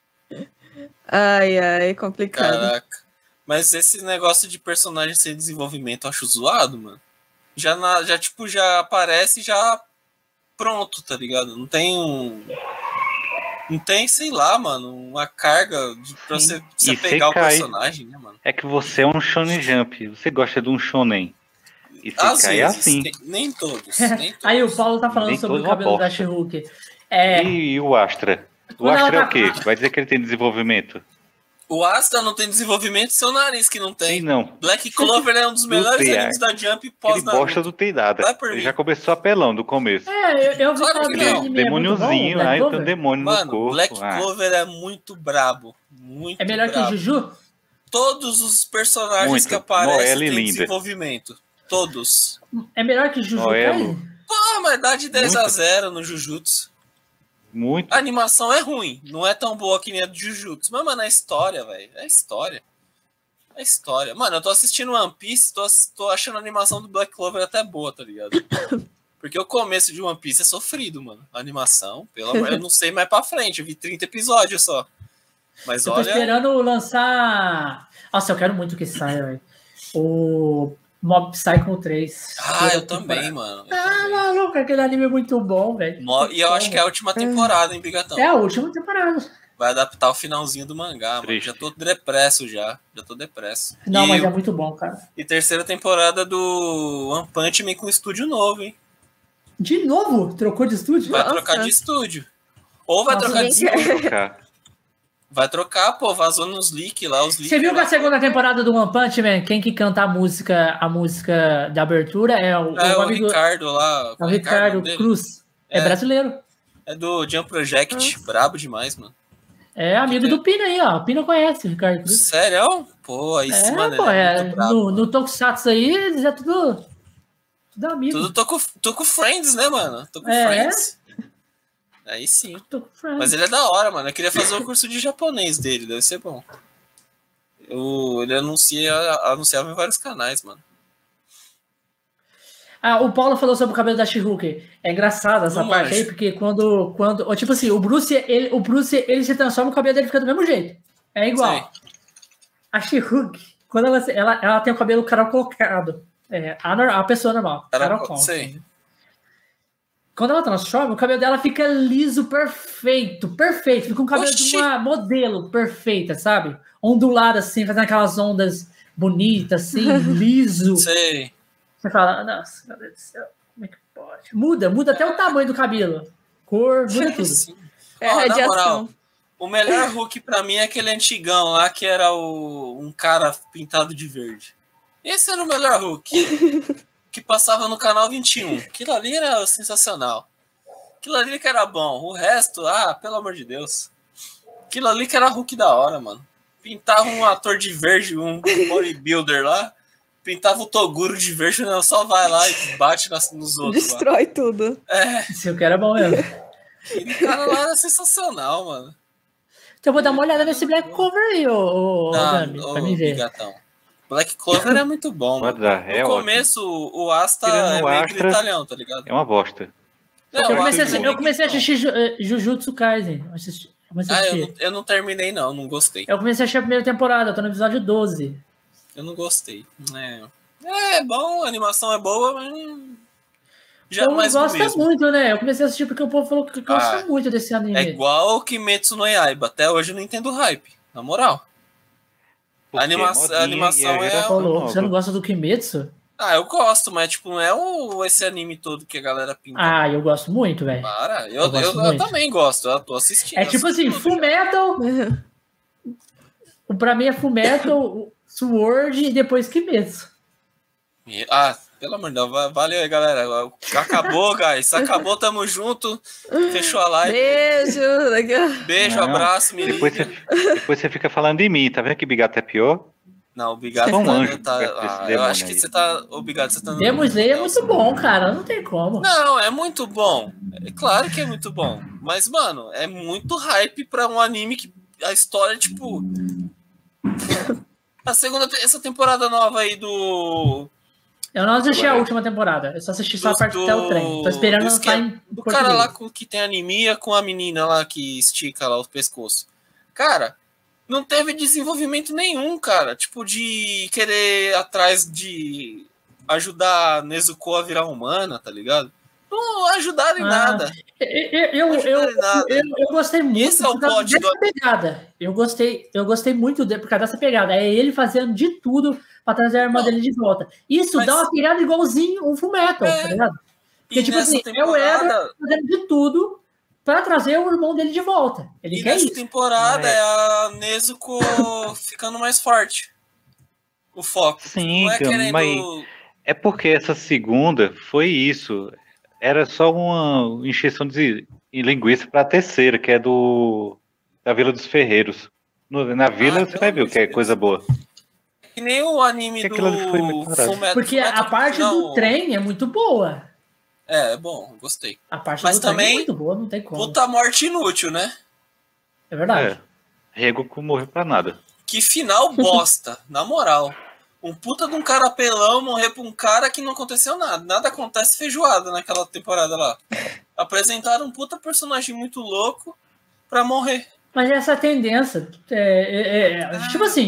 Ai, complicado. Caraca. Mas esse negócio de personagem sem desenvolvimento eu acho zoado, mano. Já aparece já pronto, tá ligado? Não tem, sei lá, mano, uma carga pra você pegar o personagem, né, mano? É que você é um Shonen Jump, você gosta de um Shonen. E você cai assim. Nem todos. Aí o Paulo tá falando sobre o cabelo da She-Hulk. E o Astra? O Astra é o quê? Vai dizer que ele tem desenvolvimento? O Astra não tem desenvolvimento, seu nariz que não tem. Sim, não. Black Clover é um dos melhores animes da Jump pós-Naruto. Ele gosta do tem nada. Ele já começou apelão do começo. Eu vi claro que não. Demôniozinho, aí tem um demônio no corpo. Black Clover é muito brabo. Muito É melhor brabo. que Juju? Todos os personagens que aparecem têm desenvolvimento. Todos. É melhor que Jujutsu Kaisen? Pô, mas dá de 10-0 no Jujutsu. Muito. A animação é ruim. Não é tão boa que nem a do Jujutsu. Mas, mano, é história, velho. É história. É história. Mano, eu tô assistindo One Piece, tô achando a animação do Black Clover até boa, tá ligado? Porque o começo de One Piece é sofrido, mano. A animação, pelo amor, eu não sei mais pra frente. Eu vi 30 episódios só. Mas eu tô esperando lançar... Nossa, eu quero muito que saia, velho. O Mob Psycho 3. Eu também, mano. Maluco, aquele anime é muito bom, velho. E eu acho que é a última temporada, hein, Bigatão? É a última temporada. Vai adaptar o finalzinho do mangá, mano. Já tô depresso já. Não, mas é muito bom, cara. E terceira temporada do One Punch Man com estúdio novo, hein? De novo? Trocou de estúdio? Vai trocar de estúdio. Ou vai trocar de estúdio. Vai trocar, pô, vazou nos leaks lá. Você viu que a segunda temporada do One Punch Man, quem que canta a música da abertura é o amigo... Ricardo lá. É o Ricardo Cruz. É brasileiro. É do Jump Project. Brabo demais, mano. É amigo do Pina aí, ó. O Pina conhece o Ricardo Cruz. Sério? Pô, aí sim, mano. Pô, no Tokusatsu aí, eles é tudo amigo. Tudo tô com Friends, né, mano? Tô com Friends. Aí sim. Mas ele é da hora, mano. Eu queria fazer o curso de japonês dele, deve ser bom. Ele anunciava em vários canais, mano. O Paulo falou sobre o cabelo da She-Hulk. É engraçado essa parte aí, porque quando tipo assim, o Bruce ele se transforma, o cabelo dele fica do mesmo jeito. É igual. Sim. A She-Hulk, quando ela tem o cabelo caracolado. A pessoa normal. Caracol. Sim. Quando ela transforma, o cabelo dela fica liso, perfeito. Fica um cabelo de uma modelo perfeita, sabe? Ondulado assim, fazendo aquelas ondas bonitas, assim, liso. Sei. Você fala, nossa, meu Deus do céu, como é que pode? Muda até o tamanho do cabelo. Cor, muda tudo. Na moral, o melhor Hulk pra mim é aquele antigão lá, que era um cara pintado de verde. Esse era o melhor Hulk. Que passava no canal 21. Aquilo ali era sensacional. Aquilo ali que era bom. O resto, pelo amor de Deus. Aquilo ali que era Hulk da hora, mano. Pintava um ator de verde, um bodybuilder lá. Pintava o Toguro de verde, não, só vai lá e bate nos outros. Destrói lá. Tudo. Esse eu quero é bom mesmo. Aquele cara lá era sensacional, mano. Então eu vou dar uma olhada nesse Black Clover aí, Gami, pra mim ver. Gatão. Black Clover é muito bom, mano. No começo, o Asta é meio gritalhão, tá ligado? É uma bosta. Eu comecei a assistir Jujutsu Kaisen. Eu não terminei, não gostei. Eu comecei a assistir a primeira temporada, eu tô no episódio 12. Eu não gostei. É bom, a animação é boa, mas... Já o povo gosta muito, né? Eu comecei a assistir porque o povo falou que gosta muito desse anime. É igual o Kimetsu no Yaiba. Até hoje eu não entendo o hype, na moral. A animação é... Você não gosta do Kimetsu? Eu gosto, mas tipo, não é esse anime todo que a galera pinta. Eu gosto muito, velho. Eu também gosto, eu tô assistindo. É tipo assim, Fullmetal Pra mim é Fullmetal, Sword e depois Kimetsu. Pelo amor de Deus, valeu aí, galera. Acabou, guys. Acabou, tamo junto. Fechou a live. Beijo. Abraço, me depois você fica falando de mim, tá vendo que Bigato é pior? Não, o Bigato eu acho que você tá. Obrigado, você tá. Demon Slayer é muito bom, cara. Não tem como. Não, é muito bom. É claro que é muito bom. Mas, mano, é muito hype pra um anime que a história, tipo. Essa temporada nova aí do. Eu não assisti a última temporada. Eu só assisti só a parte até o trem. Tô esperando lançar em português. O cara lá que tem anemia com a menina lá que estica lá o pescoço. Cara, não teve desenvolvimento nenhum, cara. Tipo, de querer atrás de ajudar a Nezuko a virar humana, tá ligado? Não ajudaram em nada. Eu gostei muito. Esse é o plot dessa pegada. Eu gostei muito por causa dessa pegada. É ele fazendo de tudo pra trazer a irmã dele de volta. Isso dá uma pegada igualzinho o Fullmetal, tá ligado? Porque, tipo assim, é o Eder fazendo de tudo pra trazer o irmão dele de volta. Ele quer isso. Nessa temporada é a Nezuko ficando mais forte. O foco. Sim, não é querendo... mas é porque essa segunda foi isso. Era só uma encheção de linguiça pra terceira, que é da Vila dos Ferreiros. Na vila você vai ver o que é coisa boa. Que nem o anime do Fullmetal. Porque a parte do trem é muito boa. É bom, gostei. A parte mas do também trem é muito boa, não tem como. Puta morte inútil, né? É verdade. Rengoku morreu pra nada. Que final bosta, na moral. Um puta de um cara apelão morrer pra um cara que não aconteceu nada. Nada acontece feijoada naquela temporada lá. Apresentaram um puta personagem muito louco pra morrer. Mas essa tendência, tipo assim,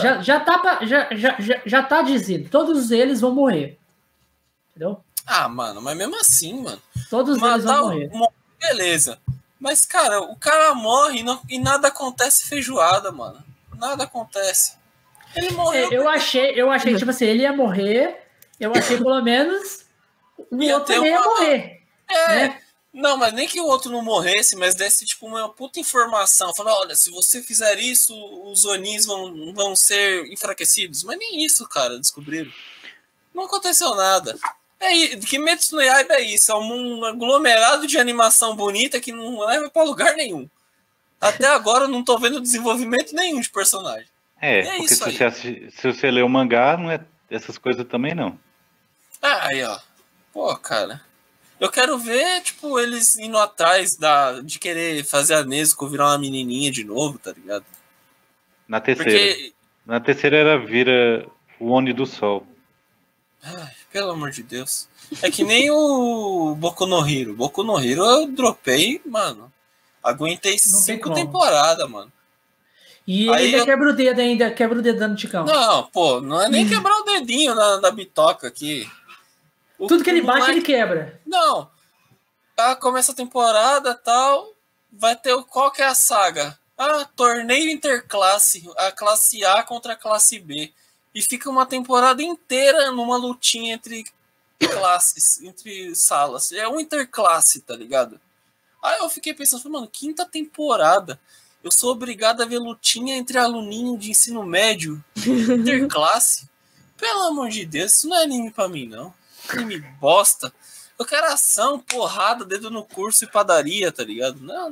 já tá dizendo, todos eles vão morrer. Entendeu? Mano, mas mesmo assim, mano. Todos eles vão morrer. Beleza. Mas, cara, o cara morre e nada acontece feijoada, mano. Nada acontece. Ele morreu. Eu achei, tipo assim, ele ia morrer, eu achei pelo menos o outro ia morrer. Né? Não, mas nem que o outro não morresse, mas desse tipo uma puta informação. Falando, olha, se você fizer isso, os Onis vão ser enfraquecidos. Mas nem isso, cara, descobriram. Não aconteceu nada. Kimetsu no Yaiba é isso. É um aglomerado de animação bonita que não leva pra lugar nenhum. Até agora eu não tô vendo desenvolvimento nenhum de personagem. Porque se você ler o mangá, não é essas coisas também, não. Aí, ó. Pô, cara. Eu quero ver, tipo, eles indo atrás de querer fazer a Nezuko virar uma menininha de novo, tá ligado? Na terceira ela vira o Oni do Sol. Ai, pelo amor de Deus. É que nem o Boku no Hero. Boku no Hero eu dropei, mano. Aguentei 5 temporadas, mano. E ele ainda quebra o dedo dando ticão. Não, pô, não é nem quebrar o dedinho na bitoca aqui. Tudo que ele bate, ele quebra. Não. Começa a temporada e tal. Vai ter qual que é a saga? Torneio interclasse. A classe A contra a classe B. E fica uma temporada inteira numa lutinha entre classes, entre salas. É um interclasse, tá ligado? Aí eu fiquei pensando, mano, 5ª temporada. Eu sou obrigado a ver lutinha entre aluninho de ensino médio, interclasse. Pelo amor de Deus, isso não é anime pra mim, não. Anime bosta. Eu quero ação, porrada, dedo no curso e padaria, tá ligado? Não.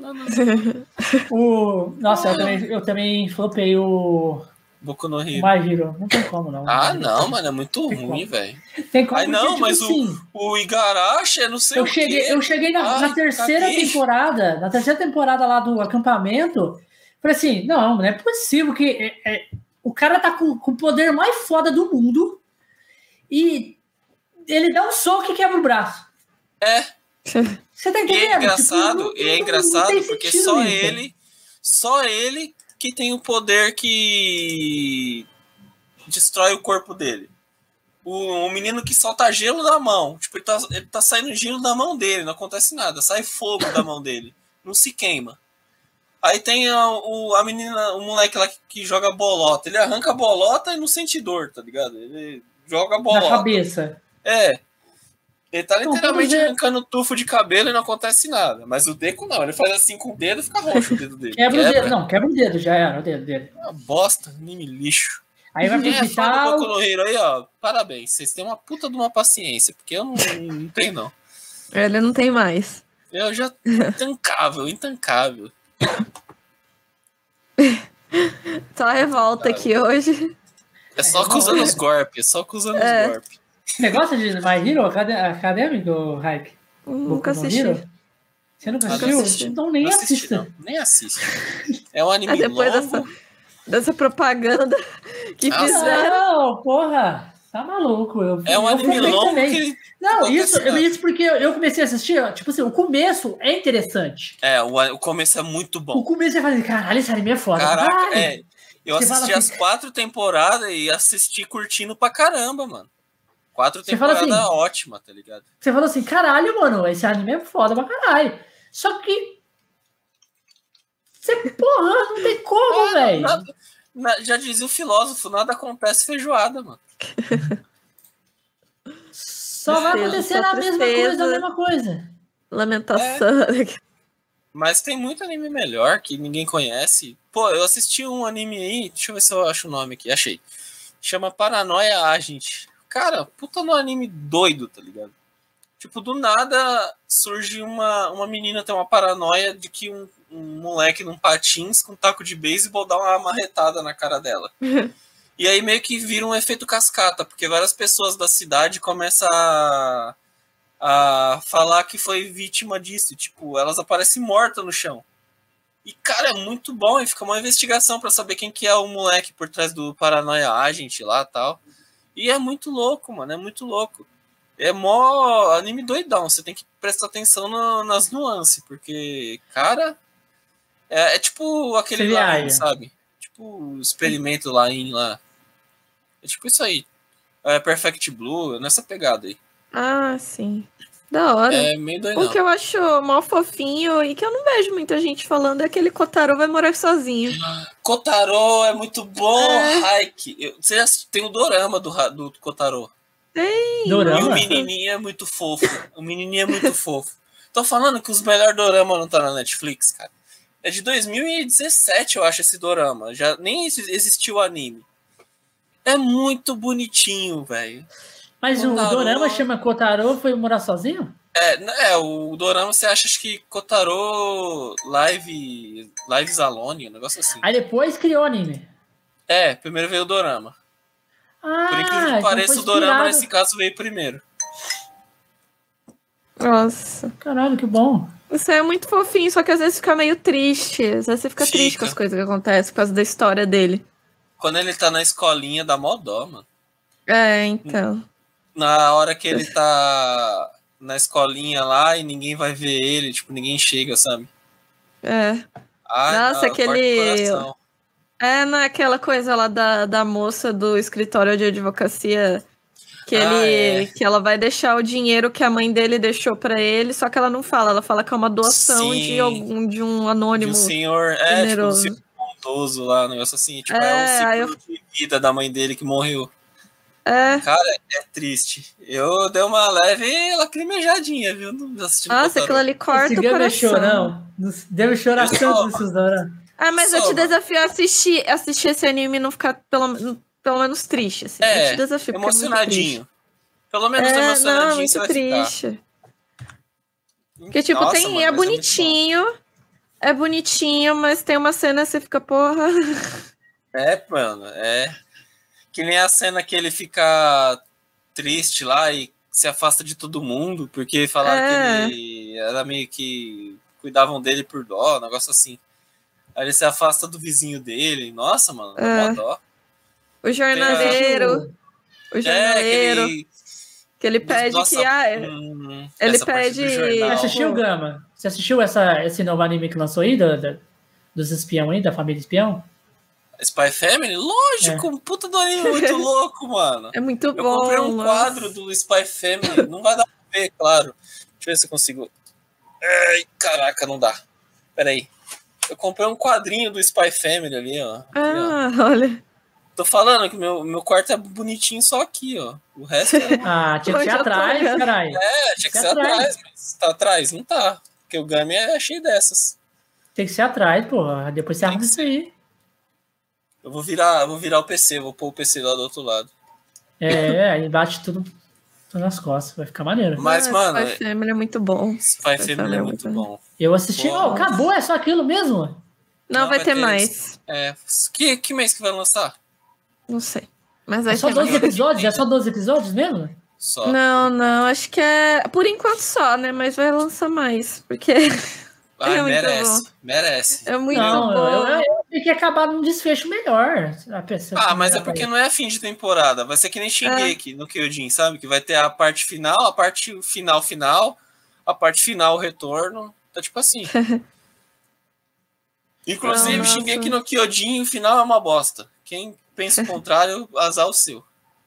Nossa, eu também flopei o Boku no Hero. My Hero. Não tem como, não. Não, mano, é muito ruim, velho. Tem como. Não, mas o Igarashi é não sei o quê. Eu cheguei na terceira temporada, lá do acampamento, falei assim, não é possível que o cara tá com o poder mais foda do mundo e ele dá um soco e quebra o braço. Você tá entendendo? É engraçado porque só ele que tem o poder que destrói o corpo dele. O menino que solta gelo da mão. Tipo, ele tá saindo gelo da mão dele, não acontece nada. Sai fogo da mão dele. Não se queima. Aí tem a menina, o moleque lá que joga bolota. Ele arranca a bolota e não sente dor, tá ligado? Ele joga a bolota. Na cabeça. Ele tá literalmente arrancando tufo de cabelo e não acontece nada. Mas o Deku não, ele faz assim com o dedo e fica roxo o dedo dele. Quebra o dedo, não, quebra o dedo, já era o dedo dele. Uma bosta, anime lixo. Aí vai pro hospital. Boku no Hero aí, ó, parabéns, vocês têm uma puta de uma paciência, porque eu não tenho, não. Ele não tem mais. Eu já... Intancável. Só revolta aqui hoje. É só acusando os golpes, os golpes. Negócio de My Hero Acadêmico, Hype? Nunca assisti. Você nunca assistiu? Então nem assista. Nem assiste. É um anime depois longo. Dessa propaganda que fizeram. Não, porra. Tá maluco. É um anime longo que... Não, isso porque eu comecei a assistir, tipo assim, o começo é interessante. O começo é muito bom. O começo é fazer, caralho, esse anime é foda. Caraca, eu assisti as 4 temporadas e assisti curtindo pra caramba, mano. 4 temporadas assim, ótima, tá ligado? Você falou assim, caralho, mano, esse anime é foda pra caralho. Só que... porra, não tem como, velho. Já dizia o filósofo, nada acontece feijoada, mano. Só vai acontecer a mesma coisa. Lamentação. Mas tem muito anime melhor que ninguém conhece. Pô, eu assisti um anime aí, deixa eu ver se eu acho o nome aqui, achei. Chama Paranoia Agent. Cara, puta no anime doido, tá ligado? Tipo, do nada surge uma menina tem uma paranoia de que um moleque num patins com um taco de beisebol dá uma marretada na cara dela. E aí meio que vira um efeito cascata, porque várias pessoas da cidade começam a falar que foi vítima disso. Tipo, elas aparecem mortas no chão. E, cara, é muito bom. E fica uma investigação pra saber quem que é o moleque por trás do Paranoia Agent lá e tal. E é muito louco, mano. É muito louco. É mó anime doidão. Você tem que prestar atenção nas nuances. Porque, cara... É tipo aquele lá, sabe? Tipo o experimento lá. É tipo isso aí. Perfect Blue, nessa pegada aí. Ah, sim. Da hora. É meio doidão. O que eu acho mó fofinho e que eu não vejo muita gente falando é aquele Kotaro vai morar sozinho. Kotaro é muito bom, Hike. Você já tem o dorama do Kotaro. Tem. Dorama? E o menininho é muito fofo. Tô falando que os melhores doramas não tá na Netflix, cara. É de 2017, eu acho, esse dorama. Já nem existiu o anime. É muito bonitinho, velho. Mas Kotaro... o dorama chama Kotaro foi morar sozinho? O dorama você acha que Kotaro Lives Alone, um negócio assim. Aí depois criou o anime. Primeiro veio o dorama. Por incrível que então pareça, o dorama nesse caso veio primeiro. Nossa. Caralho, que bom. Isso é muito fofinho, só que às vezes fica meio triste. Às vezes você fica triste com as coisas que acontecem por causa da história dele. Quando ele tá na escolinha, dá mó dó, mano. Então. Na hora que ele tá na escolinha lá e ninguém vai ver ele, tipo, ninguém chega, sabe? Nossa, aquele... naquela coisa lá da moça do escritório de advocacia... Que ela vai deixar o dinheiro que a mãe dele deixou pra ele, só que ela não fala. Ela fala que é uma doação de um anônimo. De um senhor, tipo, um senhor bondoso lá, um negócio assim. Tipo, é um ciclo de vida da mãe dele que morreu. Cara, é triste. Eu dei uma leve lacrimejadinha, viu? Nossa, aquilo ali corta o coração. Não. Deve chorar tanto nesses doramas. Mas eu te desafio a assistir esse anime e não ficar pelo menos triste, assim. Eu te desafio, emocionadinho. Pelo menos emocionadinho muito você vai triste. Ficar. Porque, tipo, é bonitinho. É bonitinho, mas tem uma cena que você fica, porra. Mano, que nem a cena que ele fica triste lá e se afasta de todo mundo, porque falaram que ele era meio que cuidavam dele por dó, um negócio assim. Aí ele se afasta do vizinho dele. Nossa, mano, dá mó dó. O jornaleiro. Que ele pede ele pede. Você assistiu, Gama? Você assistiu esse novo anime que lançou aí, dos espião aí, da família espião? Spy Family? Lógico, um puta do anime muito louco, mano. É muito bom. Eu comprei um quadro do Spy Family. Não vai dar pra ver, claro. Deixa eu ver se eu consigo. Ai, caraca, não dá. Pera aí. Eu comprei um quadrinho do Spy Family ali, ó. Olha. Tô falando que meu quarto é bonitinho só aqui, ó. O resto é... tinha que ser atrás, caralho. Tinha que ser atrás. Mas tá atrás? Não tá. Porque o Gami é cheio dessas. Tem que ser atrás, porra. Depois você arruma isso aí. Eu vou virar o PC, vou pôr o PC lá do outro lado. Aí bate tudo nas costas, vai ficar maneiro. Mas, mano... Spy Family é muito bom. Spy Family é muito bom. Eu assisti... acabou, é só aquilo mesmo? Não, vai ter mais. Que mês que vai lançar? Não sei. Mas vai só 12 episódios? É só 12 episódios mesmo? Só. Não, acho que é... Por enquanto só, né? Mas vai lançar mais, porque... merece. É muito bom. Eu achei que ia acabar num desfecho melhor. Mas é porque não é fim de temporada. Vai ser que nem Shingeki no Kyojin, sabe? Que vai ter a parte final, a parte final, a parte final, o retorno. Tá tipo assim. Inclusive, Shingeki no Kyojin, o final é uma bosta. Quem pensa o contrário, azar o seu.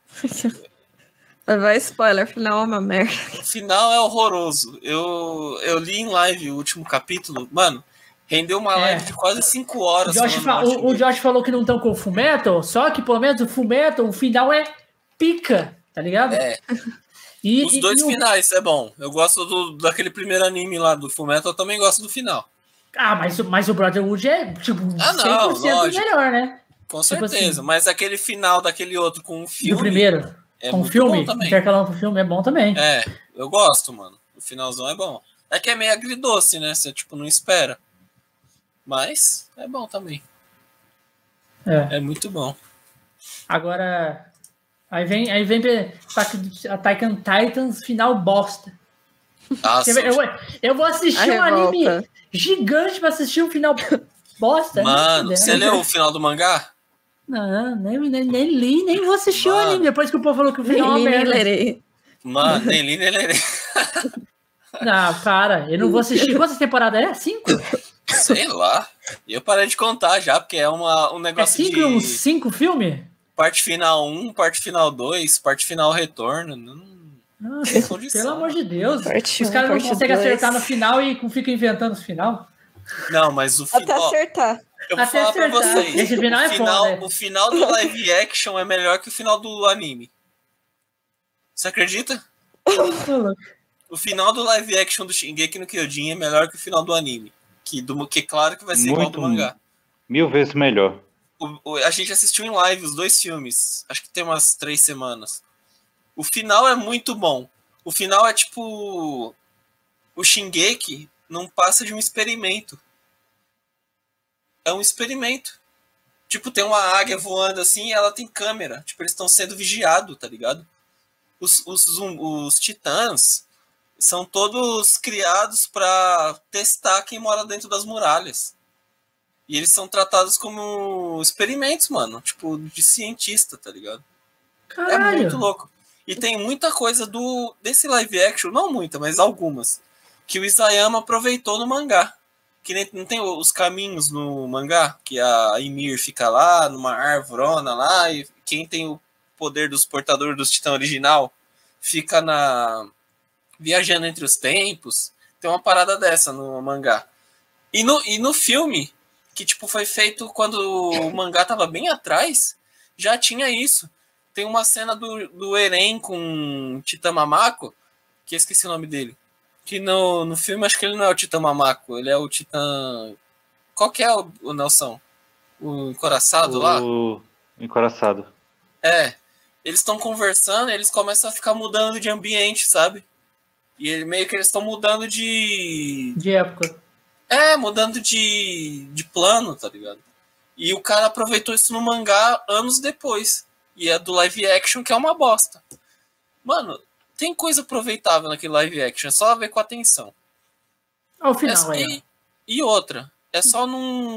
Vai spoiler, o final é uma merda. O final é horroroso. Eu li em live o último capítulo. Mano, rendeu uma live de quase 5 horas. O Josh falou que não estão com o Fullmetal, só que pelo menos o Fullmetal, o final é pica, tá ligado? Os dois finais é bom. Eu gosto daquele primeiro anime lá do Fullmetal, eu também gosto do final. Mas o Brotherhood é tipo 100% melhor, né? Com certeza, tipo assim, mas aquele final daquele outro com um filme... Do primeiro, com um filme, intercalando com o filme, é bom também. Eu gosto, mano. O finalzão é bom. É que é meio agridoce, né? Você, tipo, não espera. Mas é bom também. É muito bom. Agora, aí vem Attack on Titans, final bosta. Nossa, eu vou assistir um anime gigante pra assistir um final bosta. Mano, você leu o final do mangá? Não, nem li, nem vou assistir o anime. Depois que o povo falou que o final é uma merda. Mano, nem li, nem lerei. Não, para, eu não vou assistir. Quantas temporadas é? 5? Sei lá. E eu parei de contar já, porque é um negócio de... uns 5 filmes? Parte final 1, parte final 2, parte final retorno. Nossa, pelo amor de Deus. Os caras não conseguem acertar no final e ficam inventando os final. Não, mas o final... Até acertar. Eu vou falar pra vocês. Esse final é foda. O final do live action é melhor que o final do anime. Você acredita? O final do live action do Shingeki no Kyojin é melhor que o final do anime. Que claro que vai ser igual do mangá. 1000 vezes melhor. A gente assistiu em live os 2 filmes. Acho que tem umas 3 semanas. O final é muito bom. O final é tipo... O Shingeki não passa de um experimento. É um experimento. Tipo, tem uma águia voando assim e ela tem câmera. Tipo, eles estão sendo vigiados, tá ligado? Os titãs são todos criados pra testar quem mora dentro das muralhas. E eles são tratados como experimentos, mano. Tipo, de cientista, tá ligado? Caralho. É muito louco. E tem muita coisa desse live action, não muita, mas algumas, que o Isayama aproveitou no mangá. Que nem, não tem os caminhos no mangá, que a Ymir fica lá, numa arvorona lá, e quem tem o poder dos portadores dos titãs original fica viajando entre os tempos. Tem uma parada dessa no mangá. E no filme, que tipo foi feito quando o mangá tava bem atrás, já tinha isso. Tem uma cena do Eren com o Titã Mamako, que eu esqueci o nome dele. Que no filme acho que ele não é o Titã Mamako, ele é o Titã... Qual que é o Nelson? O encoraçado lá? O encoraçado. Eles estão conversando e eles começam a ficar mudando de ambiente, sabe? E meio que eles estão mudando de época. Mudando de plano, tá ligado? E o cara aproveitou isso no mangá anos depois. E é do live action, que é uma bosta. Bbano, tem coisa aproveitável naquele live action, é só ver com atenção. Ao final, E outra, é só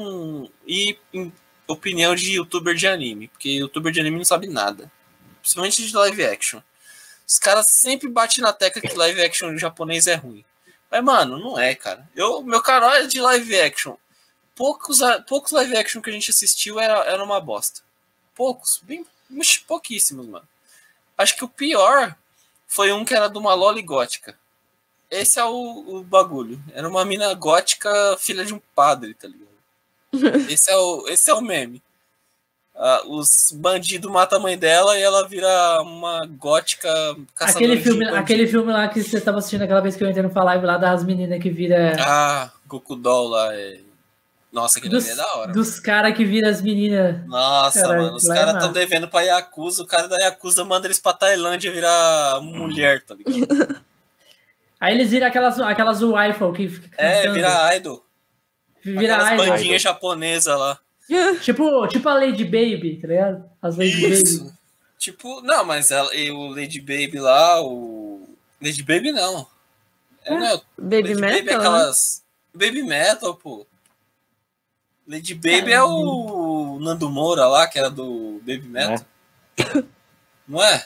ir em opinião de youtuber de anime, porque youtuber de anime não sabe nada. Principalmente de live action. Os caras sempre batem na tecla que live action japonês é ruim. Mas, mano, não é, cara. Meu canal é de live action. Poucos live action que a gente assistiu era uma bosta. Poucos, pouquíssimos, mano. Acho que o pior foi um que era de uma loli gótica. Esse é o bagulho. Era uma mina gótica, filha de um padre, tá ligado? Esse é o meme. os bandidos matam a mãe dela e ela vira uma gótica caçadora aquele filme lá que você estava assistindo aquela vez que eu entrei no live lá das meninas que vira... Goku Doll lá. Nossa, aquele ali é da hora. Dos caras que viram as meninas. Nossa, caralho, mano, os caras estão devendo pra Yakuza, o cara da Yakuza manda eles pra Tailândia virar mulher, tá ligado? Aí eles viram aquelas rifle que fica vira idol. Vira aquelas bandinhas japonesas lá. Tipo a Lady Baby, tá ligado? As Lady Baby. Tipo, não, mas o Lady Baby lá, o... Lady Baby não. Baby Lady Metal? Baby é aquelas... Baby Metal, pô. Lady Baby é o Nando Moura lá, que era do Baby Metal. Não é?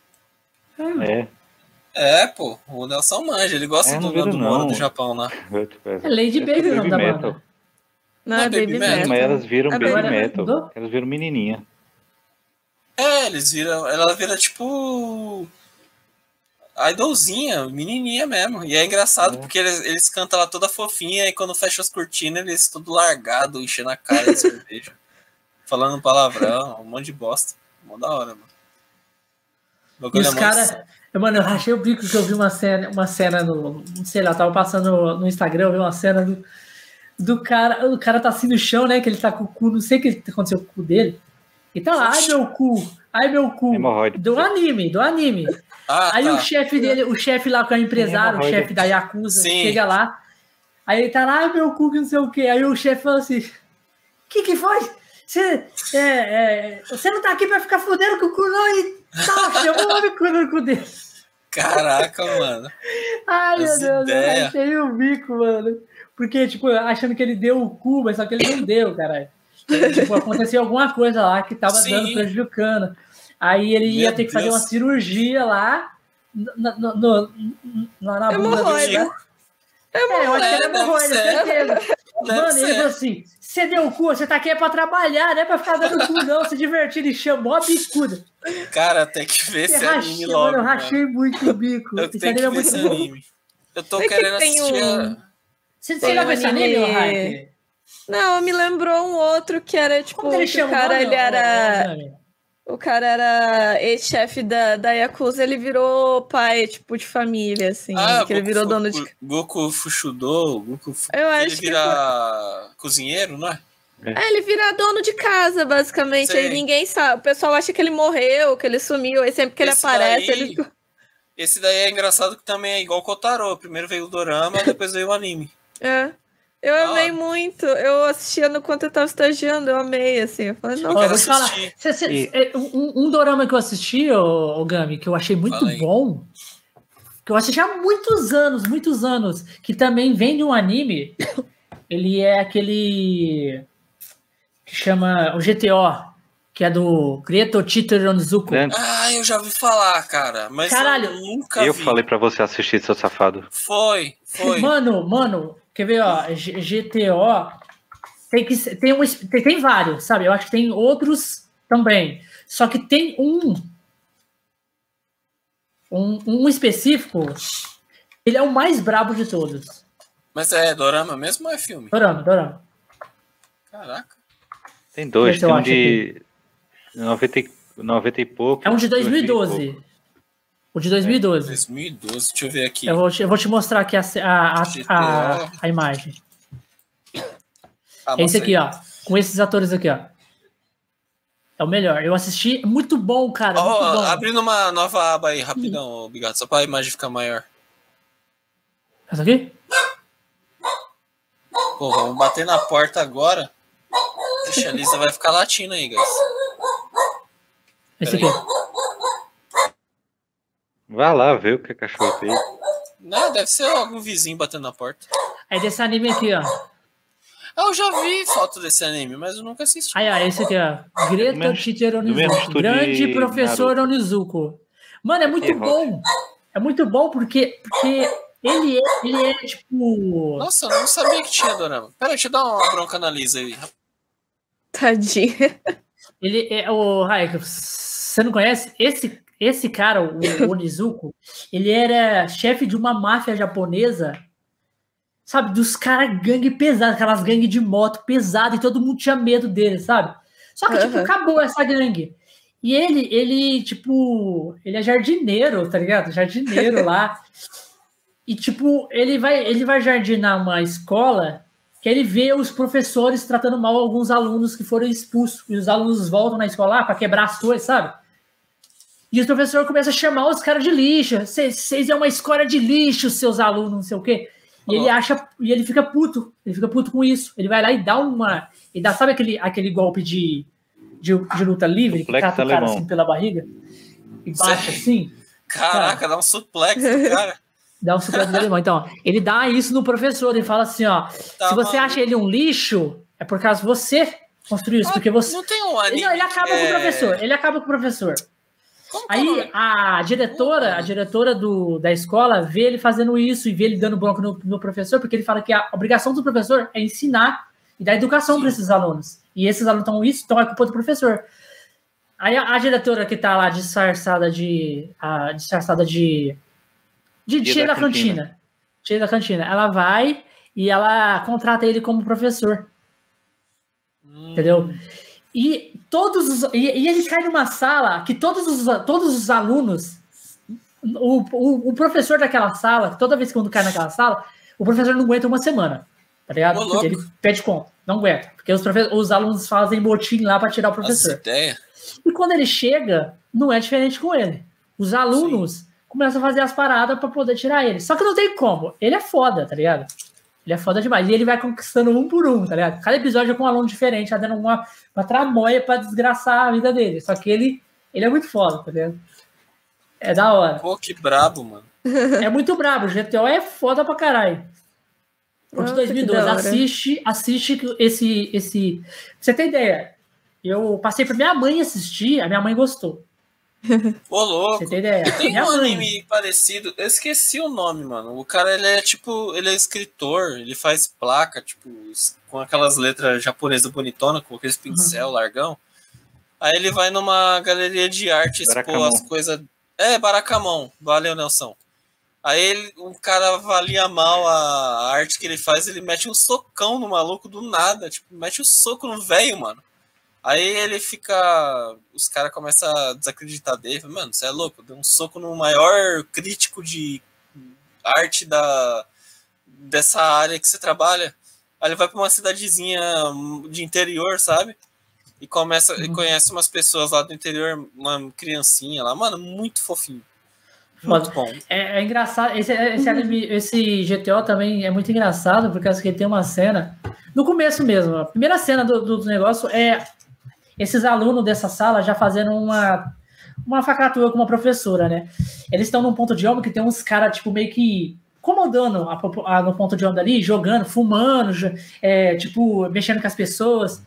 Pô. O Nelson manja, ele gosta do Nando Moura do Japão lá. É Lady Baby o nome da banda. Não, é Baby Metal. Mas elas viram Baby Metal. Elas viram menininha. Ela vira tipo... idolzinha, menininha mesmo. E é engraçado porque eles cantam lá toda fofinha e quando fecha as cortinas eles tudo largado, enchendo a cara de cerveja. Falando palavrão, um monte de bosta. Mó da hora, mano. E os caras... Mano, eu rachei o bico que eu vi uma cena no... Sei lá, tava passando no Instagram, eu vi uma cena do cara... O cara tá assim no chão, né? Que ele tá com o cu... Não sei o que aconteceu com o cu dele. E tá lá, ai meu cu. Do anime. Aí o chefe dele, o chefe lá com a empresário, o chefe da Yakuza, chega lá. Aí ele tá lá, ai meu cu, que não sei o que. Aí o chefe fala assim: que foi? Você não tá aqui pra ficar fudendo com o cu, não? E tá, chamou o cu no cu dele. Caraca, mano. Ai, meu Deus, eu achei o bico, mano. Porque, tipo, achando que ele deu o cu, mas só que ele não deu, caralho. Tipo, aconteceu alguma coisa lá que tava prejudicando. Aí ele ia ter que fazer uma cirurgia lá na bunda dele. Eu acho que era hemorroida, certeza. Mano, ele falou assim: você deu o cu, você tá aqui pra trabalhar, não é pra ficar dando cu, não, se divertir e chamou a bicuda. Cara, tem que ver esse anime logo. Mano, eu rachei muito o bico. Eu tenho que ver esse anime. Eu tô querendo assistir. Você já viu esse anime, Raik? Não, me lembrou um outro que era tipo. O cara era ex-chefe da Yakuza, ele virou pai, tipo, de família, assim. Que ele virou dono de... Goku Fushudo, Eu acho ele vira cozinheiro, não é? Ele vira dono de casa, basicamente. Aí ninguém sabe. O pessoal acha que ele morreu, que ele sumiu. Aí sempre que ele aparece, Esse daí é engraçado que também é igual o Kotaro. Primeiro veio o dorama, depois veio o anime. Eu amei muito. Eu assistia enquanto eu tava estagiando, eu amei, assim. Eu falei, nossa, vou te falar. Um dorama que eu assisti, o Gami, que eu achei muito bom, que eu assisti há muitos anos, que também vem de um anime. Ele é aquele que chama o GTO, que é do Grieto Chitoro Onizuko. Eu já ouvi falar, cara. Mas caralho, eu nunca vi. Eu falei pra você assistir, seu safado. Foi. Mano, quer ver, ó, GTO tem vários, sabe? Eu acho que tem outros também. Só que tem um específico, ele é o mais brabo de todos. Mas é dorama mesmo ou é filme? Dorama. Caraca. Tem dois, tem um de 90 e pouco. É um de 2012. O de 2012. 2012, deixa eu ver aqui. Eu vou te mostrar aqui a imagem. Esse aqui, ó. Com esses atores aqui, ó. É o melhor. Eu assisti. Muito bom, cara. Muito bom. Abrindo uma nova aba aí, rapidão, obrigado. Só pra imagem ficar maior. Essa aqui? Pô, vamos bater na porta agora. Deixa a Lisa vai ficar latindo aí, guys. Esse aqui. Vai lá ver o que a cachorro fez. Não, deve ser algum vizinho batendo na porta. É desse anime aqui, ó. Eu já vi foto desse anime, mas eu nunca assisti. Aí, ó, esse aqui, ó. Grieto Chitoro Onizuko. Grande professor Naruto. Onizuko. Mano, é muito bom. É muito bom porque ele é tipo... Nossa, eu não sabia que tinha dorama. Pera aí, deixa eu dar uma bronca na Lisa aí. Tadinha. Ele é o Raik, você não conhece? Esse cara, o Onizuko, ele era chefe de uma máfia japonesa, sabe? Dos caras gangue pesado, aquelas gangues de moto pesado, e todo mundo tinha medo dele, sabe? Só que, tipo, acabou essa gangue. E ele, tipo, ele é jardineiro, tá ligado? Jardineiro lá. E, tipo, ele vai jardinar uma escola que ele vê os professores tratando mal alguns alunos que foram expulsos. E os alunos voltam na escola lá pra quebrar as coisas, sabe? E os professores começam a chamar os caras de lixo. Vocês é uma escola de lixo, seus alunos, não sei o quê. E ele fica puto. Ele fica puto com isso. Ele vai lá e dá uma... E dá, sabe aquele golpe de luta livre? Que cata o cara assim pela barriga? E baixa assim? Caraca, cara, dá um suplex no cara. Dá um suplex do alemão. Então, ele dá isso no professor. Ele fala assim, ó... Tá, se você acha ele um lixo, é por causa que você construiu isso. Porque você... Não tem um anime. Ele acaba com o professor. Ele acaba com o professor. Aí a diretora da escola vê ele fazendo isso e vê ele dando bronca no professor, porque ele fala que a obrigação do professor é ensinar e dar educação para esses alunos. E esses alunos estão isso, então é culpa do professor. Aí a diretora que tá lá disfarçada de cheia da cantina. Cheia da cantina. Ela vai e ela contrata ele como professor. Entendeu? E ele cai numa sala que todos os alunos, o professor daquela sala, toda vez que quando cai naquela sala, o professor não aguenta uma semana, tá ligado? Porque ele pede conta, não aguenta. Porque os alunos fazem motim lá para tirar o professor. Nossa ideia. E quando ele chega, não é diferente com ele. Os alunos começam a fazer as paradas para poder tirar ele. Só que não tem como. Ele é foda, tá ligado? Ele é foda demais. E ele vai conquistando um por um, tá ligado? Cada episódio é com um aluno diferente, tá dando uma tramóia pra desgraçar a vida dele. Só que ele é muito foda, tá ligado? É da hora. Pô, que brabo, mano. É muito brabo. O GTO é foda pra caralho. O de 2012. Assiste esse... Pra você ter ideia, eu passei pra minha mãe assistir, a minha mãe gostou. Ô, louco. Você tem ideia? Tem um anime parecido, eu esqueci o nome, mano. O cara, ele é escritor, ele faz placa, tipo, com aquelas letras japonesas bonitonas, com aqueles pincel largão. Aí ele vai numa galeria de arte expor as coisas... Barakamon. Valeu, Nelson. Aí o cara avalia mal a arte que ele faz, ele mete um socão no maluco do nada, tipo, mete um soco no velho, mano. Aí ele fica... Os caras começam a desacreditar dele. Mano, você é louco? Deu um soco no maior crítico de arte dessa área que você trabalha. Aí ele vai pra uma cidadezinha de interior, sabe? E conhece umas pessoas lá do interior, uma criancinha lá. Mano, muito fofinho. Muito bom. É engraçado. Esse GTO também é muito engraçado, porque ele tem uma cena... No começo mesmo, a primeira cena do negócio é... Esses alunos dessa sala já fazendo uma facatua com uma professora, né? Eles estão num ponto de ônibus que tem uns caras, tipo, meio que incomodando no ponto de ônibus ali, jogando, fumando, tipo, mexendo com as pessoas.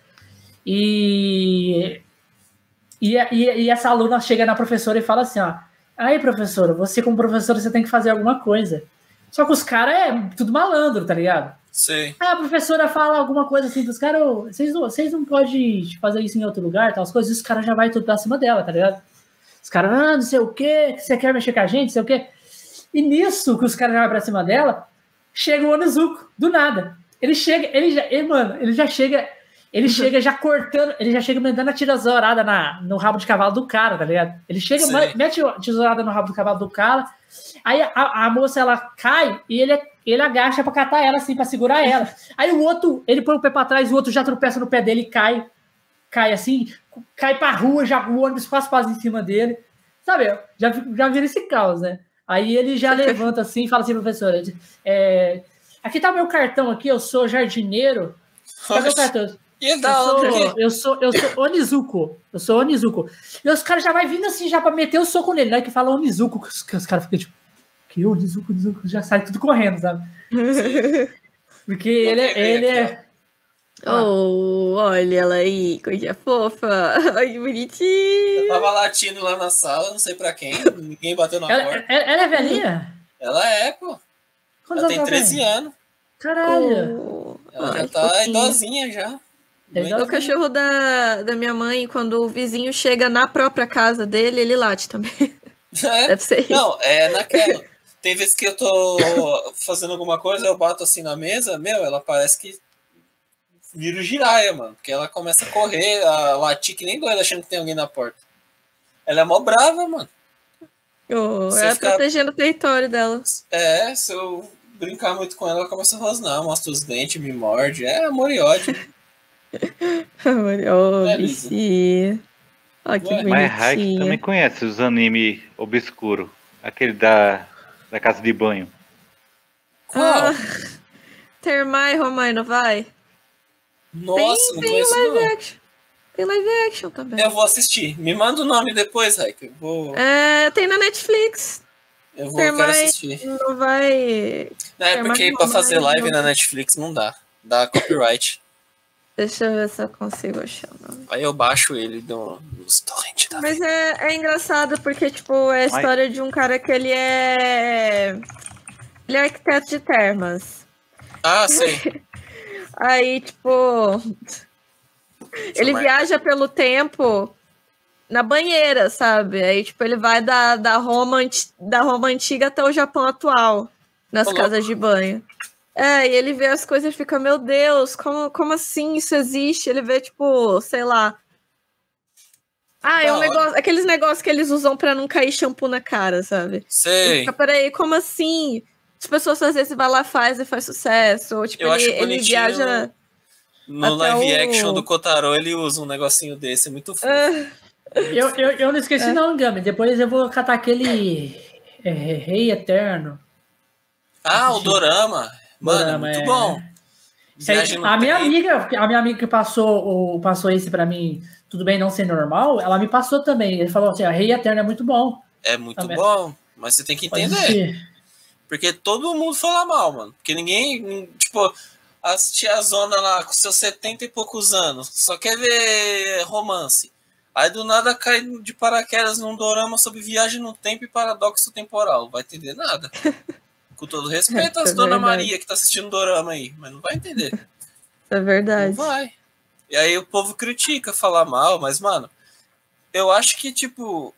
E essa aluna chega na professora e fala assim, ó, aí, professora, você como professora, você tem que fazer alguma coisa. Só que os caras é tudo malandro, tá ligado? Sim. Aí a professora fala alguma coisa assim pros caras, vocês não podem fazer isso em outro lugar, tal, as coisas, e os caras já vai tudo pra cima dela, tá ligado? Os caras, não sei o quê, você quer mexer com a gente, não sei o quê. E nisso que os caras já vai pra cima dela, chega o Onizuko, do nada. Ele chega já cortando, ele já chega mandando a tesourada no rabo de cavalo do cara, tá ligado? Ele chega, mete a tesourada no rabo do cavalo do cara, aí a moça, ela cai e ele agacha pra catar ela, assim, pra segurar ela. Aí o outro, ele põe o pé pra trás, o outro já tropeça no pé dele e cai assim, cai pra rua, já o ônibus quase em cima dele. Sabe, já vira esse caos, né? Aí ele já levanta assim e fala assim, professora, aqui tá o meu cartão aqui, eu sou jardineiro. Cadê o cartão? Eu sou Onizuko. Eu sou Onizuko. E os caras já vai vindo assim, já pra meter o soco nele, né? Que fala Onizuko, que os caras ficam tipo, que Onizuko, já sai tudo correndo, sabe? Porque ele é... Oh, olha ela aí, coisa fofa. Ai, que bonitinho. Eu tava latindo lá na sala, não sei pra quem, ninguém bateu na porta. Ela é velhinha? Ela é, pô. Ela tem 13 anos. Caralho. Ela já tá idosinha já. O cachorro da minha mãe, quando o vizinho chega na própria casa dele, ele late também. Deve ser isso. Não, é naquela. Tem vezes que eu tô fazendo alguma coisa, eu bato assim na mesa, ela parece que vira o Jiraiya, mano. Porque ela começa a correr, a latir que nem doida, achando que tem alguém na porta. Ela é mó brava, mano. Ela protegendo o território dela. Se eu brincar muito com ela começa a rosnar, mostra os dentes, me morde. É amor e ódio. Amor e ódio. Ó, que bonitinho. Mas Raik também conhece os animes obscuros. Aquele da casa de banho. Qual? Termai, Romai, não vai? Nossa, não conheço live action. Tem live action também. Eu vou assistir. Me manda o nome depois, Raik. Tem na Netflix. Eu quero assistir. Não vai... Não, é porque pra fazer live na Netflix não dá. Dá copyright. Deixa eu ver se eu consigo achar o nome. Aí eu baixo ele nos torrents da Mas é engraçado porque, tipo, é a história de um cara que ele é arquiteto de termas. Ah, sei. Aí, tipo... ele viaja pelo tempo na banheira, sabe? Aí, tipo, ele vai da Roma antiga até o Japão atual, nas casas de banho. E ele vê as coisas e fica, meu Deus, como assim isso existe? Ele vê, tipo, sei lá... aqueles negócios que eles usam pra não cair shampoo na cara, sabe? Sei. Ele fica, peraí, como assim? As pessoas às vezes vai lá e faz sucesso. Ou, tipo, ele viaja... No live action do Kotaro, ele usa um negocinho desse, muito fofo. Eu não esqueci não, Gami. Depois eu vou catar aquele Rei Eterno. O Dorama. Mano, muito bom. A minha amiga que passou esse pra mim, tudo bem não ser normal, ela me passou também. Ele falou assim, Rei Eterno é muito bom. É muito bom, mas você tem que entender. Porque todo mundo fala mal, mano. Porque ninguém, tipo... As tiazona lá com seus 70 e poucos anos só quer ver romance. Aí do nada cai de paraquedas num dorama sobre viagem no tempo e paradoxo temporal. Não vai entender nada. Com todo respeito às Dona Maria que tá assistindo dorama aí, mas não vai entender. É verdade. Não vai. E aí o povo critica, fala mal, mas, mano, eu acho que, tipo,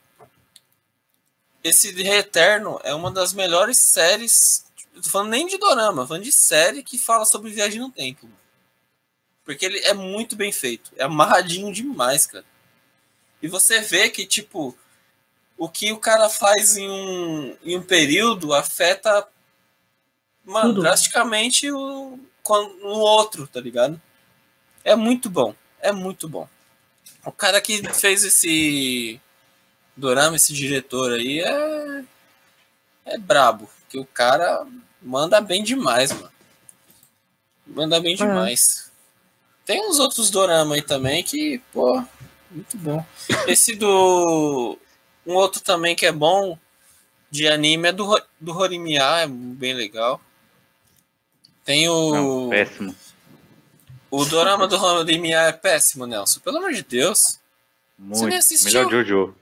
esse Reeterno é uma das melhores séries. Eu tô falando nem de dorama, tô falando de série que fala sobre viagem no tempo. Porque ele é muito bem feito. É amarradinho demais, cara. E você vê que, tipo, o que o cara faz em um período afeta, mano, drasticamente no outro, tá ligado? É muito bom. É muito bom. O cara que fez esse dorama, esse diretor aí, é brabo. Que o cara manda bem demais, mano. Manda bem demais. Tem uns outros dorama aí também que, pô, muito bom. Esse um outro também que é bom de anime é do Horimiya, é bem legal. Tem o... péssimo. O dorama do Horimiya é péssimo, Nelson. Pelo amor de Deus. Muito. Você nem assistiu? Melhor Jojo.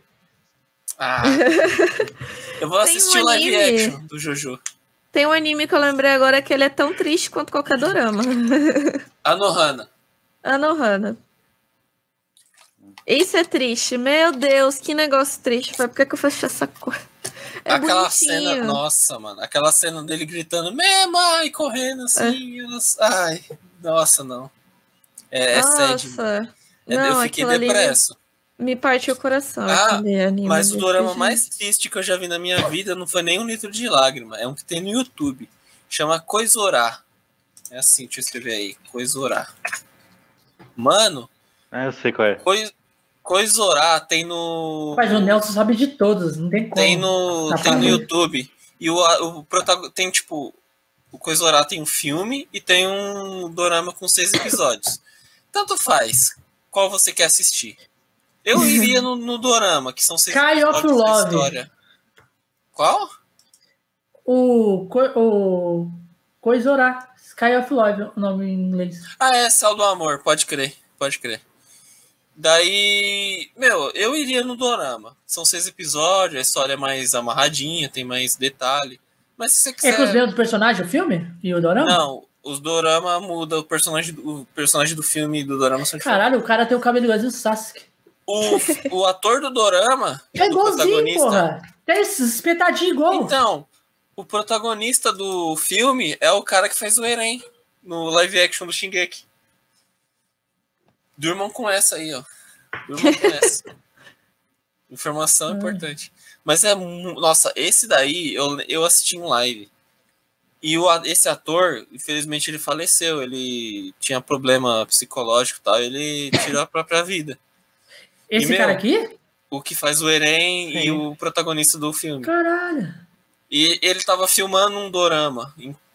Eu vou assistir o live action do Jojo. Tem um anime que eu lembrei agora que ele é tão triste quanto qualquer dorama. Anohana. Isso é triste. Meu Deus, que negócio triste. Por que eu fechei essa coisa? Aquela cena, nossa, mano. Aquela cena dele gritando, mãe, correndo assim. Ai, nossa, não. É sério. Eu fiquei depresso. Me partiu o coração. Mas o dorama mais triste que eu já vi na minha vida não foi nem 1 litro de lágrima. É um que tem no YouTube. Chama Koizora. É assim, deixa eu escrever aí. Koizora. Mano. Eu sei qual é. Koizora tem no... Mas o Nelson sabe de todos, não tem como. Tem no YouTube. E o protagonista tem, tipo... O Koizora tem um filme e tem um dorama com 6 episódios. Tanto faz qual você quer assistir. Eu iria no dorama, que são 6 episódios da história. Qual? O Koizora. Sky of Love, o nome em inglês. Sal do Amor, pode crer. Daí, eu iria no dorama. São 6 episódios, a história é mais amarradinha, tem mais detalhe. Mas se você quiser... É com os mesmos personagens do filme? E o dorama? Não, os dorama muda o personagem do filme e do dorama são diferentes. Caralho, o cara tem o cabelo igual do Sasuke. O ator do dorama, é igualzinho, porra. É esse espetadinho igual. Então, o protagonista do filme é o cara que faz o Eren no live action do Shingeki. Durmam com essa aí, ó. Durmam com essa. Informação importante. Mas nossa, esse daí eu assisti em live. E esse ator, infelizmente, ele faleceu. Ele tinha problema psicológico e tal. Ele tirou a própria vida. Esse cara aqui? O que faz o Eren e o protagonista do filme. Caralho! E ele tava filmando um dorama.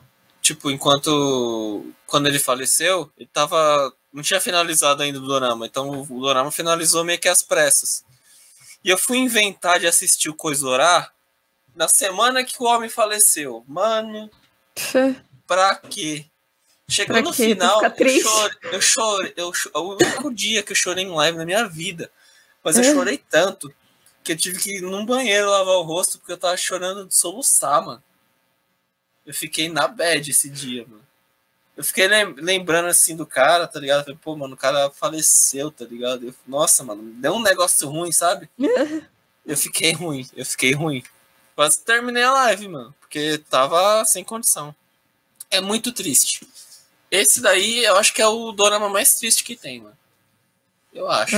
Quando ele faleceu, ele não tinha finalizado ainda o dorama. Então o dorama finalizou meio que às pressas. E eu fui inventar de assistir o Koizora na semana que o homem faleceu. Mano, pra quê? Chegou no final, eu chorei. O único dia que eu chorei em live na minha vida. Mas eu chorei tanto que eu tive que ir num banheiro lavar o rosto porque eu tava chorando de soluçar, mano. Eu fiquei na bad esse dia, mano. Eu fiquei lembrando assim do cara, tá ligado? Falei, pô, mano, o cara faleceu, tá ligado? Nossa, mano, deu um negócio ruim, sabe? Eu fiquei ruim. Quase terminei a live, mano, porque tava sem condição. É muito triste. Esse daí eu acho que é o dorama mais triste que tem, mano. Eu acho.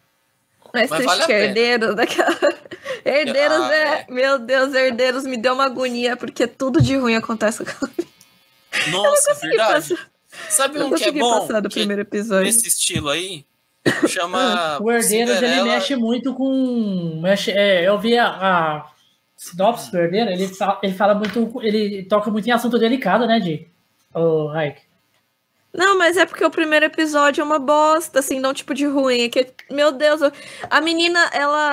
Mais triste vale que Herdeiros, daquela... Herdeiros Meu Deus, Herdeiros me deu uma agonia, porque tudo de ruim acontece com ela. Nossa, verdade. Sabe um que é bom? Do primeiro episódio. Nesse estilo aí, chama o Herdeiros, ele mexe muito com... eu vi a sinopse do Herdeiro, ele fala muito... Ele toca muito em assunto delicado, né, o Raik? Não, mas é porque o primeiro episódio é uma bosta, assim, não tipo de ruim. É que, meu Deus, a menina,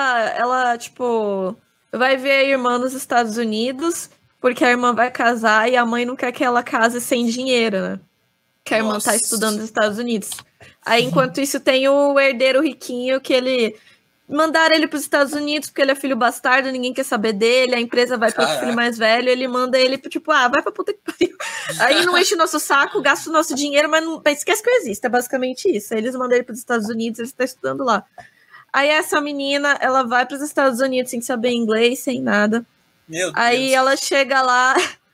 ela, tipo, vai ver a irmã nos Estados Unidos, porque a irmã vai casar e a mãe não quer que ela case sem dinheiro, né? Que a irmã tá estudando nos Estados Unidos. Aí, enquanto isso, tem o herdeiro riquinho que ele... Mandaram ele pros Estados Unidos porque ele é filho bastardo, ninguém quer saber dele, a empresa vai pro filho mais velho, ele manda ele pro tipo, vai pra puta que pariu. Aí não enche o nosso saco, gasta o nosso dinheiro, mas esquece que eu existo, é basicamente isso. Aí eles mandam ele pros Estados Unidos, ele está estudando lá. Aí essa menina, ela vai pros Estados Unidos sem saber inglês, sem nada. Meu Deus. Aí ela chega lá...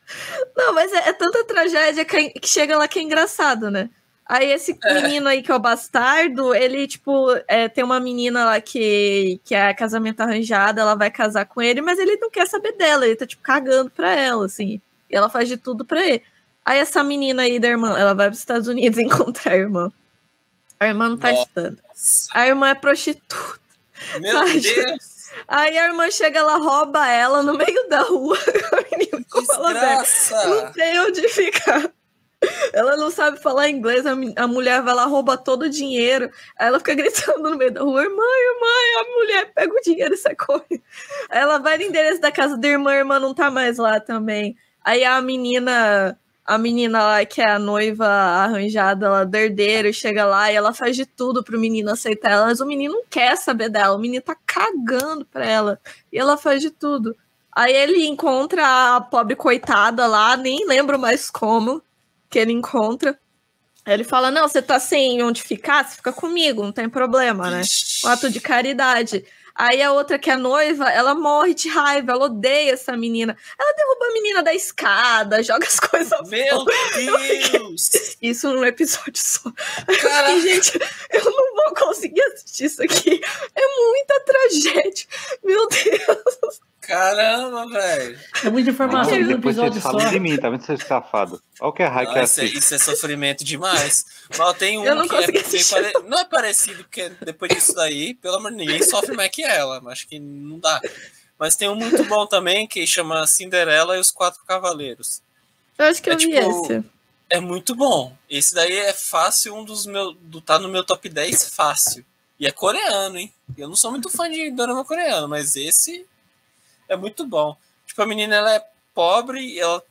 Não, mas é tanta tragédia que chega lá que é engraçado, né? Aí esse menino aí que é o bastardo, ele, tipo, tem uma menina lá que é casamento arranjado, ela vai casar com ele, mas ele não quer saber dela, ele tá, tipo, cagando pra ela, assim. E ela faz de tudo pra ele. Aí essa menina aí da irmã, ela vai pros Estados Unidos encontrar a irmã. A irmã não tá estudando. A irmã é prostituta. Meu Deus! Aí a irmã chega, ela rouba ela no meio da rua. A menina, como ela não tem onde ficar. Ela não sabe falar inglês, a mulher vai lá, rouba todo o dinheiro. Aí ela fica gritando no meio da rua, irmã, a mulher pega o dinheiro e sai correndo. Aí ela vai no endereço da casa da irmã, a irmã não tá mais lá também. Aí a menina lá, que é a noiva arranjada lá do herdeiro, chega lá e ela faz de tudo pro menino aceitar ela, mas o menino não quer saber dela, o menino tá cagando pra ela, e ela faz de tudo. Aí ele encontra a pobre coitada lá, nem lembro mais como que ele encontra. Aí ele fala, não, você tá sem onde ficar? Você fica comigo, não tem problema, né? Um ato de caridade. Aí a outra, que é a noiva, ela morre de raiva, ela odeia essa menina. Ela derruba a menina da escada, joga as coisas ao Meu Deus! Isso num episódio só. Caraca. Gente, eu não vou conseguir assistir isso aqui. É muita tragédia. Meu Deus. Caramba, velho. É muita informação no episódio só. Depois de mim, tá vendo, seu safado? Olha o que é Raik assim. Isso é sofrimento demais. Mas tem um não que não é parecido, porque depois disso daí, pelo amor de Deus, ninguém sofre mais que ela. Acho que não dá. Mas tem um muito bom também, que chama Cinderela e os Quatro Cavaleiros. Eu acho que eu vi esse. É muito bom. Esse daí é fácil, tá no meu top 10 fácil. E é coreano, hein? Eu não sou muito fã de dorama coreano, mas esse é muito bom. Tipo, a menina, ela é pobre, ela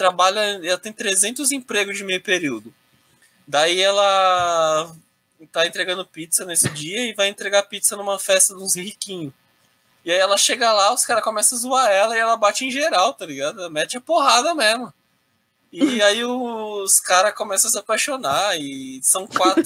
tem 300 empregos de meio período. Daí ela tá entregando pizza nesse dia e vai entregar pizza numa festa de uns riquinhos. E aí ela chega lá, os caras começam a zoar ela e ela bate em geral, tá ligado? Ela mete a porrada mesmo. E aí os caras começam a se apaixonar e são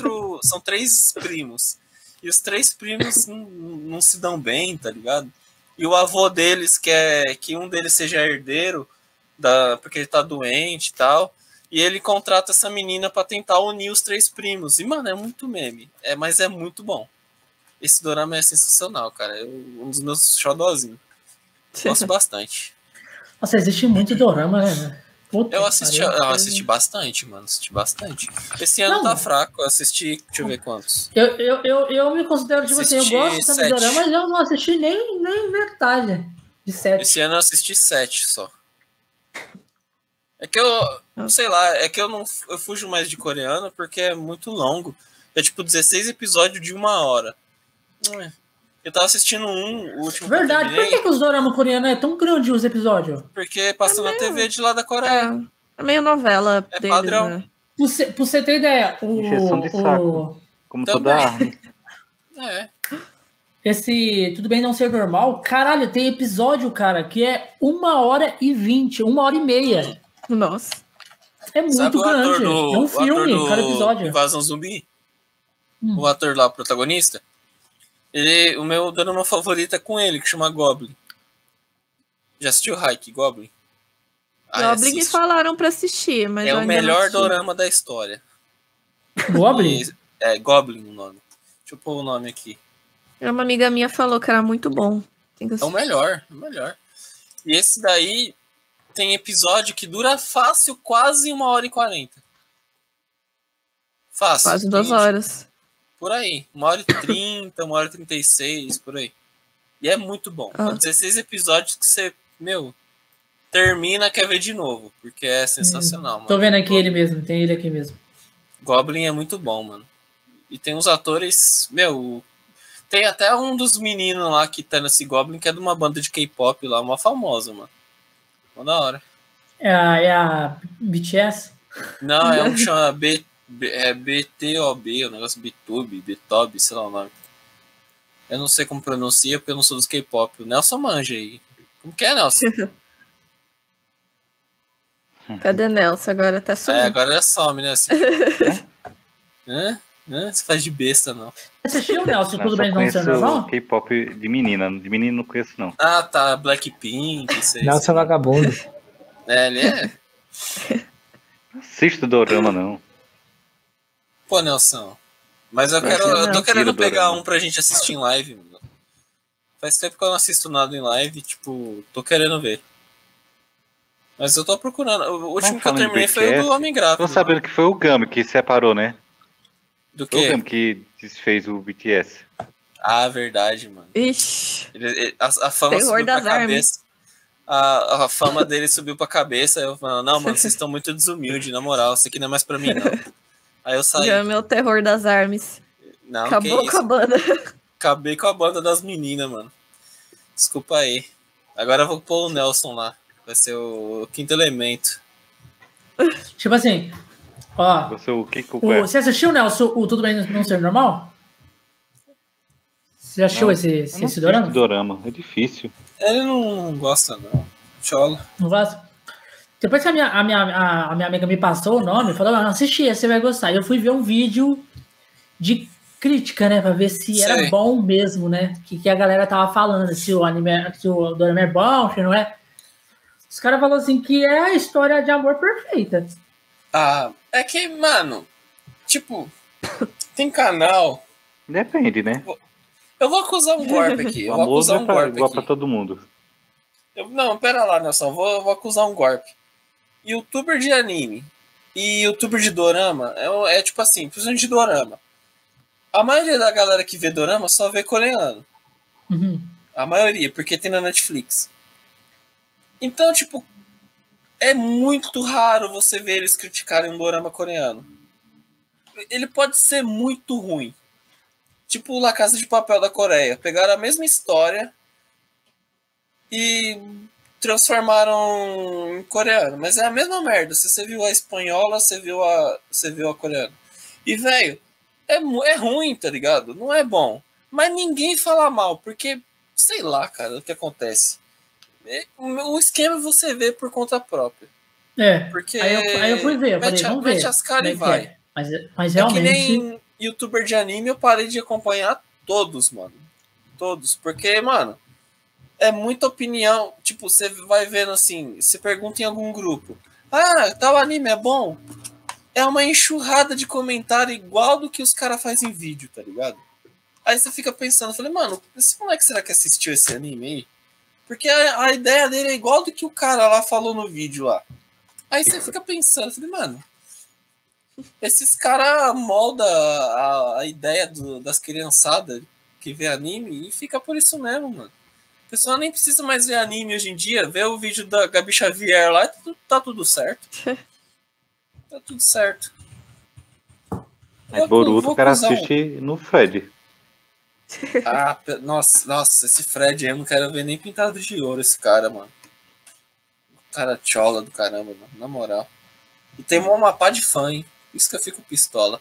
3 primos. E os 3 primos não se dão bem, tá ligado? E o avô deles quer que um deles seja herdeiro, porque ele tá doente e tal. E ele contrata essa menina pra tentar unir os 3 primos. E, mano, é muito meme. Mas é muito bom. Esse dorama é sensacional, cara. Um dos meus xodózinhos. Gosto bastante. Nossa, existe muito dorama, né? Puta, eu assisti bastante, mano. Assisti bastante. Esse ano tá fraco. Eu assisti, deixa eu ver quantos. Eu me considero, tipo assim, eu gosto também de dorama, mas eu não assisti nem metade de 7. Esse ano eu assisti 7 só. É que eu, sei lá, eu fujo mais de coreano porque é muito longo. É tipo 16 episódios de 1 hora. Eu tava assistindo o último. Verdade, por que os doramas coreanos é tão grande os episódios? Porque passa na TV de lá da Coreia. É meio novela. É deles, padrão. Né? Pra você ter ideia, injeção de saco. Como toda arma. Esse Tudo Bem Não Ser Normal, caralho, tem episódio, cara, que é 1h20, 1h30. Nossa. É muito grande. É um filme, cada episódio. Invasão Zumbi. O ator lá, o protagonista. O meu dorama favorito é com ele, que chama Goblin. Já assistiu Hike, Goblin? Goblin me falaram pra assistir, mas é o melhor dorama da história. Goblin? Goblin o nome. Deixa eu pôr o nome aqui. Uma amiga minha falou que era muito bom. É o melhor. E esse daí tem episódio que dura fácil quase 1h40. Fácil. Quase 2 horas. Por aí. 1h30, 1h36, por aí. E é muito bom. 16 episódios que você, termina, quer ver de novo. Porque é sensacional, mano. Tô vendo aqui ele mesmo, tem ele aqui mesmo. Goblin é muito bom, mano. E tem uns atores, tem até um dos meninos lá que tá nesse Goblin, que é de uma banda de K-pop lá, uma famosa, mano. Uma da hora. É a BTS? Não, é um que chama BTOB, o negócio Bitob, sei lá o nome. Eu não sei como pronuncia, porque eu não sou dos K-pop. O Nelson manja aí. Como que é, Nelson? Cadê Nelson? Agora tá sumindo. Agora some, né? Assim, Você faz de besta, não. Você assistiu o Nelson, Tudo Bem Não Ser Normal? K-pop de menina. De menino não conheço, não. Ah, tá. Blackpink, sei. Nelson é vagabundo. Ele é? Não assisto dorama, não. Pô, Nelson. Mas eu tô querendo pegar um pra gente assistir em live, mano. Faz tempo que eu não assisto nada em live, tô querendo ver. Mas eu tô procurando. O último que eu terminei foi o do Homem Gráfico. Tô sabendo que foi o Gami que separou, né? Do quê? Foi o Gami que desfez o BTS. Ah, verdade, mano. Ixi. A fama subiu pra cabeça. A fama dele subiu pra cabeça. Eu falei, não, mano, vocês estão muito desumildes, na moral. Isso aqui não é mais pra mim, não. Aí eu saí. Já é meu terror das armas. Não, acabou com a banda. Acabei com a banda das meninas, mano. Desculpa aí. Agora eu vou pôr o Nelson lá. Vai ser o quinto elemento. Tipo assim, ó. Você assistiu, Nelson, o Tudo Bem Não Ser Normal? Você já assistiu esse dorama? Dorama, é difícil. Ele não gosta, não. Chola. Não gosta? Depois que a minha amiga me passou o nome, falou, assisti, você vai gostar. E eu fui ver um vídeo de crítica, né? Pra ver se era bom mesmo, né? Que a galera tava falando, se o dorama é bom, se não é. Os caras falaram assim que é a história de amor perfeita. Ah, é que, mano, tem canal. Depende, né? Eu vou acusar um golpe aqui. Eu vou acusar um golpe igual pra todo mundo. Não, pera lá, Nelson. Eu vou acusar um golpe. Youtuber de anime e youtuber de dorama é tipo assim, principalmente de dorama. A maioria da galera que vê dorama só vê coreano. Uhum. A maioria, porque tem na Netflix. Então, é muito raro você ver eles criticarem um dorama coreano. Ele pode ser muito ruim. Tipo La Casa de Papel da Coreia. Pegaram a mesma história e transformaram em coreano. Mas é a mesma merda. Se você viu a espanhola, você viu a coreana. E, velho, é ruim, tá ligado? Não é bom. Mas ninguém fala mal, porque, sei lá, cara, o que acontece. O esquema é você ver por conta própria. Porque aí eu fui ver, eu falei, vamos ver. Mete as caras e vai. Mas realmente... É que nem youtuber de anime, eu parei de acompanhar todos, mano. Todos. Porque, mano, é muita opinião. Você vai vendo assim, você pergunta em algum grupo. Tal anime é bom. É uma enxurrada de comentário igual do que os caras fazem em vídeo, tá ligado? Aí você fica pensando, falei, mano, esse moleque será que assistiu esse anime aí? Porque a ideia dele é igual do que o cara lá falou no vídeo lá. Aí você fica pensando, falei, mano, esses caras moldam a ideia das criançadas que vê anime e fica por isso mesmo, mano. A pessoa nem precisa mais ver anime hoje em dia, vê o vídeo da Gabi Xavier lá, tá tudo certo. Tá tudo certo. Boruto o cara assiste no Fred. Nossa, esse Fred aí eu não quero ver nem pintado de ouro, esse cara, mano. O cara chola do caramba, mano, na moral. E tem uma pá de fã, hein? Isso que eu fico pistola.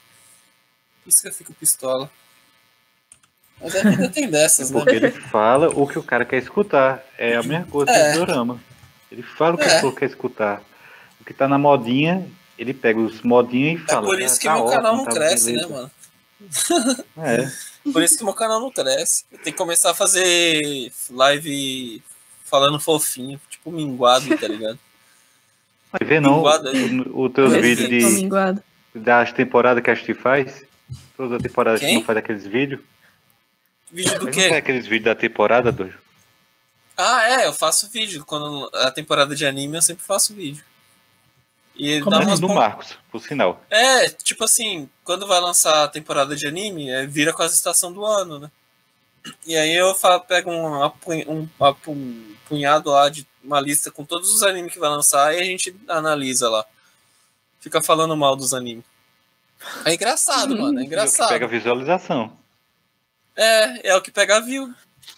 Mas a vida tem dessas, né? Porque ele fala o que o cara quer escutar. É a mesma coisa que o dorama. Ele fala o que a pessoa quer escutar. O que tá na modinha, ele pega os modinhos e fala. É por isso que meu canal não cresce, beleza, né, mano? Por isso que meu canal não cresce. Eu tenho que começar a fazer live falando fofinho, tipo minguado, tá ligado? Vai ver não os teus vídeos das temporadas que a gente faz? Toda a temporada que não faz aqueles vídeos? Vídeo do quê? Não faz aqueles vídeos da temporada, Dojo? Eu faço vídeo. Quando a temporada de anime eu sempre faço vídeo. E ele dá umas do Marcos, por sinal. Tipo assim, quando vai lançar a temporada de anime, vira com a estação do ano, né? E aí eu pego um punhado lá de uma lista com todos os animes que vai lançar e a gente analisa lá. Fica falando mal dos animes. É engraçado, mano. É engraçado. Pega visualização. É o que pega view.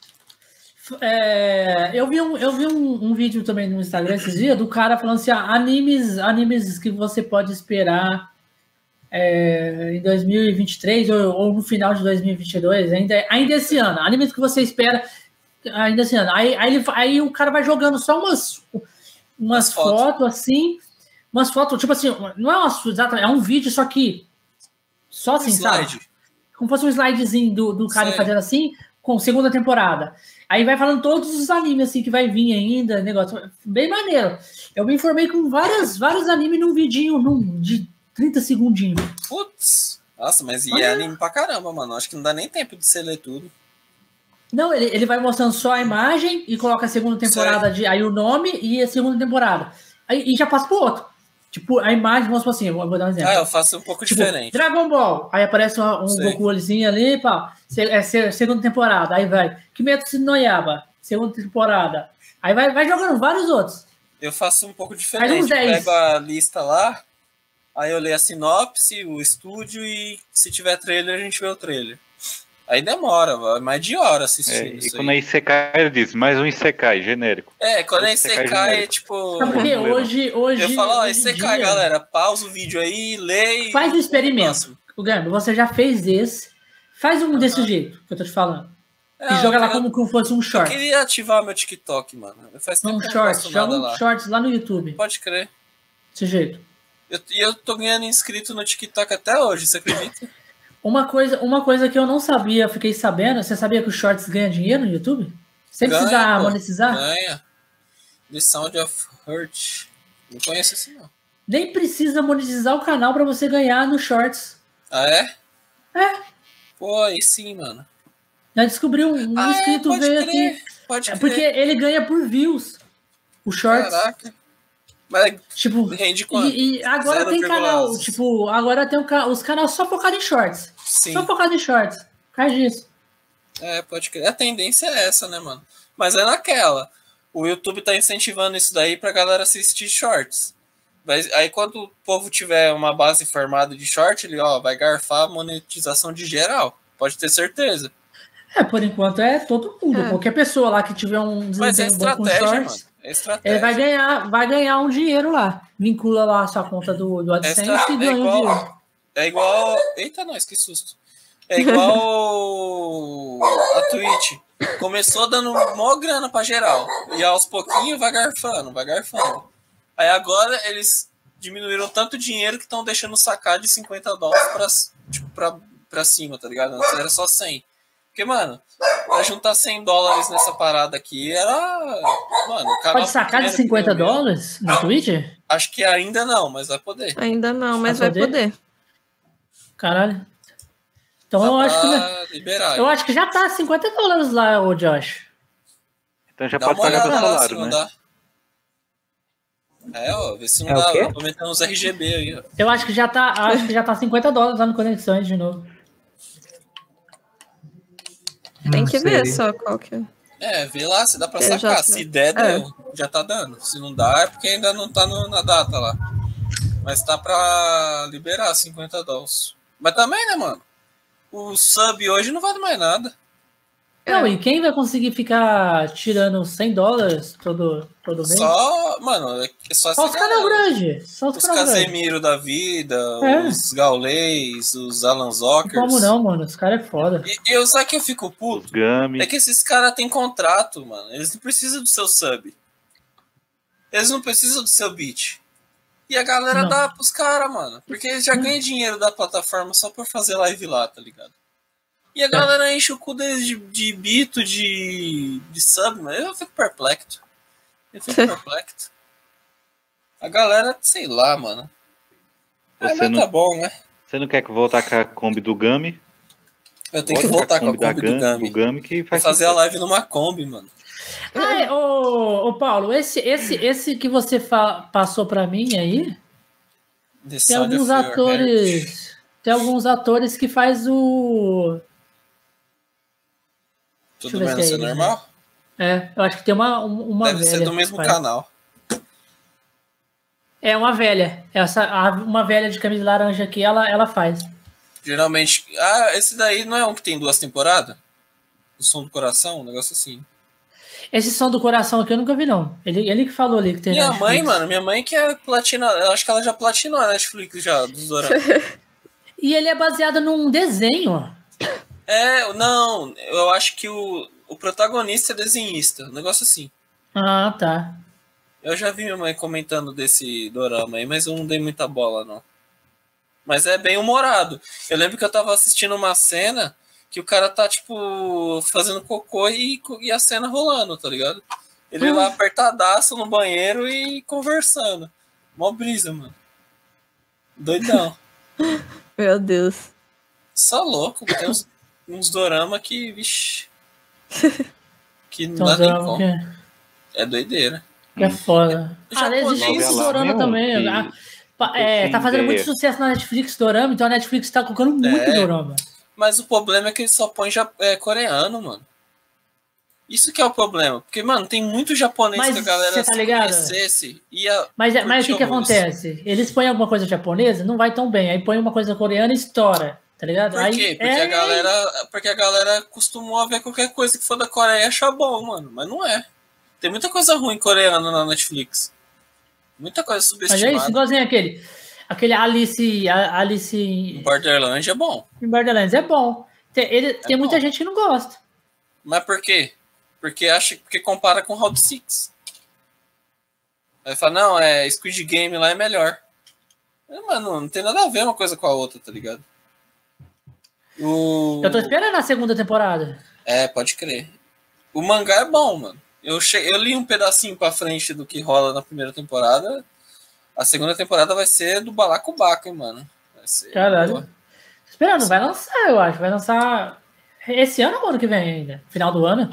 Eu vi um vídeo também no Instagram esses dias do cara falando assim, animes que você pode esperar em 2023 ou no final de 2022, ainda esse ano. Animes que você espera ainda esse ano. Aí o cara vai jogando só umas fotos assim, umas fotos, tipo assim, não é é um vídeo, só que só assim, sabe? Como fosse um slidezinho do cara fazendo assim, com segunda temporada. Aí vai falando todos os animes assim que vai vir ainda, negócio bem maneiro. Eu me informei com vários animes num vidinho de 30 segundinhos. Putz, nossa, mas é anime pra caramba, mano. Acho que não dá nem tempo de você ler tudo. Não, ele vai mostrando só a imagem e coloca a segunda temporada, aí o nome e a segunda temporada. Aí já passa pro outro. Tipo, a imagem, vamos supor assim, vou dar um exemplo. Eu faço um pouco diferente. Dragon Ball, aí aparece um Goku olhozinho ali, pá. Segunda temporada, aí vai. Kimetsu no Yaiba, segunda temporada. Aí vai jogando vários outros. Eu faço um pouco diferente. Pego a lista lá, aí eu leio a sinopse, o estúdio e se tiver trailer, a gente vê o trailer. Aí demora, vai mais de hora assistindo. E quando é Isekai, ele diz, mais um Isekai genérico. Quando é Isekai, tipo... Porque hoje eu falo, Isekai, galera, pausa o vídeo aí, lê e... Faz um experimento. O Gano, você já fez esse, faz um desse jeito que eu tô te falando. E joga lá como fosse um short. Eu queria ativar meu TikTok, mano. Faz tempo que eu não faço nada lá. Shorts lá no YouTube. Pode crer. Desse jeito. Eu tô ganhando inscrito no TikTok até hoje, você acredita? Uma coisa que eu não sabia, fiquei sabendo, você sabia que o Shorts ganha dinheiro no YouTube? Sem precisar monetizar? Ganha. The Sound of Hurt. Não conheço esse não. Nem precisa monetizar o canal pra você ganhar no Shorts. Ah, é? Pô, aí sim, mano. Já descobriu um inscrito veio aqui. Pode crer. Porque ele ganha por views. O Shorts. Caraca. Mas tipo, rende quanto? E agora 0, tem canal, tipo, agora tem os canais só focados em shorts. Sim. Só focado em shorts. Por causa disso. Pode crer. A tendência é essa, né, mano? Mas é naquela. O YouTube tá incentivando isso daí pra galera assistir shorts. Mas aí quando o povo tiver uma base formada de short, ele vai garfar a monetização de geral. Pode ter certeza. Por enquanto todo mundo. Qualquer pessoa lá que tiver um desempenho bom com shorts, mano. Ele vai ganhar um dinheiro lá. Vincula lá a sua conta do AdSense e ganha um dinheiro. É igual... Eita, nós, que susto. É igual a Twitch. Começou dando maior grana pra geral. E aos pouquinhos vai garfando. Aí agora eles diminuíram tanto dinheiro que estão deixando sacar de $50 pra cima, tá ligado? Antes era só 100. Porque, mano, pra juntar $100 nessa parada aqui era... Mano, o pode sacar de $50 no Twitter? Acho que ainda não, mas vai poder. Ainda não, mas vai poder. Caralho. Então eu acho que... liberar, eu acho que já tá $50 lá, ô Josh. Então já pode pagar do salário, né? Vê se não dá. Vou comentar uns RGB aí, ó. Eu acho que já tá $50 lá no Conexões de novo. Tem que ver só qual que é. Vê lá se dá pra sacar. Se der, deu. Já tá dando. Se não dá, é porque ainda não tá na data lá. Mas tá pra liberar $50. Mas também, né, mano? O sub hoje não vale mais nada. Não, e quem vai conseguir ficar tirando $100 todo mês? Só, mano, é só os canal grande. Só os Casemiro da vida, os Gaulês, os Alan Zockers. Como não, mano? Os caras é foda. E sabe que eu fico puto? É que esses caras têm contrato, mano. Eles não precisam do seu sub. Eles não precisam do seu beat. E a galera dá pros caras, mano. Porque eles já ganham dinheiro da plataforma só por fazer live lá, tá ligado? E a galera enche o cu deles de bito, de sub, mas eu fico perplexo. A galera, sei lá, mano. Mas tá bom, né? Você não quer que voltar com a Kombi do Gami? Eu tenho que voltar com a Kombi do Gami. Que faz fazer a live numa Kombi, mano. Ô Paulo, esse que você passou pra mim aí, tem alguns atores... Tem alguns atores que faz o... Tudo menos ser normal? Eu acho que tem uma Deve velha. Deve ser do mesmo canal. É uma velha. Uma velha de camisa laranja aqui, ela faz. Geralmente... esse daí não é um que tem 2 temporadas? O Som do Coração? Um negócio assim. Esse Som do Coração aqui eu nunca vi, não. Ele que falou ali que tem minha mãe que é platina... Eu acho que ela já platinou a Netflix já, dos doramas. E ele é baseado num desenho. Não, eu acho que o protagonista é desenhista, um negócio assim. Ah, tá. Eu já vi minha mãe comentando desse dorama aí, mas eu não dei muita bola, não. Mas é bem humorado. Eu lembro que eu tava assistindo uma cena que o cara tá, tipo, fazendo cocô e a cena rolando, tá ligado? Ele lá apertadaço no banheiro e conversando. Mó brisa, mano. Doidão. Meu Deus. Só louco, tem uns dorama que, vixi, que não dá nem como. É doideira. Que é foda. Existe esse dorama também. Tá fazendo muito sucesso na Netflix, dorama, então a Netflix tá colocando muito dorama. Mas o problema é que ele só põe coreano, mano. Isso que é o problema. Porque, mano, tem muito japonês que a galera tá ligado? conhecesse. Mas o que acontece? Eles põem alguma coisa japonesa, não vai tão bem. Aí põe uma coisa coreana e estoura. Tá ligado? Por quê? Porque a galera costumou a ver qualquer coisa que for da Coreia e achar bom, mano. Mas não é. Tem muita coisa ruim coreana na Netflix. Muita coisa subestimada. Mas é isso, igualzinho aquele Alice em Borderlands é bom. Em Borderlands é bom. Tem muita gente que não gosta. Mas por quê? Porque compara com Round 6. Aí fala, não, Squid Game lá é melhor. Mano, não tem nada a ver uma coisa com a outra, tá ligado? Eu tô esperando a segunda temporada. Pode crer. O mangá é bom, mano. Eu li um pedacinho pra frente do que rola na primeira temporada. A segunda temporada vai ser do Balacobaco, hein, mano. Vai ser. Caralho. Esperando, vai lançar, eu acho. Vai lançar esse ano ou ano que vem ainda? Final do ano?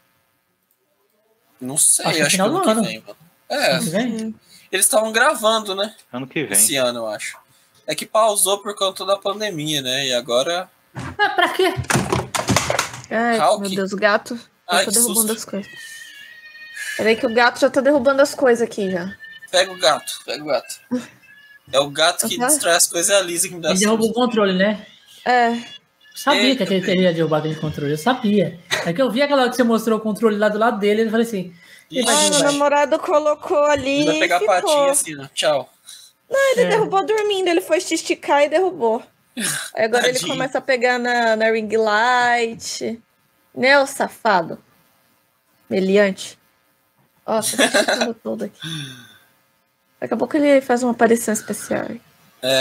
Não sei, acho que ano que vem, mano. Ano que vem? Eles estavam gravando, né? Ano que vem. Esse ano, eu acho. É que pausou por conta da pandemia, né? E agora... pra quê? Ai, meu Deus, o gato já tá derrubando as coisas. Peraí que o gato já tá derrubando as coisas aqui já. Pega o gato. É o gato que destrói as coisas, é a Lisa que me dá Ele derrubou o controle, né? Sabia que ele teria derrubado o controle, eu sabia. É que eu vi aquela hora que você mostrou o controle lá do lado dele e eu falei assim... meu namorado colocou ali. Ele vai pegar a patinha assim, ó. Tchau. Não, ele derrubou dormindo, ele foi se esticar e derrubou. Aí agora ele começa a pegar na ring light. Né, o safado? Meliante. Nossa, tá esticando todo aqui. Daqui a pouco ele faz uma aparição especial.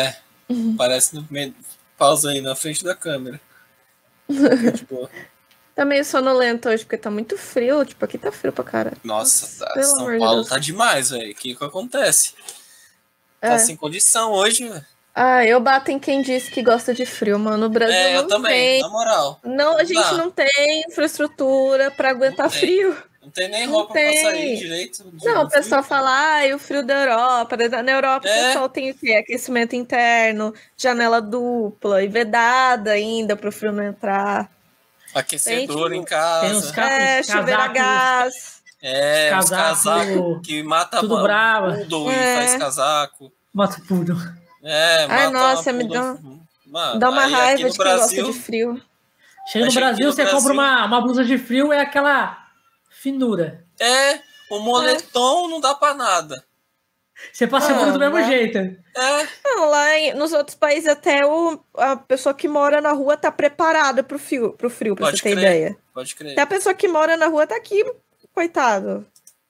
Parece no meio. Pausa aí na frente da câmera. Tipo... Tá meio sonolento hoje, porque tá muito frio. Tipo, aqui tá frio pra caralho. Nossa, São Paulo tá demais, velho. O que acontece? Tá sem condição hoje, velho. Eu bato em quem disse que gosta de frio, mano. No Brasil eu também, na moral. Não, a gente não tem infraestrutura pra aguentar frio. Não tem nem roupa pra sair direito. Não, o pessoal fala, o frio da Europa. Na Europa o pessoal tem o quê? Aquecimento interno, janela dupla e vedada ainda pro frio não entrar. Aquecedor em casa. Tem os chuveiro a gás. Os casacos que mata tudo brava. Poodle e faz casaco. Mata o poodle. Nossa, me dá uma raiva de quem gosta de frio. Chega no Brasil, você compra uma blusa de frio, é aquela finura. O moletom não dá pra nada. Você passa frio do mesmo jeito. Não, lá nos outros países até a pessoa que mora na rua tá preparada pro frio, pra você ter ideia. Pode crer. Até a pessoa que mora na rua tá aqui, coitado.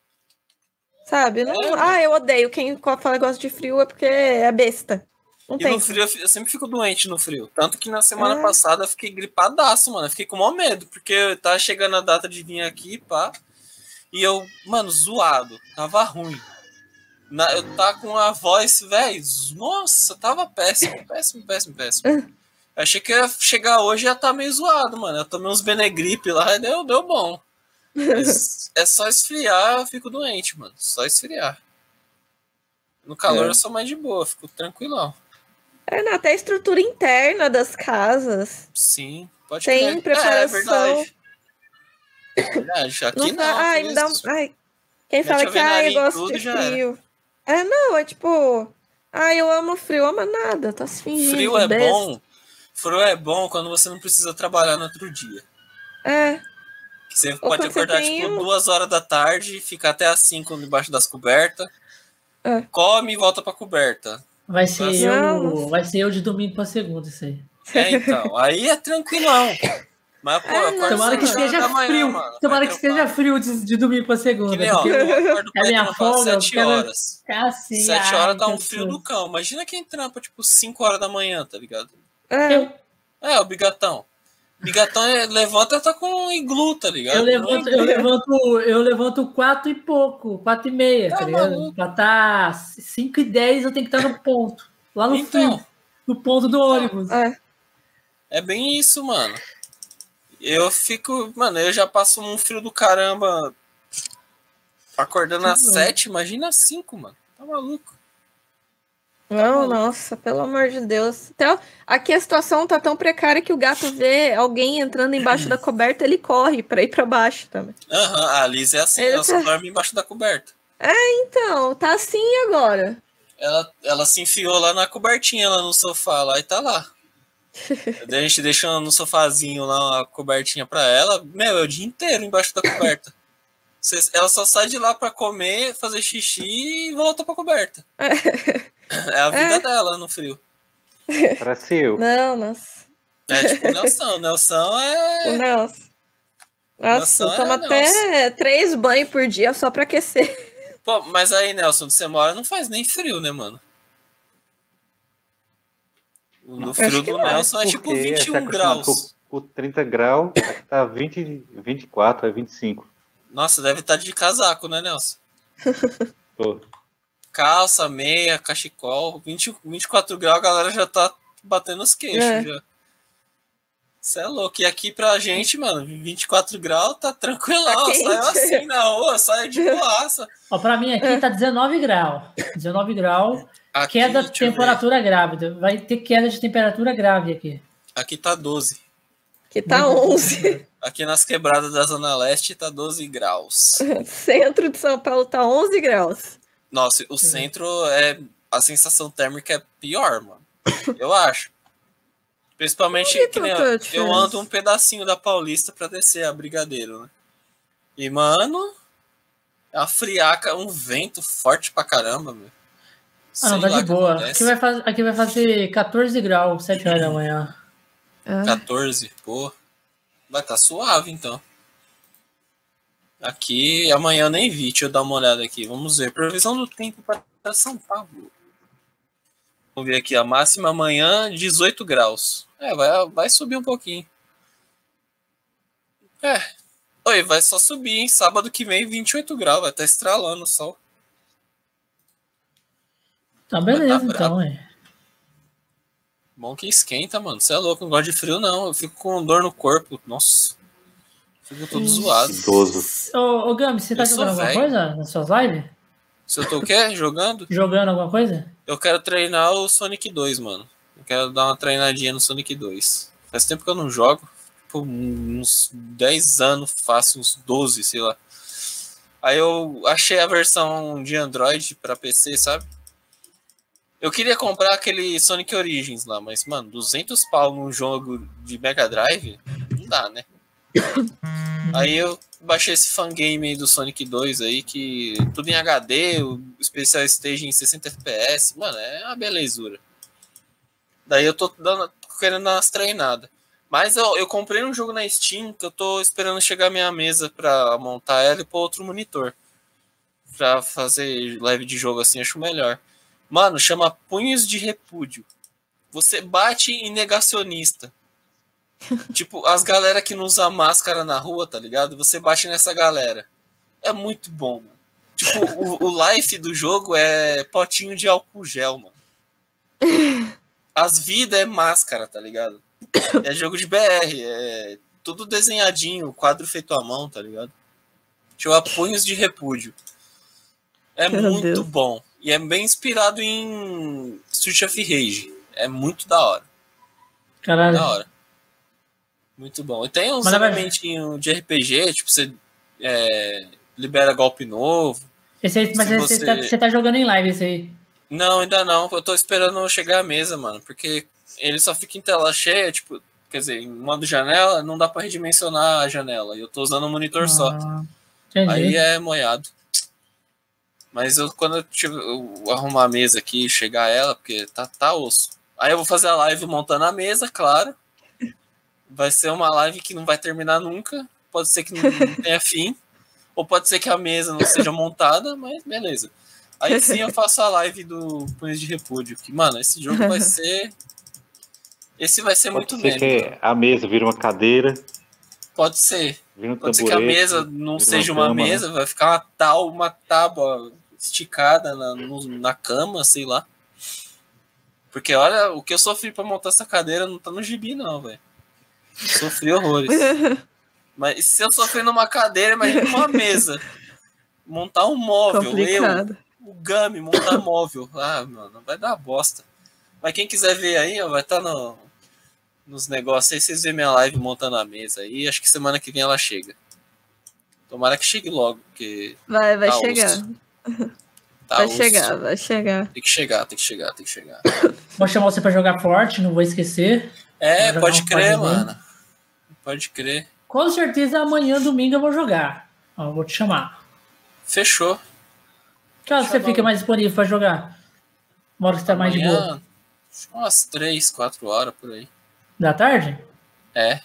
Sabe? Eu odeio. Quem fala que gosta de frio é porque é besta. Não tem. No frio, eu sempre fico doente no frio. Tanto que na semana passada eu fiquei gripadaço, mano. Eu fiquei com o maior medo, porque tava chegando a data de vir aqui, pá. E eu, mano, zoado. Tava ruim. Eu tava com a voz, velho. Nossa, tava péssimo. Achei que ia chegar hoje e ia estar meio zoado, mano. Eu tomei uns Benegripe lá e deu bom. Mas é só esfriar, eu fico doente, mano. Só esfriar. No calor eu sou mais de boa, fico tranquilão. Até a estrutura interna das casas. Sim, pode tem preparação. É verdade. Aqui não. Quem fala que eu gosto de frio. É tipo. Eu amo frio, ama nada, tá se fingindo. Frio é bom. Frio é bom quando você não precisa trabalhar no outro dia. Você pode acordar tipo 2 horas da tarde, ficar até às 5 debaixo das cobertas. Come e volta pra coberta. Vai ser eu de domingo pra segunda, isso aí. Então. Aí é tranquilão. Mas, tomara que esteja frio. Tomara que esteja frio de domingo pra segunda. Que nem, eu acordo é minha folga, 7 horas. Assim, 7 horas dá um frio do cão. Imagina quem trampa, tipo, 5 horas da manhã, tá ligado? O bigatão. Bigatão levanta e tá com um iglu, tá ligado? Eu levanto 4 e pouco, 4 e meia, tá ligado? Pra tá 5 e 10 eu tenho que estar no ponto. Lá no frio. No ponto do ônibus. É bem isso, mano. Eu fico... Mano, eu já passo um frio do caramba acordando às 7, imagina às 5, mano. Tá maluco. Não, nossa, pelo amor de Deus. Então, aqui a situação tá tão precária que o gato vê alguém entrando embaixo da coberta, ele corre pra ir pra baixo também. A Liz é assim, ela só dorme embaixo da coberta. Então, tá assim agora. Ela se enfiou lá na cobertinha, lá no sofá, lá e tá lá. A gente deixa no sofazinho lá uma cobertinha pra ela. É o dia inteiro embaixo da coberta. Ela só sai de lá pra comer, fazer xixi e volta pra coberta. É a vida dela no frio. Parece eu. Não, nossa. É tipo o Nelson. Nelson é... O Nelson. Nossa, toma até 3 banhos por dia só pra aquecer. Pô, mas aí, Nelson, você mora não faz nem frio, né, mano? No frio do Nelson é tipo 21 graus. Com 30 graus, aqui tá 24, é 25. Nossa, deve estar de casaco, né, Nelson? Tô. Calça, meia, cachecol, 24 graus, a galera já tá batendo os queixos já. Você é louco. E aqui pra gente, mano, 24 graus tá tranquilão. Tá saiu assim na rua, saiu de boaça. Pra mim aqui tá 19 graus. 19 graus. Aqui, queda de temperatura grávida. Vai ter queda de temperatura grave aqui. Aqui tá 12. Aqui tá 11. Aqui nas quebradas da Zona Leste tá 12 graus. Centro de São Paulo tá 11 graus. Nossa, o centro a sensação térmica é pior, mano. Eu acho. Principalmente que nem eu ando um pedacinho da Paulista pra descer a Brigadeiro, né? E, mano, é uma friaca, um vento forte pra caramba, meu. Não, tá de boa. Aqui vai fazer 14 graus, 7 horas da manhã. 14, pô. Vai tá suave, então. Aqui, amanhã eu nem vi. Deixa eu dar uma olhada aqui. Vamos ver. Previsão do tempo para São Paulo. Vamos ver aqui. A máxima amanhã, 18 graus. Vai subir um pouquinho. Oi, vai só subir, hein? Sábado que vem, 28 graus, vai estar estralando o sol. Tá beleza, então, Bom que esquenta, mano. Você é louco, não gosto de frio, não. Eu fico com dor no corpo. Nossa. Fico todo zoado. Idoso. Ô, Gami, você tá jogando alguma coisa nas suas lives? Se eu tô o quê? Jogando? Jogando alguma coisa? Eu quero treinar o Sonic 2, mano. Eu quero dar uma treinadinha no Sonic 2. Faz tempo que eu não jogo. Tipo, uns 10 anos, faço uns 12, sei lá. Aí eu achei a versão de Android pra PC, sabe? Eu queria comprar aquele Sonic Origins lá, mas, mano, 200 pau num jogo de Mega Drive, não dá, né? Aí eu baixei esse fangame aí do Sonic 2 aí, que tudo em HD, o Special Stage em 60 FPS, mano, é uma belezura. Daí eu tô querendo dar umas treinadas. Mas eu comprei um jogo na Steam que eu tô esperando chegar a minha mesa pra montar ela e pôr outro monitor. Pra fazer live de jogo assim, acho melhor. Mano, chama Punhos de Repúdio. Você bate em negacionista. Tipo, as galera que não usa máscara na rua, tá ligado? Você bate nessa galera. É muito bom, mano. Tipo, o life do jogo é potinho de álcool gel, mano. As vidas é máscara, tá ligado? É jogo de BR, é tudo desenhadinho, quadro feito à mão, tá ligado? Chama Punhos de Repúdio. É muito bom. E é bem inspirado em Street of Rage. É muito da hora. Caralho. Da hora. Muito bom. E tem uns elementinhos de RPG, tipo, você libera golpe novo. Esse aí, mas você tá jogando em live esse aí? Não, ainda não. Eu tô esperando chegar à mesa, mano. Porque ele só fica em tela cheia, tipo, quer dizer, em modo janela, não dá pra redimensionar a janela. E eu tô usando um monitor só. Entendi. Aí é moiado. Mas quando eu arrumar a mesa aqui e chegar a ela, porque tá osso. Aí eu vou fazer a live montando a mesa, claro. Vai ser uma live que não vai terminar nunca. Pode ser que não tenha fim. Ou pode ser que a mesa não seja montada, mas beleza. Aí sim eu faço a live do Punhos de Repúdio. Que, mano, esse jogo vai ser... Esse vai ser muito meme. Pode ser que a mesa vira uma cadeira. Pode ser. Pode ser que a mesa não seja uma mesa, vai ficar uma tábua esticada na cama, sei lá. Porque olha, o que eu sofri pra montar essa cadeira não tá no gibi não, velho. Sofri horrores. Mas se eu sofrer numa cadeira, imagina uma mesa. Montar um móvel. Complicado. O Gami, montar móvel. Ah, mano, vai dar bosta. Mas quem quiser ver aí, ó, vai estar nos negócios aí. Vocês verem minha live montando a mesa aí. Acho que semana que vem ela chega. Tomara que chegue logo, porque... Vai chegar. Vai chegar. Tem que chegar. Vou chamar você pra jogar Forte, não vou esquecer. Pode crer, mano. Pode crer. Com certeza amanhã, domingo, eu vou jogar. Ó, vou te chamar. Fechou. Que hora você fica mais disponível pra jogar? Uma hora que você tá mais de boa. Umas 3, 4 horas por aí. Da tarde? É.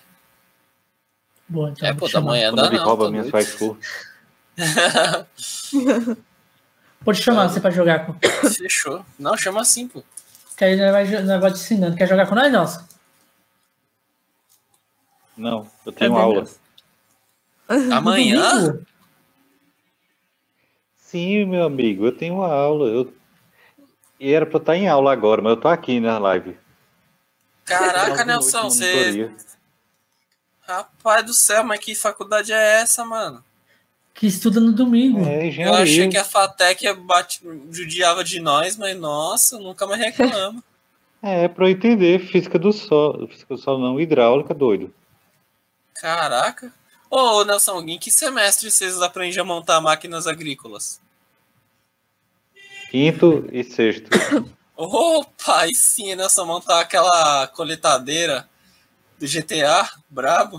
Boa, então pô, da manhã dá não. Rouba minhas Wi-Fi. Vou te chamar você pra jogar. Fechou. Não, chama assim, pô. Que aí nós vai te ensinando. Quer jogar com nós, Nelson? Não, eu tenho aula. Amanhã? Sim, meu amigo, eu tenho uma aula. E era pra eu estar em aula agora, mas eu tô aqui na live. Caraca, Nelson, você... Rapaz do céu, mas que faculdade é essa, mano? Que estuda no domingo. Eu achei que a FATEC judiava de nós, mas nossa, nunca mais reclamo. Pra eu entender física do solo não, hidráulica, doido. Caraca. Ô, Nelson, em que semestre vocês aprendem a montar máquinas agrícolas? 5º e 6º. Opa, aí sim, Nelson, montar aquela coletadeira do GTA, brabo.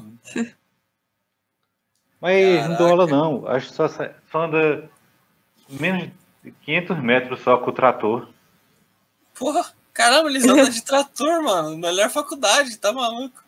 Mas caraca. Não dou aula não, acho que só anda menos de 500 metros só com o trator. Porra, caramba, eles andam de trator, mano. Melhor faculdade, tá maluco?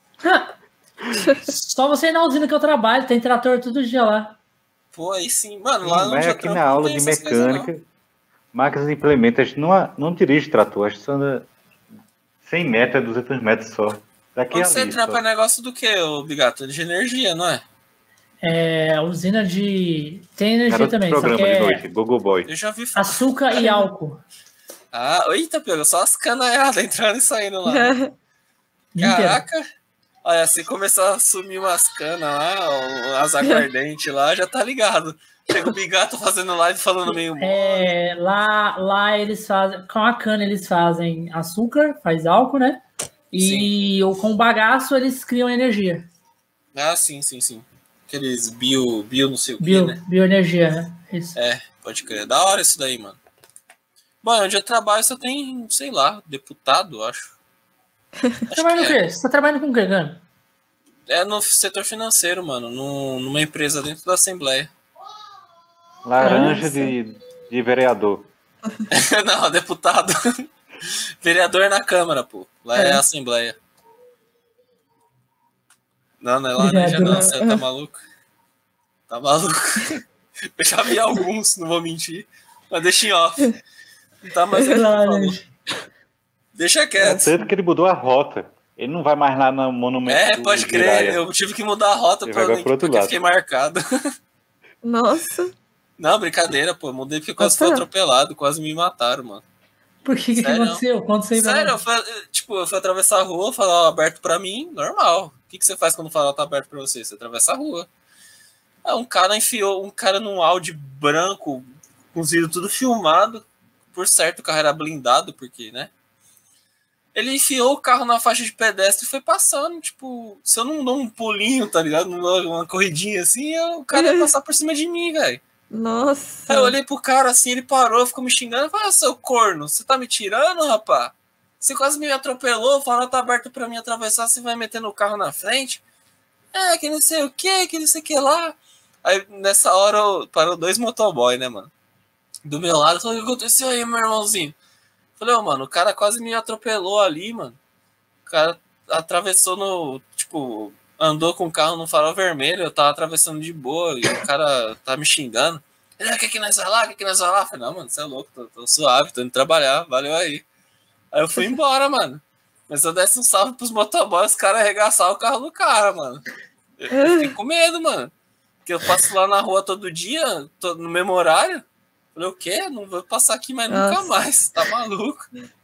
Só você ir na usina que eu trabalho, tem trator todo dia lá. Pô, aí sim, mano, lá no aqui na aula de mecânica, máquinas e implementos, a gente não dirige trator, a gente só anda 100 metros, 200 metros só. Daqui você entra para negócio do que, o Bigato? De energia, não é? É, usina de... Tem energia também, programa só que de noite, Google Boy. Eu já vi falar. Açúcar e álcool. Eita, pegou só as canaiadas entrando e saindo lá. Caraca! Olha, se começar a sumir umas canas lá, as aguardentes lá, já tá ligado. Chega o Bigato fazendo live falando meio... Lá eles fazem... Com a cana eles fazem açúcar, faz álcool, né? E com o bagaço eles criam energia. Sim. Aqueles bio não sei o que, né? Bioenergia, né? Isso. Pode crer. Da hora isso daí, mano. Bom, onde eu trabalho só tem, sei lá, deputado, acho. Você trabalha no quê? Você tá trabalhando com o quê, Gano? É no setor financeiro, mano. Numa empresa dentro da Assembleia. Laranja de vereador. Não, deputado. Vereador na Câmara, pô. Lá é a Assembleia. Não é laranja não, você tá maluco? Tá maluco? Eu já vi alguns, não vou mentir. Mas deixa em off. Não tá mais laranja. Deixa quieto. Tanto que ele mudou a rota. Ele não vai mais lá no monumento. Pode crer. Eu tive que mudar a rota porque eu fiquei marcado. Nossa. Não, brincadeira, pô. Mudei porque quase fui atropelado. Quase me mataram, mano. Por que aconteceu? Sério, eu fui atravessar a rua, falar aberto pra mim, normal. O que você faz quando o farol tá aberto pra você? Você atravessa a rua. Um cara enfiou num Audi branco, com os vidros tudo filmado. Por certo, o carro era blindado, porque, né? Ele enfiou o carro na faixa de pedestre e foi passando, tipo... Se eu não dou um pulinho, tá ligado? Não dou uma corridinha assim, o cara ia passar por cima de mim, velho. Nossa. Aí eu olhei pro cara assim, ele parou, ficou me xingando. Eu falei, seu corno, você tá me tirando, rapá? Você quase me atropelou, o farol tá aberto pra mim atravessar, você vai metendo o carro na frente? Que não sei o que não sei o que lá. Aí nessa hora parou 2 motoboy, né, mano? Do meu lado, eu falei, o que aconteceu aí, meu irmãozinho? Eu falei, mano, o cara quase me atropelou ali, mano. O cara atravessou andou com o carro no farol vermelho, eu tava atravessando de boa, e o cara tá me xingando. Ele, quer que nós vai lá? Eu falei, não, mano, você é louco, tô suave, tô indo trabalhar, valeu aí. Aí eu fui embora, mano. Mas se eu desse um salve pros motoboys, os caras arregaçaram o carro do cara, mano. Eu fiquei com medo, mano. Porque eu passo lá na rua todo dia, no mesmo horário. Falei, o quê? Não vou passar aqui mais nunca mais. Tá maluco?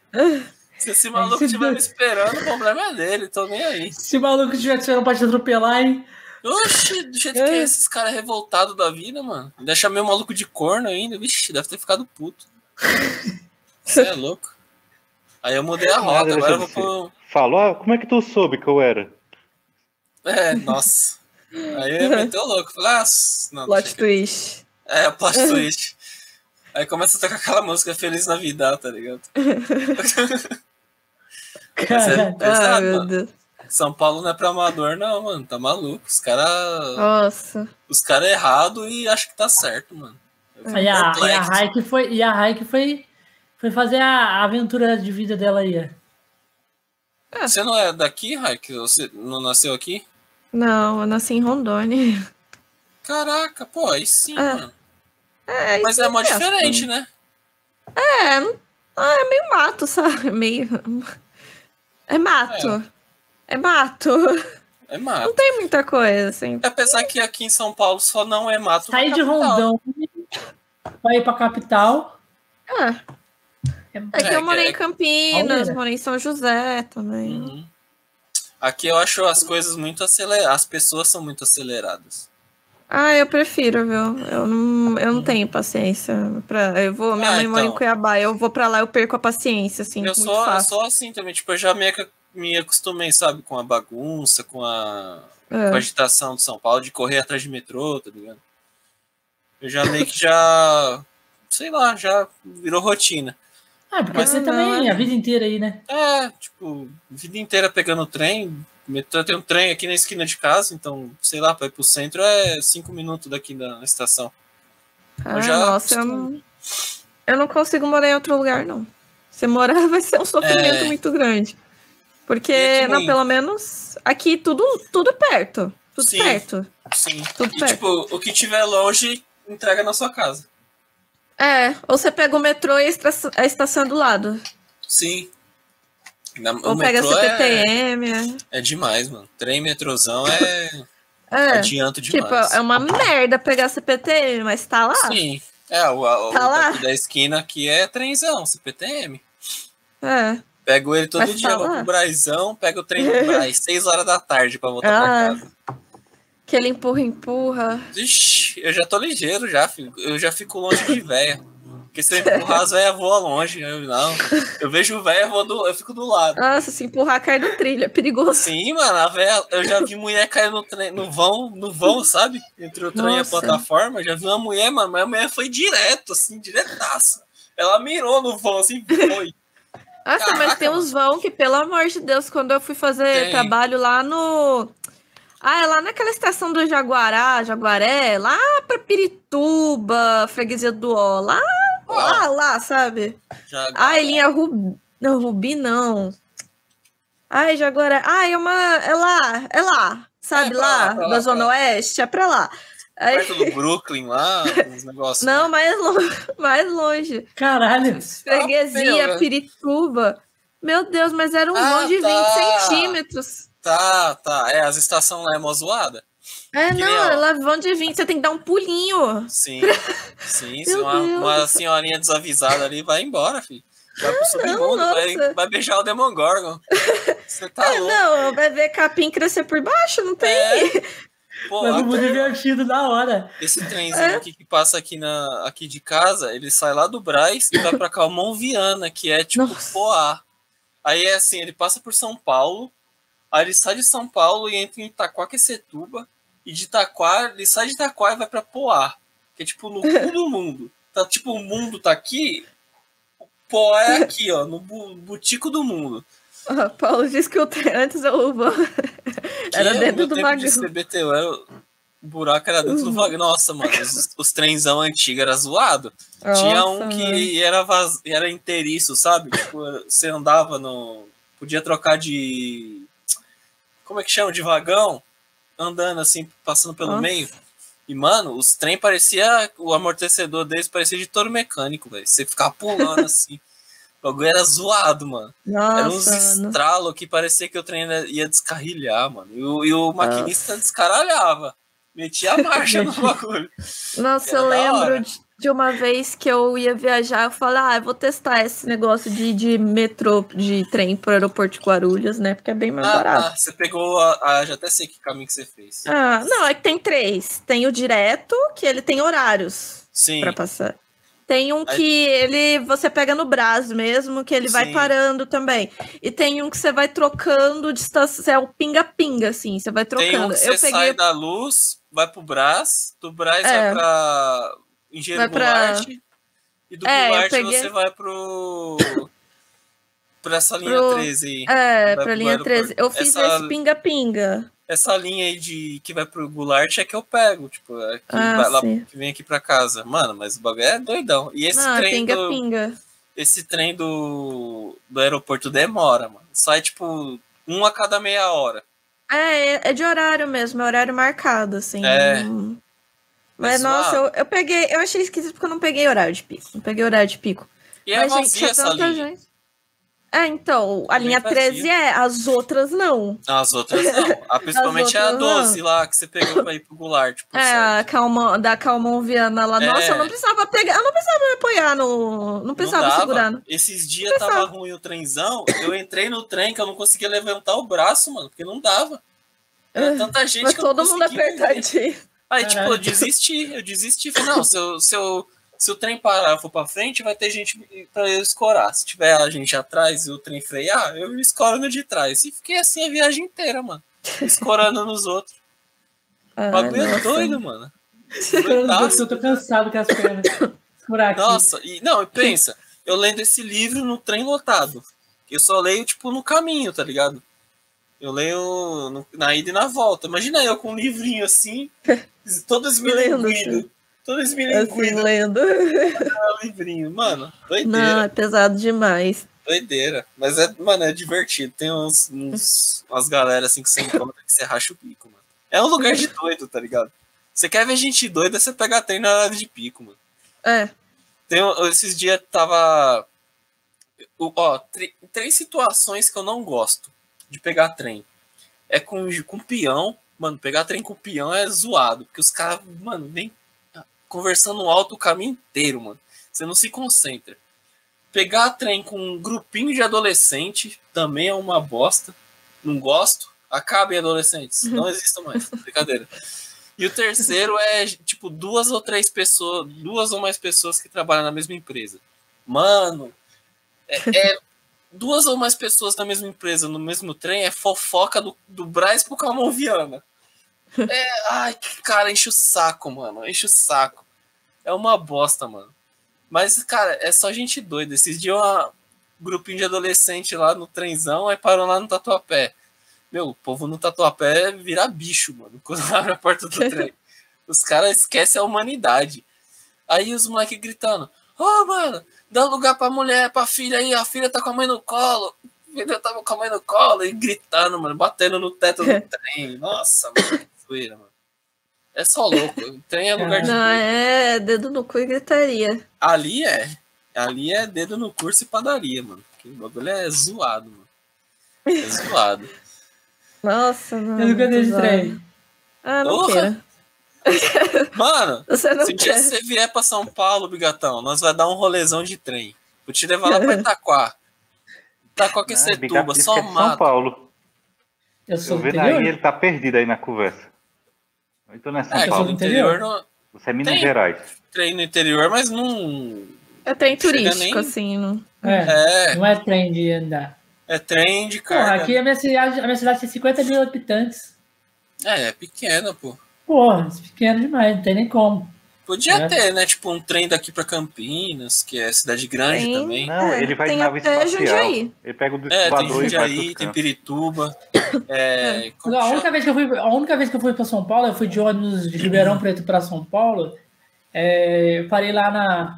Se esse maluco estiver me esperando, o problema é dele, tô nem aí. Se o maluco estiver te esperando pra te atropelar, hein? Oxi, do jeito que é esses caras revoltados da vida, mano. Deixa meio maluco de corno ainda. Vixe, deve ter ficado puto. Você é louco. Aí eu mudei a rota, agora eu vou pro... Falou? Como é que tu soube que eu era? Nossa. Aí eu meteu louco. Falei, não. Plot twist. Plot twist. Aí começa a tocar aquela música Feliz na Vida, tá ligado? Cara, meu Deus. São Paulo não é pra amador, não, mano. Tá maluco. Os caras... Nossa. Os caras errados e acho que tá certo, mano. E a Raik foi fazer a aventura de vida dela aí. Você não é daqui, Raik? Você não nasceu aqui? Não, eu nasci em Rondônia. Caraca, pô, aí sim, mano. Mas é mó diferente, né? É meio mato, sabe? É mato. É mato. É mato. Não tem muita coisa, assim. Apesar que aqui em São Paulo só não é mato. Sair de Rondônia, vai ir pra capital. É que eu morei em Campinas, morei em São José também. Uhum. Aqui eu acho as coisas muito aceleradas. As pessoas são muito aceleradas. Eu prefiro, viu? Eu não tenho paciência. Minha mãe mora em Cuiabá, eu vou pra lá, eu perco a paciência, assim. Eu sou assim também, tipo, eu já me acostumei, sabe, com a bagunça, com a agitação de São Paulo, de correr atrás de metrô, tá ligado? Eu já meio que sei lá, já virou rotina. Porque você também, a vida inteira aí, né? Vida inteira pegando trem. Metrô, tem um trem aqui na esquina de casa, então, sei lá, pra ir pro centro é 5 minutos daqui da estação. Eu não consigo morar em outro lugar, não. Se morar vai ser um sofrimento muito grande. Porque, pelo menos, aqui tudo perto. Tudo perto. Sim. Tipo, o que tiver longe, entrega na sua casa. Ou você pega o metrô e a estação do lado. Sim. Ou pega CPTM. É demais, mano. Trem metrozão adianto demais. Tipo, é uma merda pegar CPTM, mas tá lá. Sim. O daqui da esquina aqui é trenzão, CPTM. Pego ele todo dia, vou pro Braizão, pego o trem do Braz, 6 horas da tarde pra voltar pra casa. Que ele empurra. Ixi, eu já tô ligeiro já, filho. Eu já fico longe de véia. Porque se eu empurrar, as véias voam longe. Eu vejo o véia, eu fico do lado. Nossa, se empurrar, cai no trilho, é perigoso. Sim, mano, a véia, eu já vi mulher cair no vão, sabe? Entre o trem e a plataforma. Já vi uma mulher, mano, mas a mulher foi direto, assim, diretaço. Ela mirou no vão, assim, foi. Nossa, mas tem uns vão que, pelo amor de Deus, quando eu fui fazer trabalho lá no... é lá naquela estação do Jaguaré, lá pra Pirituba, Freguesia do Ó, lá, sabe? Linha Rubi... Não, Rubi não. Jaguaré... é lá, sabe? Lá, da Zona Oeste, é pra lá. Perto do Brooklyn lá, uns negócios. Não, mais longe. Caralho. Freguesia, Pirituba. Meu Deus, mas era um vão de 20 centímetros. Tá. As estações lá é mó zoada. Ela vão de 20, você tem que dar um pulinho. Sim. Se uma senhorinha desavisada ali vai embora, filho. Vai pro submundo, vai beijar o Demogorgon. Você tá louco. Não, vai ver capim crescer por baixo, não tem. Pô, mas muito divertido na hora. Esse trenzinho aqui que passa aqui de casa, ele sai lá do Braz e vai pra Calmon Viana, que é tipo Poá. Aí é assim, ele passa por São Paulo, aí ele sai de São Paulo e entra em Itaquaquecetuba, e de Itaquá, ele sai de Itaquá e vai pra Poá, que é tipo no cu do mundo. Tá, tipo, o mundo tá aqui, o Poá é aqui, ó, no butico do mundo. Paulo disse que antes o vão era dentro do vagão. De CBTU, o buraco era dentro do vagão. Nossa, mano, os trenzão antigos era zoado. Tinha um que era inteiriço, sabe? Tipo, você andava podia trocar de... Como é que chama? De vagão? Andando assim, passando pelo meio. E, mano, os trem parecia... O amortecedor deles parecia de touro mecânico, velho. Você ficava pulando assim. O bagulho era zoado, mano. Nossa, era uns estralos que parecia que o trem ia descarrilhar, mano. E o maquinista descaralhava. Metia a marcha no bagulho. Nossa, eu lembro de uma vez que eu ia viajar, eu falei, eu vou testar esse negócio de metrô, de trem pro aeroporto de Guarulhos, né? Porque é bem mais barato. Você pegou já até sei que caminho que você fez. Não, é que tem 3. Tem o direto, que ele tem horários pra passar. Tem um que você pega no Brás mesmo, que ele vai parando também. E tem um que você vai trocando de estação, é o pinga-pinga, assim, você vai trocando. Tem um que você sai da Luz, vai pro Brás, do Brás vai pra Engenheiro Goulart, e do Goulart você vai pra essa linha 13 aí. Pra linha 13. Eu fiz esse pinga-pinga. Essa linha aí que vai pro Goulart é que eu pego, tipo, que vem aqui pra casa. Mano, mas o bagulho é doidão. E esse trem esse trem do aeroporto demora, mano. Sai, tipo, um a cada meia hora. É de horário mesmo, é horário marcado, assim. Mas, nossa, eu achei esquisito porque eu não peguei horário de pico. Não peguei horário de pico. E é vazia essa linha. Então, a linha 13 as outras não. As outras não. Principalmente a 12 lá, que você pegou pra ir pro Goulart. Tipo, da Calmon Viana lá. Nossa, eu não precisava pegar, eu não precisava me apoiar não precisava segurar. Esses dias tava ruim o trenzão, eu entrei no trem que eu não conseguia levantar o braço, mano, porque não dava. Era tanta gente que eu não conseguia. Todo mundo apertadinho. Aí, tipo, eu desisti. Falei, não, se o trem parar e for pra frente, vai ter gente pra eu escorar. Se tiver a gente atrás e o trem frear, eu escoro no de trás. E fiquei assim a viagem inteira, mano. Escorando nos outros. O bagulho é doido, mano. Eu tô cansado com as pernas. Nossa, e pensa, eu lendo esse livro no trem lotado. Eu só leio, tipo, no caminho, tá ligado? Eu leio na ida e na volta. Imagina eu com um livrinho assim, todos me linguindo. Todos me linguindo. Lendo. Livrinho. Mano, doideira. Não, é pesado demais. Doideira. Mas, é divertido. Tem umas galera assim que você encontra que você racha o bico, mano. É um lugar de doido, tá ligado? Você quer ver gente doida, você pega trem na hora de pico, mano. É. Esses dias tava... Três situações que eu não gosto de pegar trem. É com peão. Mano, pegar trem com peão é zoado. Porque os caras, mano, vem conversando alto o caminho inteiro, mano. Você não se concentra. Pegar trem com um grupinho de adolescente também é uma bosta. Não gosto. Acabem, adolescentes. Não existam mais. Brincadeira. E o terceiro é, tipo, duas ou mais pessoas que trabalham na mesma empresa. Mano, duas ou mais pessoas na mesma empresa, no mesmo trem, é fofoca do Brás pro Calmon Viana. Ai, cara, enche o saco, mano. Enche o saco. É uma bosta, mano. Mas, cara, é só gente doida. Esses dias um grupinho de adolescente lá no trenzão, aí parou lá no Tatuapé. Meu, o povo no Tatuapé vira bicho, mano, quando abre a porta do trem. Os caras esquecem a humanidade. Aí os moleques gritando, mano, dá lugar pra mulher, pra filha aí, a filha tá com a mãe no colo. A filha tá com a mãe no colo. E gritando, mano, batendo no teto do trem. Nossa, mano, zoeira, mano. É só louco. O trem é lugar de... Não, é dedo no cu e gritaria. Ali é dedo no curso e padaria, mano. Porque o bagulho é zoado, mano. É zoado. Nossa, mano. Eu nunca dei de trem. Não quero. Mano, se um dia você vier pra São Paulo, Bigatão, nós vai dar um rolezão de trem. Vou te levar lá pra Itaquá. Itaquá que é Setuba, só mato. São Paulo. Eu sou vendo aí, ele tá perdido aí na conversa. Eu tô nessa São Paulo. No interior não... Você é Minas Gerais. Trem no interior, mas não... É trem turístico, assim. Não... Não é trem de andar. É trem de carga. Porra, aqui a minha cidade tem 50 mil habitantes. É pequena, pô. Porra, é pequeno demais, não tem nem como. Podia ter, né? Tipo, um trem daqui pra Campinas, que é cidade grande também. Não, ele vai de nave espacial. Jundiaí. Ele pega o tem Jundiaí, tem Pirituba. A única vez que eu fui pra São Paulo, eu fui de ônibus de Ribeirão Preto pra São Paulo. Eu parei lá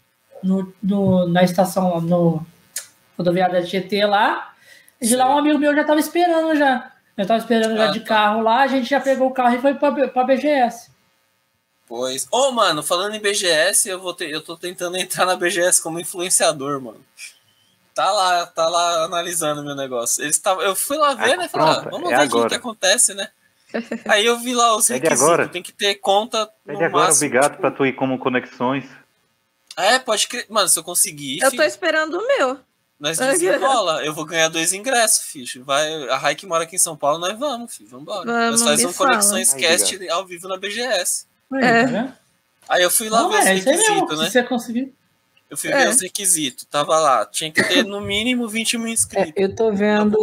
na estação, no rodoviária da Tietê lá. E de lá um amigo meu já tava esperando já. Eu tava esperando já de carro lá, a gente já pegou o carro e foi pra BGS. Pois. Mano, falando em BGS, eu tô tentando entrar na BGS como influenciador, mano. Tá lá analisando meu negócio. Eu fui lá ver, né? Falei, vamos ver o que acontece, né? Aí eu vi lá os requisitos. Tem que ter conta no máximo. Agora, obrigado pra tu ir como conexões. Pode crer. Mano, se eu conseguir... Eu tô esperando o meu. Nós desenrola. Eu vou ganhar 2 ingressos, filho. A Rai que mora aqui em São Paulo, nós vamos, filho. Vambora. Nós fazemos Conexões Cast ao vivo na BGS. Aí eu fui lá ver os requisitos, né? Se você conseguir. Eu fui ver os requisitos. Tava lá. Tinha que ter no mínimo 20 mil inscritos. Eu tô vendo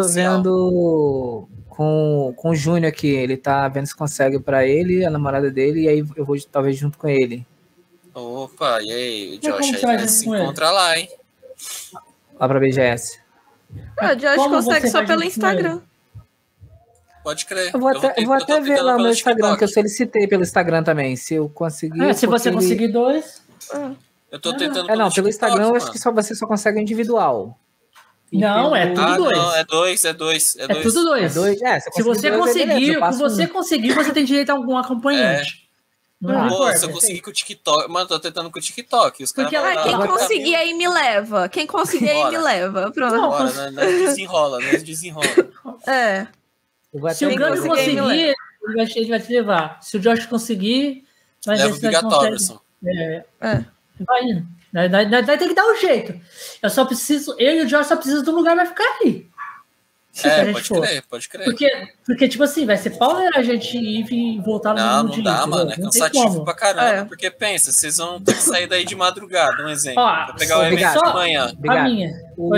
com o Júnior aqui. Ele tá vendo se consegue pra ele, a namorada dele, e aí eu vou talvez junto com ele. Opa, e aí, Josh? Aí vai se encontrar lá, hein? Lá pra BGS. O Josh consegue só pelo Instagram. Pode crer. Eu vou até ver lá no meu Instagram, que eu solicitei pelo Instagram também. Se eu conseguir. Se você conseguir 2. Eu tô tentando. Não, pelo Instagram eu acho que você só consegue individual. Não, é tudo 2. Não, é 2. É tudo 2. Se você conseguir, você tem direito a algum acompanhante. Se eu conseguir com o TikTok. Mano, tô tentando com o TikTok. Os porque quem conseguir aí me leva. Quem conseguir aí me leva. Pronto. Bora, nós desenrola. Se o Gami conseguir, ele vai te levar. Se o Josh conseguir, vai leva o Bigatorson. Vai indo. Vai ter que dar um jeito. Eu e o Josh só precisam de um lugar pra ficar ali. Pode crer. Porque, tipo assim, vai ser pauleira a gente ir e voltar no mesmo dia. Não dá, mano. É cansativo pra caramba. Porque pensa, vocês vão ter que sair daí de madrugada, um exemplo. Pra pegar o evento de manhã. A minha.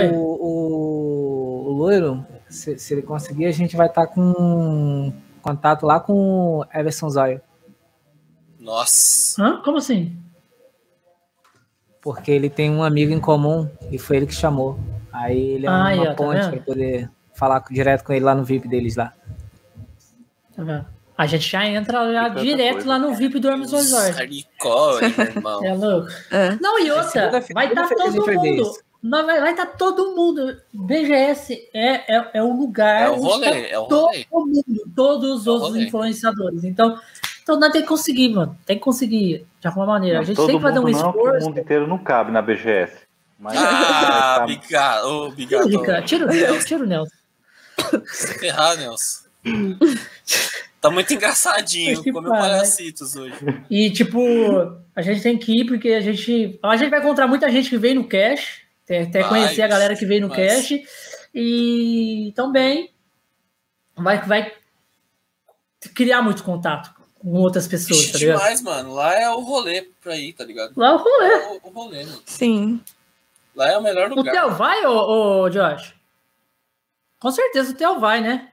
O Loiro, se ele conseguir, a gente vai estar com contato lá com o Everson Zóio. Nossa. Como assim? Porque ele tem um amigo em comum e foi ele que chamou. Aí ele é uma ponte pra poder falar direto com ele lá no VIP deles lá. Tá vendo? A gente já entra direto lá no VIP do Hermes Osório. Irmão. É louco. Não, e outra, vai estar todo mundo. Vai estar todo mundo. BGS é o lugar. É o rolê. Todo mundo, todos os influenciadores. Então nós tem que conseguir, mano. Tem que conseguir de alguma maneira. A gente tem que fazer um esforço. O mundo inteiro não cabe na BGS. Mas Bigato. Tira o Nelson. Ferrar, Nelson. Tá muito engraçadinho, comeu palhacitos hoje. E, tipo, a gente tem que ir porque a gente vai encontrar muita gente que veio no Cash, até conhecer a galera que veio no Cash, e também vai criar muito contato com outras pessoas, tá ligado? Demais, mano. Lá é o rolê pra ir, tá ligado? Lá é o rolê. O rolê, mano. Sim. Lá é o melhor lugar. O Theo vai, ô Josh? Com certeza o Theo vai, né?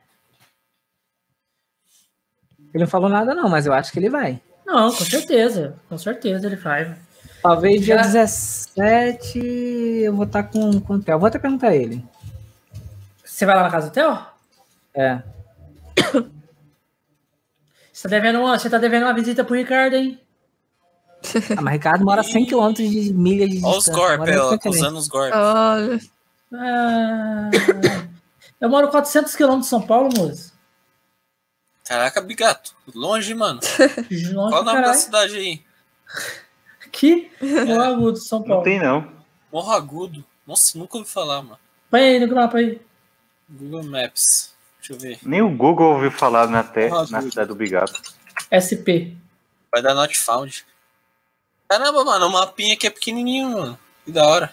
Ele não falou nada não, mas eu acho que ele vai. Não, com certeza. Com certeza ele vai. Talvez dia 17 eu vou estar com o Theo. Vou até perguntar a ele. Você vai lá na casa do Theo? É. Você tá devendo uma visita pro Ricardo, hein? Mas Ricardo mora 100 km de milhas de distância. Olha os golpes, acusando os golpes. Olha. Eu moro 400 km de São Paulo, moço. Caraca, Bigato. Longe, mano. Longe. Qual o nome da cidade aí? Aqui? Morro Agudo, São Paulo. Não tem, não. Morro Agudo. Nossa, nunca ouvi falar, mano. Põe aí no mapa aí. Google Maps. Deixa eu ver. Nem o Google ouviu falar na cidade do Bigato. SP. Vai dar not found. Caramba, mano, o mapinha aqui é pequenininho, mano. Que da hora.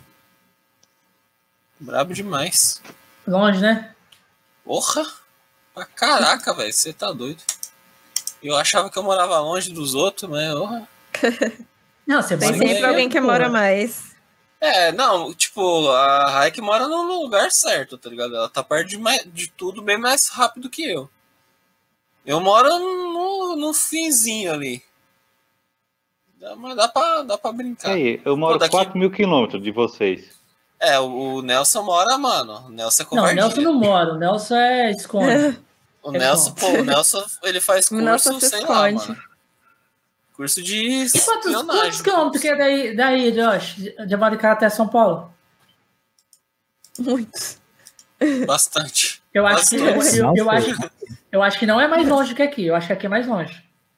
Brabo demais. Longe, né? Porra! Pra caraca, velho. Você tá doido. Eu achava que eu morava longe dos outros, mas... Porra. Não, você tem sempre alguém que mora mais. Não, tipo, a Raik mora no lugar certo, tá ligado? Ela tá perto de tudo bem mais rápido que eu. Eu moro no finzinho ali. Mas dá pra brincar. Aí, eu moro 4.000 quilômetros de vocês. O Nelson mora, mano. O Nelson é covardia. Não, o Nelson não mora. O Nelson é esconde. O Nelson, ele faz curso, sei lá, mano. Curso de espionagem. Quantos quilômetros que é daí, Josh? De Maricá até São Paulo? Muitos. Bastante. Eu acho que não é mais longe que aqui. Eu acho que aqui é mais longe.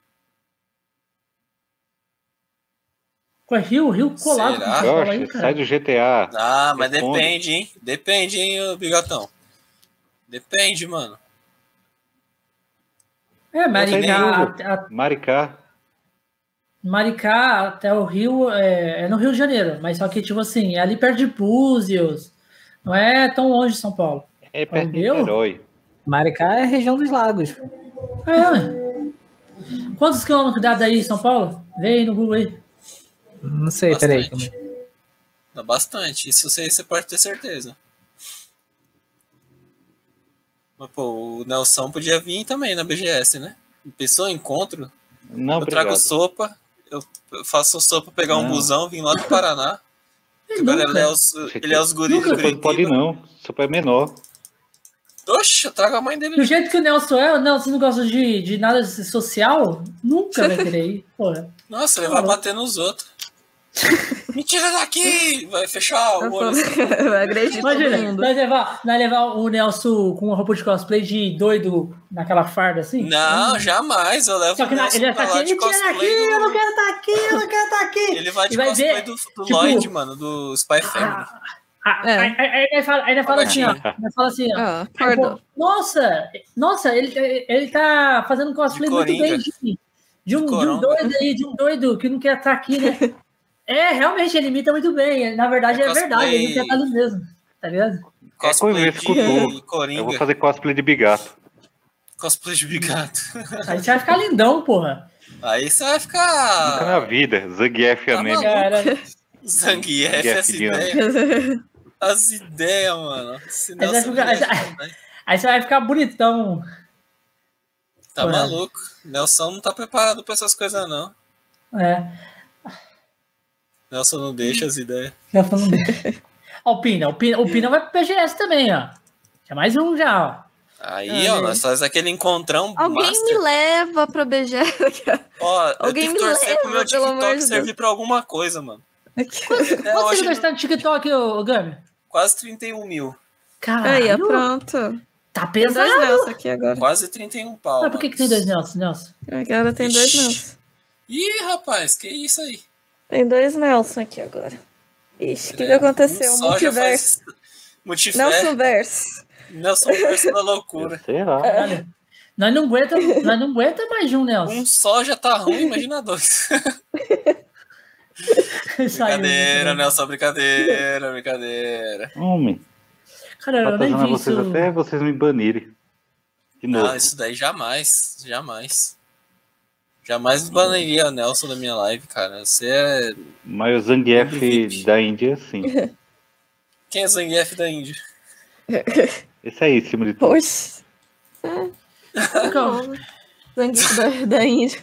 Rio colado. Josh, sai do GTA. Ah, mas depende, hein? Depende, hein, Bigatão. Depende, mano. Maricá até o Rio é no Rio de Janeiro, mas só que, tipo assim, é ali perto de Búzios. Não é tão longe de São Paulo. É perto de Niterói. Maricá é a região dos lagos. Quantos quilômetros dá daí, São Paulo? Vê aí no Google aí. Não sei, peraí. Dá bastante, isso você pode ter certeza. Mas, pô, o Nelson podia vir também na BGS, né? Pensou em encontro? Não, eu trago sopa, eu faço sopa, pegar um busão, vim lá do Paraná. Agora ele é os guris do Curitiba. Não pode não, sopa é menor. Oxe, eu trago a mãe dele. Do jeito que o Nelson não gosta de nada social, nunca vai querer ir. Porra. Nossa, ele vai bater nos outros. Me tira daqui! Vai fechar o olho. Vai agredir todo mundo. Vai levar o Nelson com uma roupa de cosplay de doido naquela farda assim? Não, jamais. Eu levo o Nelson ele vai estar aqui, eu não quero estar aqui. Ele vai de cosplay do Lloyd, mano, do Spy Family. Aí fala assim, ó. Nossa, ele tá fazendo cosplay muito bem de um doido que não quer estar aqui, né? Realmente, ele imita muito bem. Na verdade, é verdade. Ele não quer estar ali mesmo. Tá ligado? Cosplay de Coringa. Eu vou fazer cosplay de Bigato. Cosplay de Bigato. Aí você vai ficar lindão, porra. Aí você vai ficar... Nunca na vida. Zangief mesmo. Zangief, essa ideia. As ideias, mano. Aí você vai ficar bonitão. Tá maluco. Nelson não tá preparado pra essas coisas, não. Nelson não deixa as ideias. Nelson não deixa. O Pina vai pro PGS também, ó. Já mais um já, ó. Aí, nós fazemos aquele encontrão. Alguém me leva pra BGS. Alguém me torcer pro meu TikTok servir pra alguma coisa, mano. Quanto você está no TikTok, Gami? Quase 31 mil. Caralho. Aí, pronto. Tá pesado. Tem 2 Nelson aqui agora. Quase 31 pau. Mas por que tem 2 Nelson? Agora tem 2 Nelson. Ih, rapaz, que isso aí? Tem 2 Nelson aqui agora. Ixi, o que aconteceu? Multiverso. Nelson Verso da loucura. Sei lá. Nós não aguenta mais de um, Nelson. Um só já tá ruim, imagina dois. Brincadeira, Nelson, brincadeira. Homem. Cara, eu nem vi vocês isso. Até vocês me banirem. De novo. Não, isso daí jamais. Jamais baniria o Nelson da minha live, cara. Você é... Mas o Zangief da Índia, sim. Quem é o Zangief da Índia? Esse aí, em cima de tudo. Poxa. Zangief da Índia.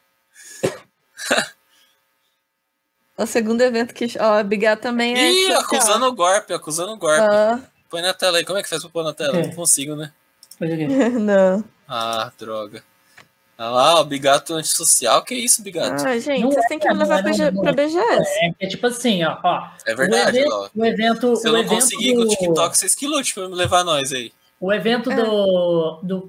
O segundo evento que... Ó, a Bigat também é... Ih, acusando o golpe. Põe na tela aí. Como é que faz pra pôr na tela? Não consigo, né? Não. Ah, droga. Ah lá, o Bigato antissocial. Que isso, Bigato? Ah, gente, vocês têm que me levar pra BGS. É tipo assim, ó. É verdade, o evento, se eu não conseguir com o TikTok, vocês que lute pra me levar nós aí. O evento do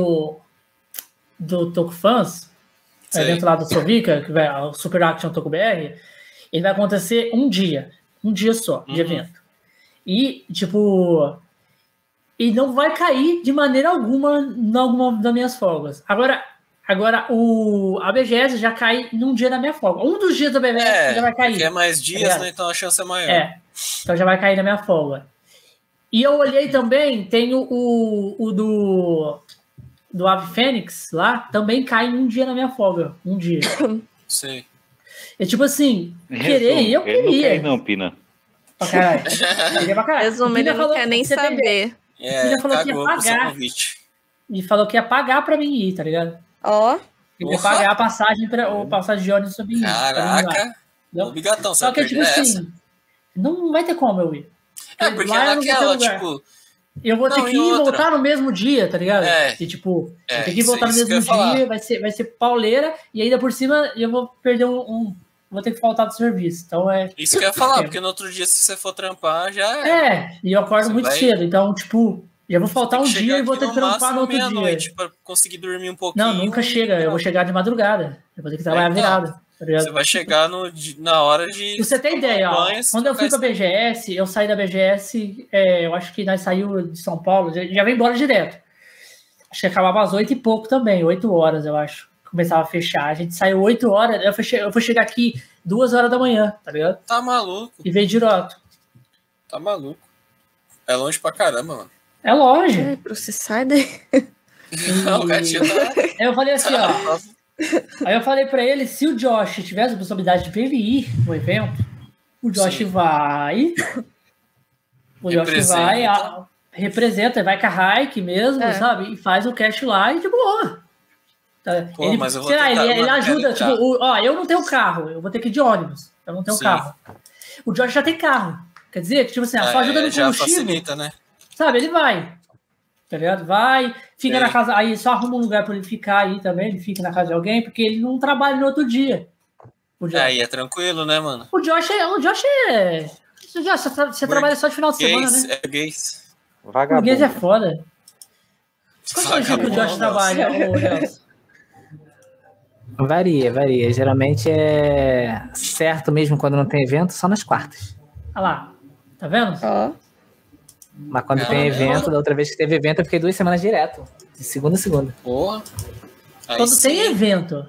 TokuFans, o evento lá do Sovica, que vai o Super Action Toku BR, ele vai acontecer um dia só de evento. E, tipo, e não vai cair de maneira alguma em alguma das minhas folgas. Agora a BGS já cai num dia da minha folga. Um dos dias da BGS já vai cair. Porque é mais dias, né? Então a chance é maior. Então já vai cair na minha folga. E eu olhei também, tem o do Ave Fênix lá, também cai num dia na minha folga. Um dia. Sim. É tipo assim, eu queria. Não quer não, Pina. Pra caralho. Resumo, ele não quer nem saber. Ele falou que ia pagar. E falou que ia pagar pra mim ir, tá ligado? Ó. Ele ia pagar a passagem de ônibus sobre isso. Caraca. Obrigatão, só que, tipo assim, não vai ter como eu ir. Porque naquela, tipo... Eu vou ter que ir e voltar no mesmo dia, tá ligado? E tipo, vou ter que voltar no mesmo dia, vai ser pauleira, e ainda por cima eu vou perder vou ter que faltar do serviço. Então isso que eu ia falar, porque no outro dia, se você for trampar, já e eu acordo muito cedo, então, tipo, já vou faltar um dia e vou ter que trampar no outro dia. Noite pra conseguir dormir um pouquinho. Não, nunca chega, eu vou chegar de madrugada. Eu vou ter que trabalhar virado. Tá, você vai chegar na hora de... Você tem ideia, ó. Quando eu fui pra BGS, eu saí da BGS, eu acho que nós saímos de São Paulo, já veio embora direto. Acho que acabava às 8 e pouco também, 8 horas, eu acho. Começava a fechar. A gente saiu 8 horas, eu fui chegar aqui 2 horas da manhã, tá ligado? Tá maluco. E veio direto. Tá maluco. É longe pra caramba, mano. É longe. Você sai daí. O gatinho tá... Eu falei assim, ó. Aí eu falei pra ele, se o Josh tivesse a possibilidade de vir no evento, o Josh vai. O Josh representa, vai com a Hike mesmo, sabe? E faz o cash lá e de boa. Pô, mas eu vou tentar, ele ajuda, tipo, eu não tenho carro, eu vou ter que ir de ônibus. Eu não tenho carro. O Josh já tem carro. Quer dizer, que, tipo assim, só ajuda no combustível. Facilita, né? Sabe, ele vai. Tá ligado? Vai, fica na casa, aí só arruma um lugar pra ele ficar aí também, ele fica na casa de alguém, porque ele não trabalha no outro dia. Aí é tranquilo, né, mano? O Josh você trabalha só de final de semana, né? É gays. Vagabundo. O gays é foda. Quanto é o dia que o Josh trabalha, ô Nelson? Varia. Geralmente é certo mesmo quando não tem evento, só nas quartas. Olha lá, tá vendo? Mas quando tem evento, da outra vez que teve evento, eu fiquei 2 semanas direto. De segunda a segunda. Porra. Quando tem evento.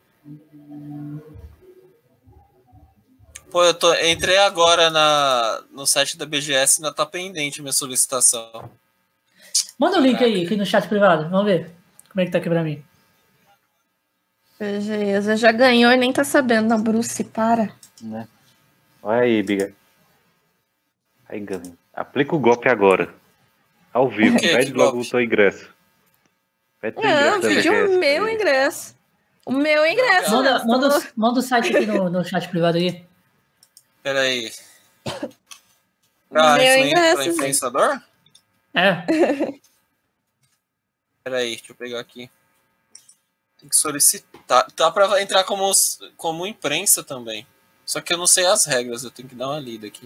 Pô, entrei agora no site da BGS, ainda tá pendente minha solicitação. Manda o link aí, aqui no chat privado. Vamos ver como é que tá aqui pra mim. Beleza, já ganhou e nem tá sabendo. Não, Bruce, para. Né? Olha aí, Biga. Aí, Gami. Aplica o golpe agora. Ao vivo. Pede logo o teu ingresso. Pedi o meu ingresso. O meu ingresso. Manda o site aqui no chat privado aí. Peraí. Meu ingresso. Pra influenciador? Peraí, deixa eu pegar aqui. Tem que solicitar. Dá pra entrar como imprensa também. Só que eu não sei as regras, eu tenho que dar uma lida aqui.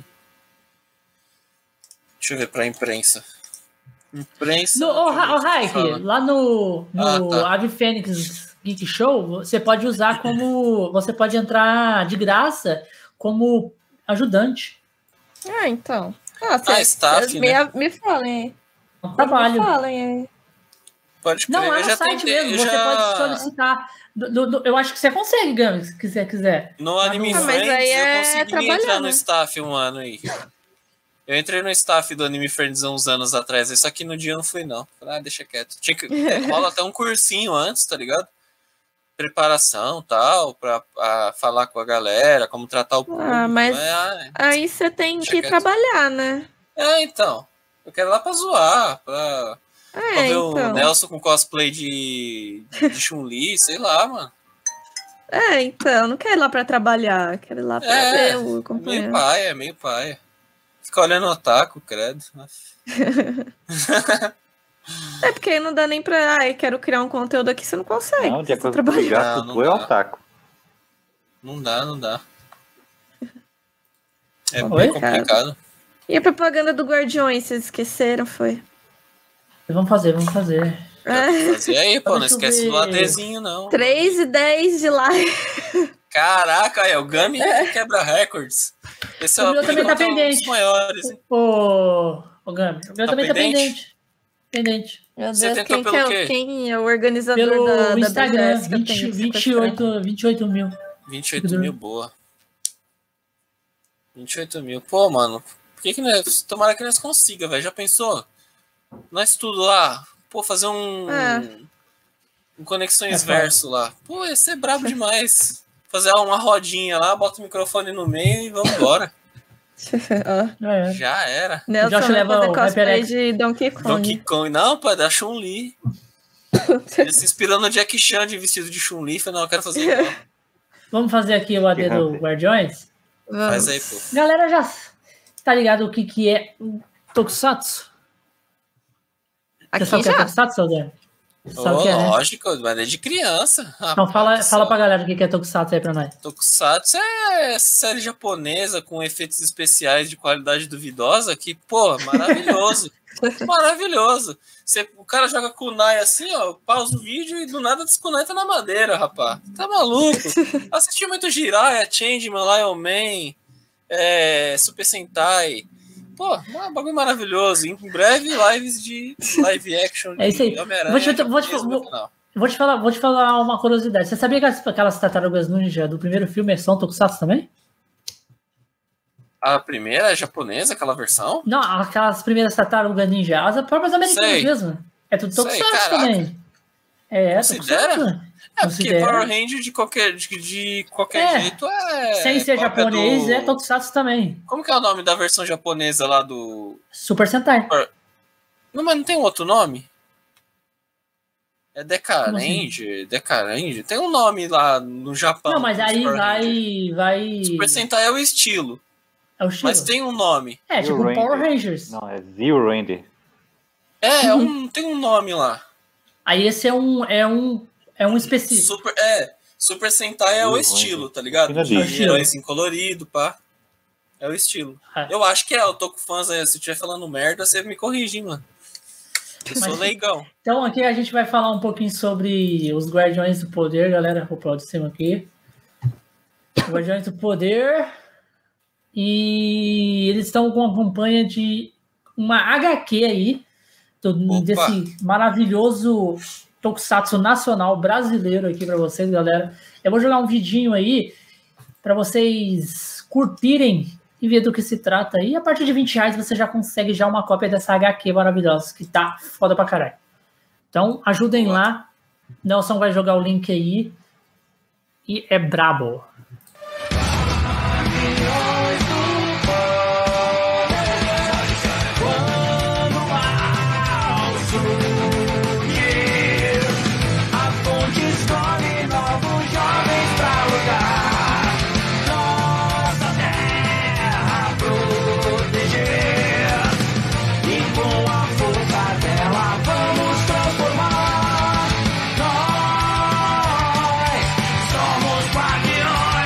Deixa eu ver pra imprensa. Imprensa. Raik, lá no Ave Fênix Geek Show, você pode usar como. Você pode entrar de graça como ajudante. Então. Staff, né? Me falem. Trabalho. Me falem aí. Pode crer. Não, é no site mesmo. Você pode solicitar. Eu acho que você consegue, Gami, se quiser. No Anime Friends, eu consegui entrar no staff um ano aí. Eu entrei no staff do Anime Friends há uns anos atrás. Só que no dia eu não fui, não. Falei, deixa quieto. Rola até um cursinho antes, tá ligado? Preparação tal, pra falar com a galera, como tratar o público. Mas aí você tem que trabalhar, né? Então. Eu quero ir lá pra zoar, pra ver o Nelson com cosplay de Chun-Li, sei lá, mano. Então, não quero ir lá pra trabalhar, quero ir lá pra ver o companheiro. Meio paia. Fica olhando o otaku, credo. Porque aí não dá nem pra... quero criar um conteúdo aqui, você não consegue. Não, de acordo com o tu é otaku. Não dá. É bem complicado. E a propaganda do Guardiões, vocês esqueceram, foi? Vamos fazer. Fazer aí, pô, não esquece do ADzinho, não. 3:10 de live. Caraca, o Gami quebra recordes. Esse o meu também tá pendente. Dos maiores, hein? O Gami, o meu também tá pendente. Meu Deus, você tentou pelo quê? Quem é o organizador pelo da Instagram, BGS, 28 mil. 28 mil, boa. 28 mil. Pô, mano, por que nós... Tomara que nós consiga, velho. Já pensou? Nós tudo lá, fazer um Conexões Verso lá. Ia ser brabo demais. Fazer uma rodinha lá, bota o microfone no meio e vamos embora. Já era. Nelson vai fazer cosplay de Donkey Kong. Não, pô, da Chun-Li. Ele se inspirou no Jackie Chan de vestido de Chun-Li. Falei, não, eu quero fazer igual. Vamos fazer aqui o AD do Guardiões? Faz aí, pô. Galera já tá ligado o que é Tokusatsu? Aqui você sabe o que é Tokusatsu, Alder? Lógico, mas é de criança. Então fala pra galera o que é Tokusatsu aí pra nós. Tokusatsu é série japonesa com efeitos especiais de qualidade duvidosa que, maravilhoso. Maravilhoso. O cara joga kunai assim, pausa o vídeo e do nada esse kunai tá na madeira, rapaz. Tá maluco? Assisti muito Jiraiya, Changeman, Lion Man, Super Sentai. Um bagulho maravilhoso. Em breve, lives de live action de isso aí. Homem-Aranha. Vou te falar uma curiosidade. Você sabia que aquelas tartarugas ninja do primeiro filme são Tokusatsu também? A primeira é japonesa, aquela versão? Não, aquelas primeiras tartarugas ninja, as próprias americanas mesmo. É tudo Tokusatsu também. Tokusatsu. Porque Power Ranger de qualquer jeito sem ser japonês, é Tokusatsu também. Como que é o nome da versão japonesa lá do... Super Sentai. Não, mas não tem outro nome? É Dekaranger? Tem um nome lá no Japão. Não, mas aí vai... Super Sentai é o estilo. Mas tem um nome. Tipo Power Rangers. Não, é Zero Ranger. Tem um nome lá. Aí esse é um específico. Super Sentai é o estilo, tá ligado? Heróis em colorido, pá. É o estilo. Eu acho que o Tokufans aí, se estiver falando merda, você me corrige, mano. Eu sou leigão. Então aqui a gente vai falar um pouquinho sobre os Guardiões do Poder, galera. Vou pular de cima aqui. Guardiões do Poder. E eles estão com a campanha de uma HQ aí, desse maravilhoso Tokusatsu nacional brasileiro aqui para vocês, galera. Eu vou jogar um vidinho aí para vocês curtirem e ver do que se trata. E a partir de R$20 você já consegue já uma cópia dessa HQ maravilhosa, que tá foda pra caralho. Então ajudem lá. Nelson vai jogar o link aí. E é brabo. Guardiões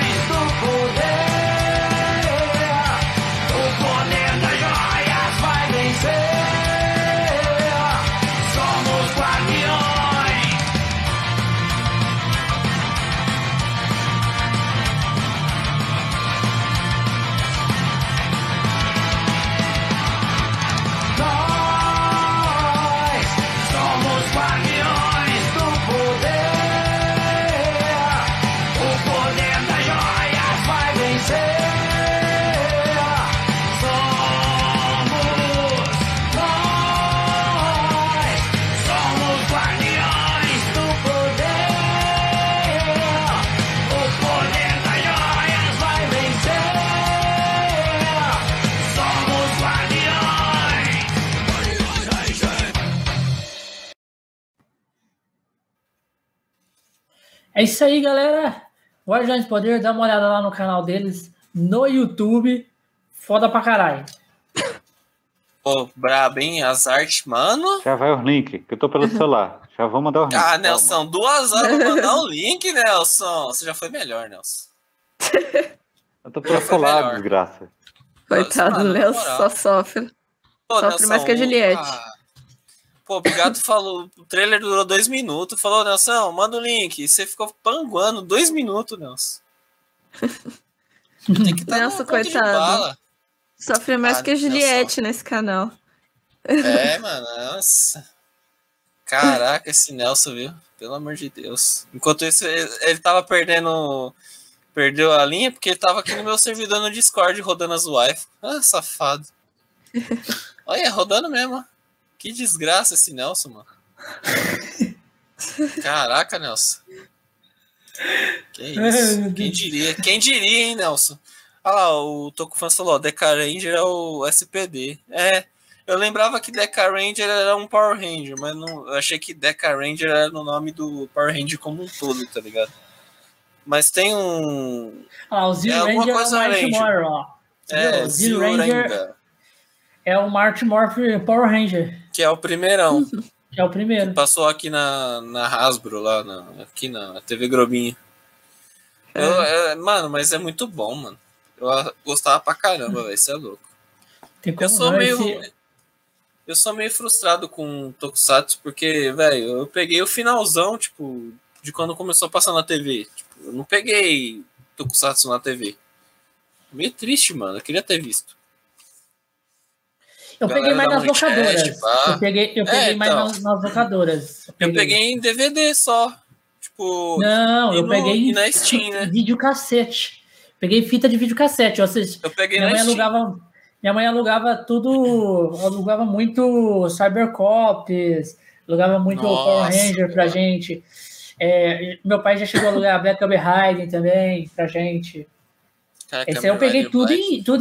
É isso aí, galera. Guardiões do Poder, dá uma olhada lá no canal deles, no YouTube. Foda pra caralho. Pô, brabo, hein? As artes, mano. Já vai o link, que eu tô pelo celular. Já vou mandar o link. Ah, Nelson, 2 horas pra mandar o link, Nelson. Você já foi melhor, Nelson. Eu tô pelo celular, desgraça. Coitado do Nelson, só sofre. Pô, sofre Nelson, mais que a Juliette. Pô, obrigado, falou. O trailer durou 2 minutos. Falou, Nelson, manda o link. E você ficou panguando 2 minutos, Nelson. Tem que estar Nelson, coitado. Sofre mais que a Juliette nesse canal. É, mano, nossa. Caraca, esse Nelson, viu? Pelo amor de Deus. Enquanto isso, ele tava perdeu a linha porque ele tava aqui no meu servidor no Discord rodando as Wi-Fi. Ah, safado. Olha, rodando mesmo. Que desgraça esse Nelson, mano. Caraca, Nelson. Que isso? Quem diria, hein, Nelson? Olha lá, o Tokufan falou, Deca Ranger é o SPD. Eu lembrava que Deca Ranger era um Power Ranger, mas não, eu achei que Deca Ranger era no nome do Power Ranger como um todo, tá ligado? Mas tem um... o Zero Ranger é o Marty Moore, ó. O Zero Ranger é o Marty Moore Power Ranger. Que é o primeirão. Que é o primeiro. Que passou aqui na Hasbro, lá aqui na TV Globinho. Mano, mas é muito bom, mano. Eu gostava pra caramba, velho. Isso é louco. Eu sou meio frustrado com Tokusatsu, porque, velho, eu peguei o finalzão, tipo, de quando começou a passar na TV. Tipo, eu não peguei Tokusatsu na TV. Meio triste, mano. Eu queria ter visto. Eu peguei mais nas locadoras. Eu peguei mais nas locadoras. Eu peguei em DVD só. Tipo, não, eu peguei na Steam, né? Videocassete. Peguei fita de videocassete. Eu peguei na Steam. Minha mãe alugava tudo, alugava muito Cybercops, alugava muito Power Ranger pra gente. Meu pai já chegou a alugar Black Kamen Rider também pra gente. Esse aí eu peguei tudo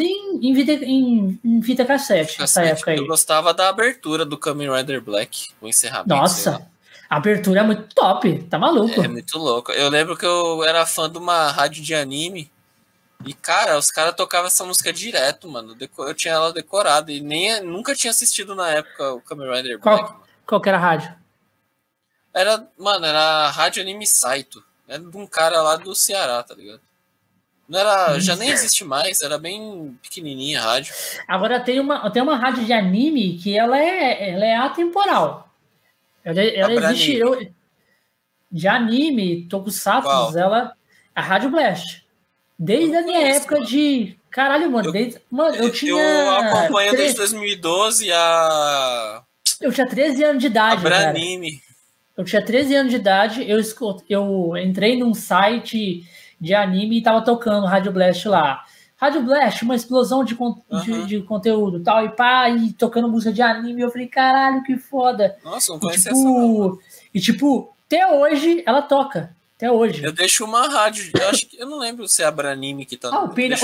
em fita cassete nessa época aí. Eu gostava da abertura do Kamen Rider Black, o encerramento. Nossa, a abertura é muito top, tá maluco? É muito louco. Eu lembro que eu era fã de uma rádio de anime. E, cara, os caras tocavam essa música direto, mano. Eu tinha ela decorada e nunca tinha assistido na época o Kamen Rider Black. Qual que era a rádio? Era a Rádio Anime Saito. Era de um cara lá do Ceará, tá ligado? Não era, já nem existe mais, era bem pequenininha a rádio. Agora tem uma rádio de anime que ela é atemporal. Ela existe... de anime, Tokusatsu, a Rádio Blast. Desde a minha época de... Caralho, mano. Eu tinha... Eu acompanho desde 2012 Eu tinha 13 anos de idade, cara. Anime. Eu tinha 13 anos de idade. Eu entrei num site de anime e tava tocando Rádio Blast lá. Rádio Blast, uma explosão de conteúdo tal. E tocando música de anime. Eu falei, caralho, que foda. Nossa, não conhecia essa não. E até hoje ela toca. Até hoje. Eu deixo uma rádio. Eu não lembro se é a Branime que tá no. O Pina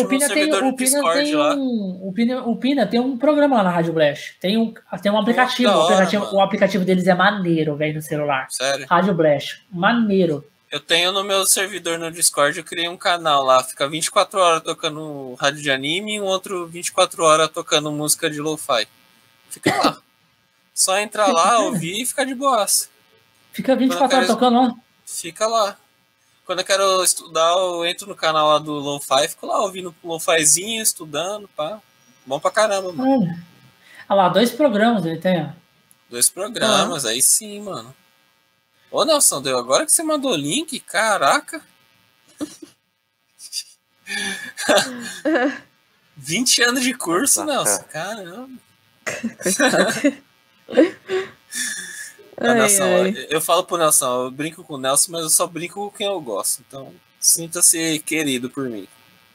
tem um programa lá na Rádio Blast. Tem um aplicativo. O aplicativo deles é maneiro, velho, no celular. Sério? Rádio Blast. Maneiro. Eu tenho no meu servidor no Discord, eu criei um canal lá. Fica 24 horas tocando rádio de anime e um outro 24 horas tocando música de lo-fi. Fica lá. Só entrar lá, ouvir e ficar de boaça. Fica 24 horas tocando lá? Fica lá. Quando eu quero estudar, eu entro no canal lá do Lo-Fi, fico lá ouvindo o Lo-Fizinho, estudando, pá. Bom pra caramba, mano. Olha lá, 2 programas ele tem, ó. 2 programas, aí sim, mano. Ô, Nelson, agora que você mandou o link, caraca. 20 anos de curso, Nelson, caramba. Nelson, eu falo pro Nelson, eu brinco com o Nelson, mas eu só brinco com quem eu gosto. Então, sinta-se querido por mim.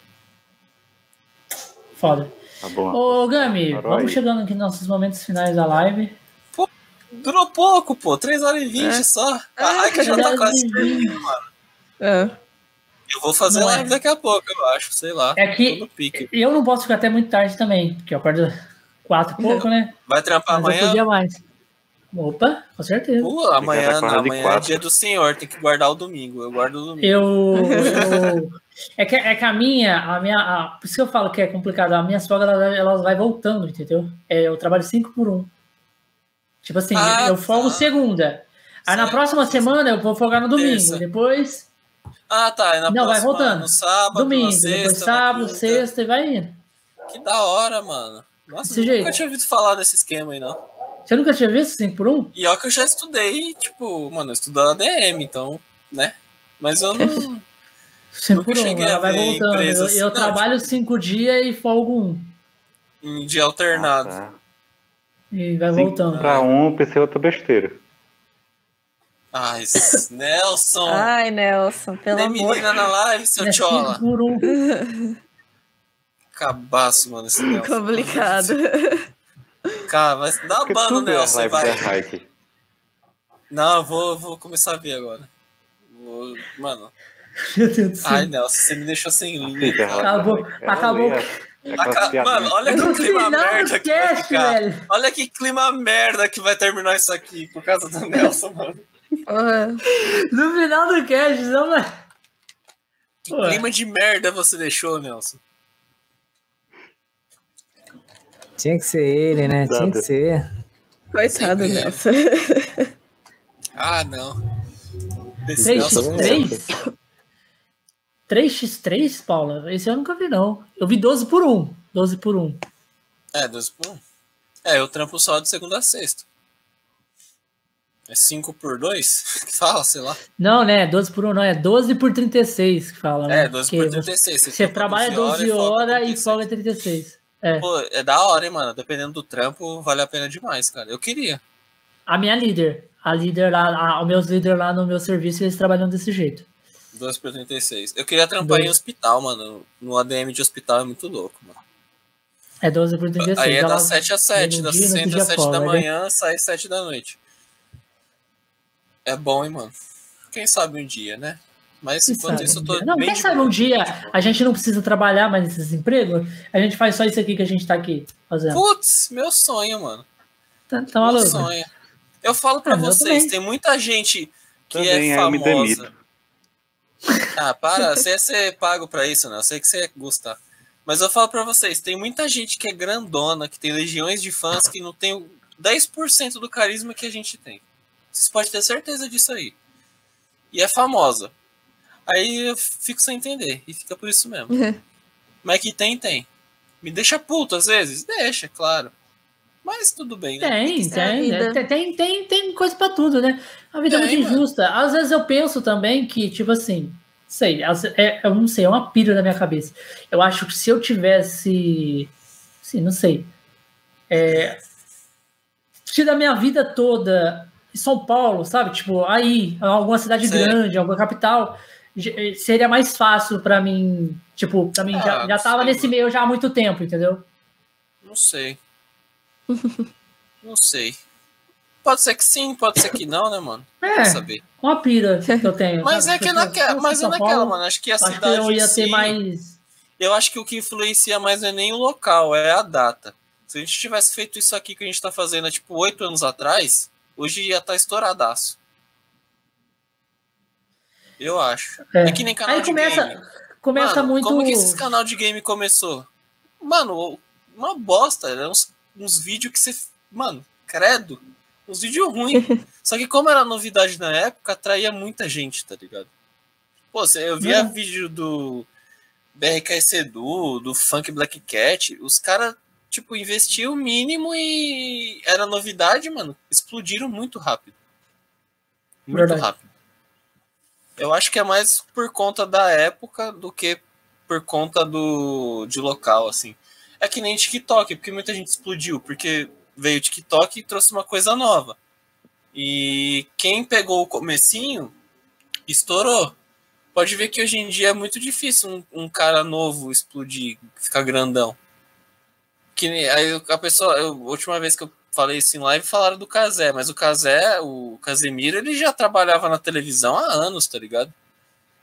Foda. Tá bom. Ô, Gami, vamos chegando aqui nos nossos momentos finais da live. Pô, durou pouco, pô. 3 horas e 20 só. Ai, que já tá quase terminando, mano. Eu vou fazer live daqui a pouco, eu acho, sei lá. É que eu não posso ficar até muito tarde também, porque eu acordo 4 e pouco, né? Vai trampar mas amanhã? Eu podia mais. Opa, com certeza. Amanhã é dia do Senhor, tem que guardar o domingo. Eu guardo o domingo. É que a minha. Por isso que eu falo que é complicado. A minha sogra, ela vai voltando, entendeu? Eu trabalho 5x1. Tipo assim, eu folgo segunda. Aí na próxima semana eu vou folgar no domingo. Depois. Não, vai voltando. No sábado, domingo, sexta, depois sábado, sexta e vai indo. Que da hora, mano. Nossa, eu nunca tinha ouvido falar desse esquema aí, não. Você nunca tinha visto 5x1? E ó que eu já estudei, tipo, mano, eu estudei ADM, então, né? Mas eu não... 5x1, ela vai voltando. Eu trabalho 5 dias e folgo 1. Em dia alternado. E vai voltando. Pra pensei outra besteira. Ai, Nelson. Ai, Nelson, pelo amor. Tem menina na live, seu chola. 5x1. Cabaço, mano, esse Nelson. Complicado. Cara, vai dar ban no Nelson, vai. Não, eu vou começar a ver agora. Mano. Meu Deus do céu. Ai, Nelson, você me deixou sem linha. Acabou. Mano, olha que clima merda que vai ficar. Velho. Olha que clima merda que vai terminar isso aqui por causa do Nelson, mano. No final do cast, não, mano. Que clima de merda você deixou, Nelson? Tinha que ser ele, né? Tinha que ser. Coitado, Nelson. Não. 3x3? 3x3, Paula? Esse eu nunca vi, não. Eu vi 12x1. 12x1. 12x1. Eu trampo só de segunda a sexta. É 5x2? Que fala, sei lá. Não, né? 12x1 não. É 12x36 que fala. Né? 12x36. Você trabalha 12 horas e folga 36. Pô, é da hora, hein, mano. Dependendo do trampo, vale a pena demais, cara. Eu queria. A minha líder. A líder lá, os meus líderes lá no meu serviço, eles trabalham desse jeito. 12x36. Eu queria trampar em hospital, mano. No ADM de hospital é muito louco, mano. É 12x36. Aí é das 7 às 7. Das 6 às 7 da manhã, sai às 7 da noite. É bom, hein, mano. Quem sabe um dia, né? Mas enquanto isso eu tô não, quem sabe um dia a gente não precisa trabalhar mais nesses empregos, a gente faz só isso aqui que a gente tá aqui fazendo. Putz, meu sonho, mano. Tá maluco? Meu sonho. Eu falo pra vocês, tem muita gente que é famosa. Para, você ia ser pago pra isso, né? Eu sei que você ia gostar. Mas eu falo pra vocês, tem muita gente que é grandona, que tem legiões de fãs, que não tem 10% do carisma que a gente tem. Vocês podem ter certeza disso aí. E é famosa. Aí eu fico sem entender. E fica por isso mesmo. Mas que tem. Me deixa puto às vezes? Deixa, claro. Mas tudo bem, né? Tem coisa pra tudo, né? A vida é muito injusta. Às vezes eu penso também que, tipo assim, eu não sei, é uma pira na minha cabeça. Eu acho que se eu tivesse, assim, não sei, tido a minha vida toda em São Paulo, sabe? Tipo, aí, alguma cidade grande, alguma capital, seria mais fácil pra mim. Tipo, pra mim já tava nesse meio já há muito tempo, entendeu? Não sei. Não sei. Pode ser que sim, pode ser que não, né, mano? Não saber. Uma pira que eu tenho. Mas é que naquela, mano. Acho que a cidade. Que eu ia ter mais. Eu acho que o que influencia mais não é nem o local, é a data. Se a gente tivesse feito isso aqui que a gente tá fazendo há, tipo, 8 anos atrás, hoje ia estar estouradaço. Eu acho. É que nem canal aí de game. Começa mano, muito. Como que esse canal de game começou? Mano, uma bosta. Era uns vídeos que você. Mano, credo. Uns vídeos ruins. Só que como era novidade na época, atraía muita gente, tá ligado? Pô, eu via vídeo do BRKS Edu, do Funk Black Cat. Os caras, tipo, investiam o mínimo e era novidade, mano. Explodiram muito rápido. Muito rápido. Eu acho que é mais por conta da época do que por conta de local, assim. É que nem TikTok, porque muita gente explodiu, porque veio o TikTok e trouxe uma coisa nova. E quem pegou o comecinho, estourou. Pode ver que hoje em dia é muito difícil um cara novo explodir, ficar grandão. Que aí a pessoa, a última vez que eu falei isso em live, falaram do Kazé, mas o Casemiro, ele já trabalhava na televisão há anos, tá ligado?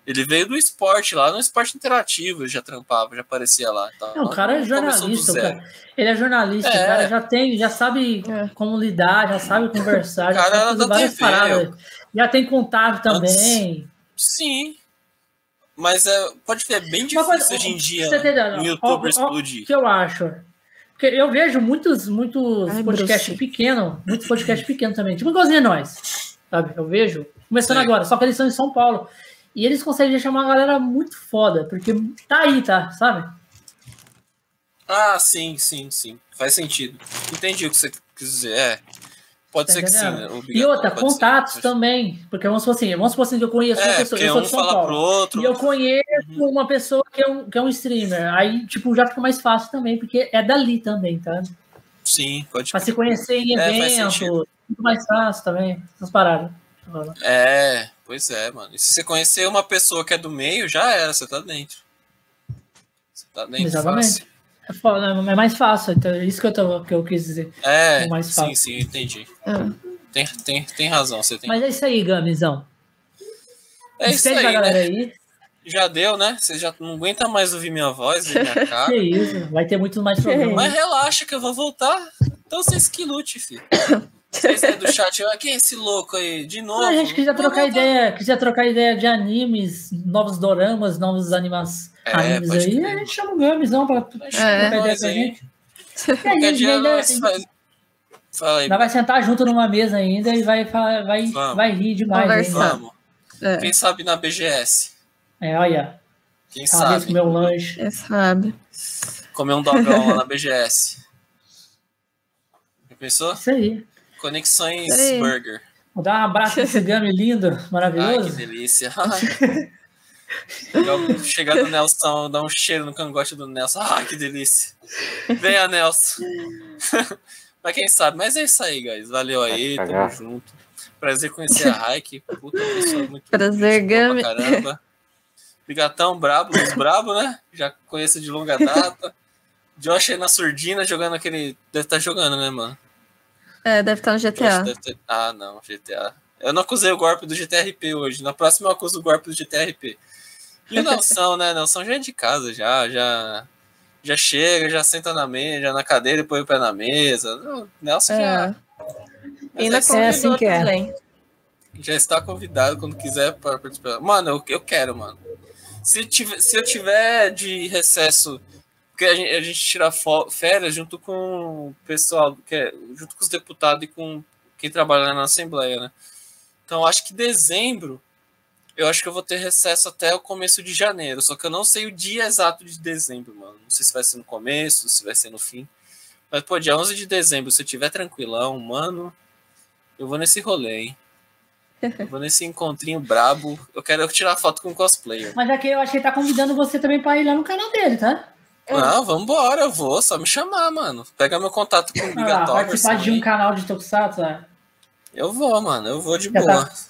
Ele veio do esporte lá, no esporte interativo, ele já trampava, já aparecia lá. Tá? Não, o cara é jornalista, cara. Ele é jornalista, o cara já sabe como lidar, já sabe conversar, já sabe fazer várias paradas. Já tem contato também. Sim. Mas pode ver, é bem difícil hoje em dia o youtuber explodir. O que eu acho? Porque eu vejo muitos podcasts pequenos, também, tipo igualzinho a nós, sabe? Eu vejo, começando agora, só que eles são em São Paulo. E eles conseguem chamar uma galera muito foda, porque tá aí, sabe? Ah, sim. Faz sentido. Entendi o que você quis dizer. Pode ser que sim. Né? E outra, contatos também. Porque vamos supor assim, que eu conheço uma pessoa, eu sou de São Paulo, outro. E eu conheço uma pessoa que é um streamer. Aí, tipo, já fica mais fácil também, porque é dali também, tá? Sim, pode. Pra se conhecer em evento, muito mais fácil também, essas paradas. Pois é, mano. E se você conhecer uma pessoa que é do meio, já era, você tá dentro. Exatamente. É mais fácil, então é isso que eu quis dizer. Mais fácil. Sim, entendi. Tem razão, você tem. Mas é isso aí, Gamizão. Isso aí, galera aí. Já deu, né? Você já não aguenta mais ouvir minha voz, ver minha cara. Que isso, vai ter muito mais problema. Mas relaxa que eu vou voltar. Então vocês que lute, filho. Vocês aí do chat, quem é esse louco aí? De novo. A gente quiser trocar ideia de animes, novos doramas, novos animes aí, a gente chama o Gamizão pra trocar ideia com a gente. Qualquer dia nós Fala aí. Nós vai sentar junto numa mesa ainda e vai rir demais. Vamos. Quem sabe na BGS? Olha. Quem sabe? Comer um lanche. Quem sabe? Comer um dogão lá na BGS. Já pensou? Isso aí. Conexões Burger. Vou dar um abraço nesse Gami lindo, maravilhoso. Ai, que delícia. Chegar do Nelson, dar um cheiro no cangote do Nelson. Ai, que delícia. Venha, Nelson. Mas quem sabe? Mas é isso aí, guys. Valeu aí, tamo junto. Prazer conhecer a Raik. Puta pessoa muito prazer, Gami. Caramba. Bigatão brabo, dos brabo, né? Já conheço de longa data. Josh aí na surdina jogando aquele. Deve estar jogando, né, mano? Deve estar no GTA. Ah, não, GTA. Eu não acusei o golpe do GTRP hoje. Na próxima eu acuso o golpe do GTRP. E o Nelson, né? Nelson já é de casa, já chega, já senta na mesa, já na cadeira e põe o pé na mesa. O Nelson já. Ainda assim que é. Já está convidado quando quiser para participar. Mano, eu quero, mano. Se eu tiver de recesso, porque a gente tira férias junto com o pessoal, junto com os deputados e com quem trabalha na Assembleia, né? Então, acho que dezembro, eu acho que eu vou ter recesso até o começo de janeiro. Só que eu não sei o dia exato de dezembro, mano. Não sei se vai ser no começo, se vai ser no fim. Mas, pô, dia 11 de dezembro, se eu tiver tranquilão, mano, eu vou nesse rolê, hein? Eu vou nesse encontrinho brabo. Eu quero tirar foto com o cosplayer. Mas aqui eu acho que ele tá convidando você também pra ir lá no canal dele, tá? Não, vambora, eu vou. Só me chamar, mano. Pega meu contato com o Bigatão. Participar de um canal de Tokusatsu, Eu vou, mano. Eu vou de boa. Tá.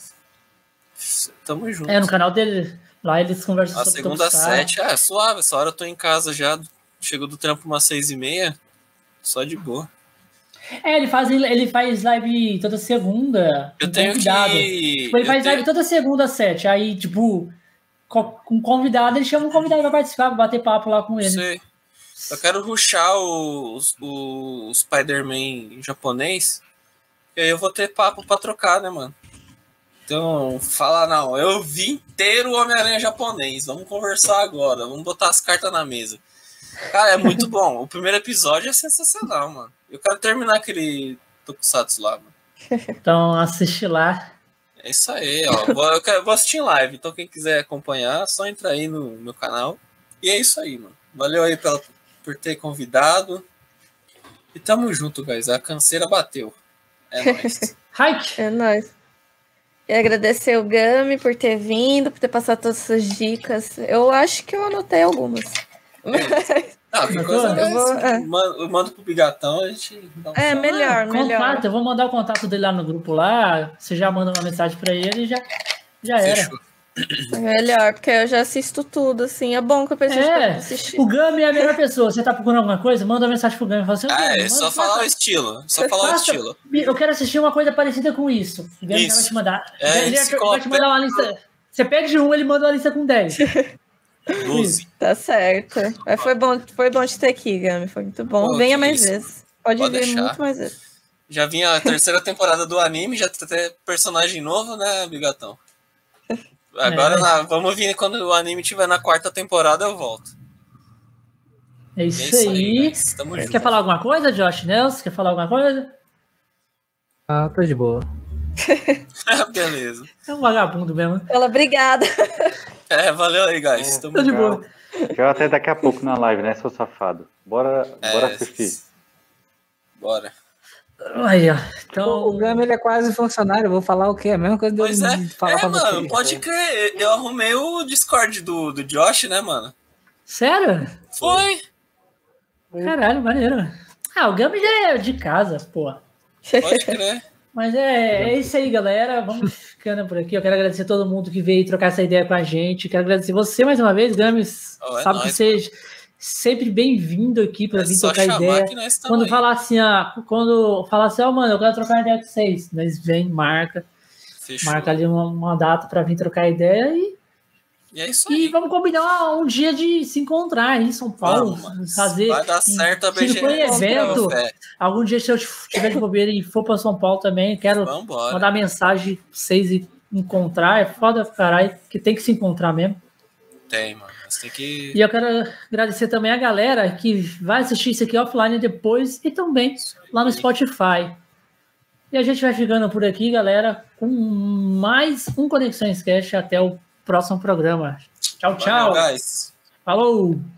Tamo junto. No canal dele, lá eles conversam sobre Tokusatsu. A segunda 7, é suave. Essa hora eu tô em casa já. Chego do trampo umas 6h30. Só de boa. Ele faz live toda segunda. Eu tenho convidado. Ele faz live toda segunda às 7. Aí, tipo, com convidado, ele chama um convidado pra participar, pra bater papo lá com ele. Sei. Eu quero rushar o Spider-Man japonês. E aí eu vou ter papo pra trocar, né, mano? Então, fala não. Eu vi inteiro o Homem-Aranha japonês. Vamos conversar agora. Vamos botar as cartas na mesa. Cara, é muito bom. O primeiro episódio é sensacional, mano. Eu quero terminar aquele Tokusatsu lá, mano. Então, assiste lá. É isso aí, ó. Eu vou assistir em live. Então, quem quiser acompanhar, só entra aí no meu canal. E é isso aí, mano. Valeu aí por ter convidado. E tamo junto, guys. A canseira bateu. É nóis. É nóis. E agradecer o Gami por ter vindo, por ter passado todas essas dicas. Eu acho que eu anotei algumas. Que coisa eu mando pro Bigatão, a gente dá um melhor. Contato, eu vou mandar o contato dele lá no grupo lá. Você já manda uma mensagem pra ele e já era. Fechou. Melhor, porque eu já assisto tudo, assim. É bom que eu preciso assistir. O Gami é a melhor pessoa. Você tá procurando alguma coisa? Manda uma mensagem pro Gami. Fala assim, só falar o estilo. Eu quero assistir uma coisa parecida com isso. O Gami vai te mandar. Ele vai te mandar uma lista. Você pede um, ele manda uma lista com 10. 12. Tá certo. Mas foi bom te ter aqui, Gami. Foi muito bom. Venha mais vezes. Pode vir deixar. Muito mais vezes. Já vinha a terceira temporada do anime, já tem até personagem novo, né, Bigatão? Agora vamos vir quando o anime estiver na 4ª temporada, eu volto. É isso aí. Quer falar alguma coisa, Josh Nelson? Quer falar alguma coisa? Ah, tô de boa. Beleza. É um vagabundo mesmo. Obrigada. Valeu aí, guys. Tô de boa. Eu até daqui a pouco na live, né, seu safado? Bora assistir. Bora. Aí, ó. Então... O Gami, ele é quase funcionário. Eu vou falar o quê? A mesma coisa de eu falar pra mano, você. Pode crer. Eu arrumei o Discord do Josh, né, mano? Sério? Foi. Caralho, maneiro. O Gami já é de casa, pô. Pode crer. Mas é isso aí, galera. Vamos ficando por aqui. Eu quero agradecer a todo mundo que veio trocar essa ideia com a gente. Quero agradecer você mais uma vez, Gami. Sabe que seja sempre bem-vindo aqui para vir trocar ideia. Quando falar assim, mano, eu quero trocar ideia com vocês. Nós vem, marca. Fechou. Marca ali uma data para vir trocar ideia e é isso aí. E vamos combinar um dia de se encontrar aí em São Paulo. Fazer. Vai dar certo a BGS. Se for evento, algum dia se eu estiver de bobeira e for para São Paulo também, quero mandar mensagem pra vocês e encontrar. É foda, caralho, que tem que se encontrar mesmo. Tem, mano. Você tem que... E eu quero agradecer também a galera que vai assistir isso aqui offline depois e também lá no Spotify. E a gente vai ficando por aqui, galera, com mais um Conexões Cast. Até o próximo programa. Tchau, tchau. Valeu, guys. Falou!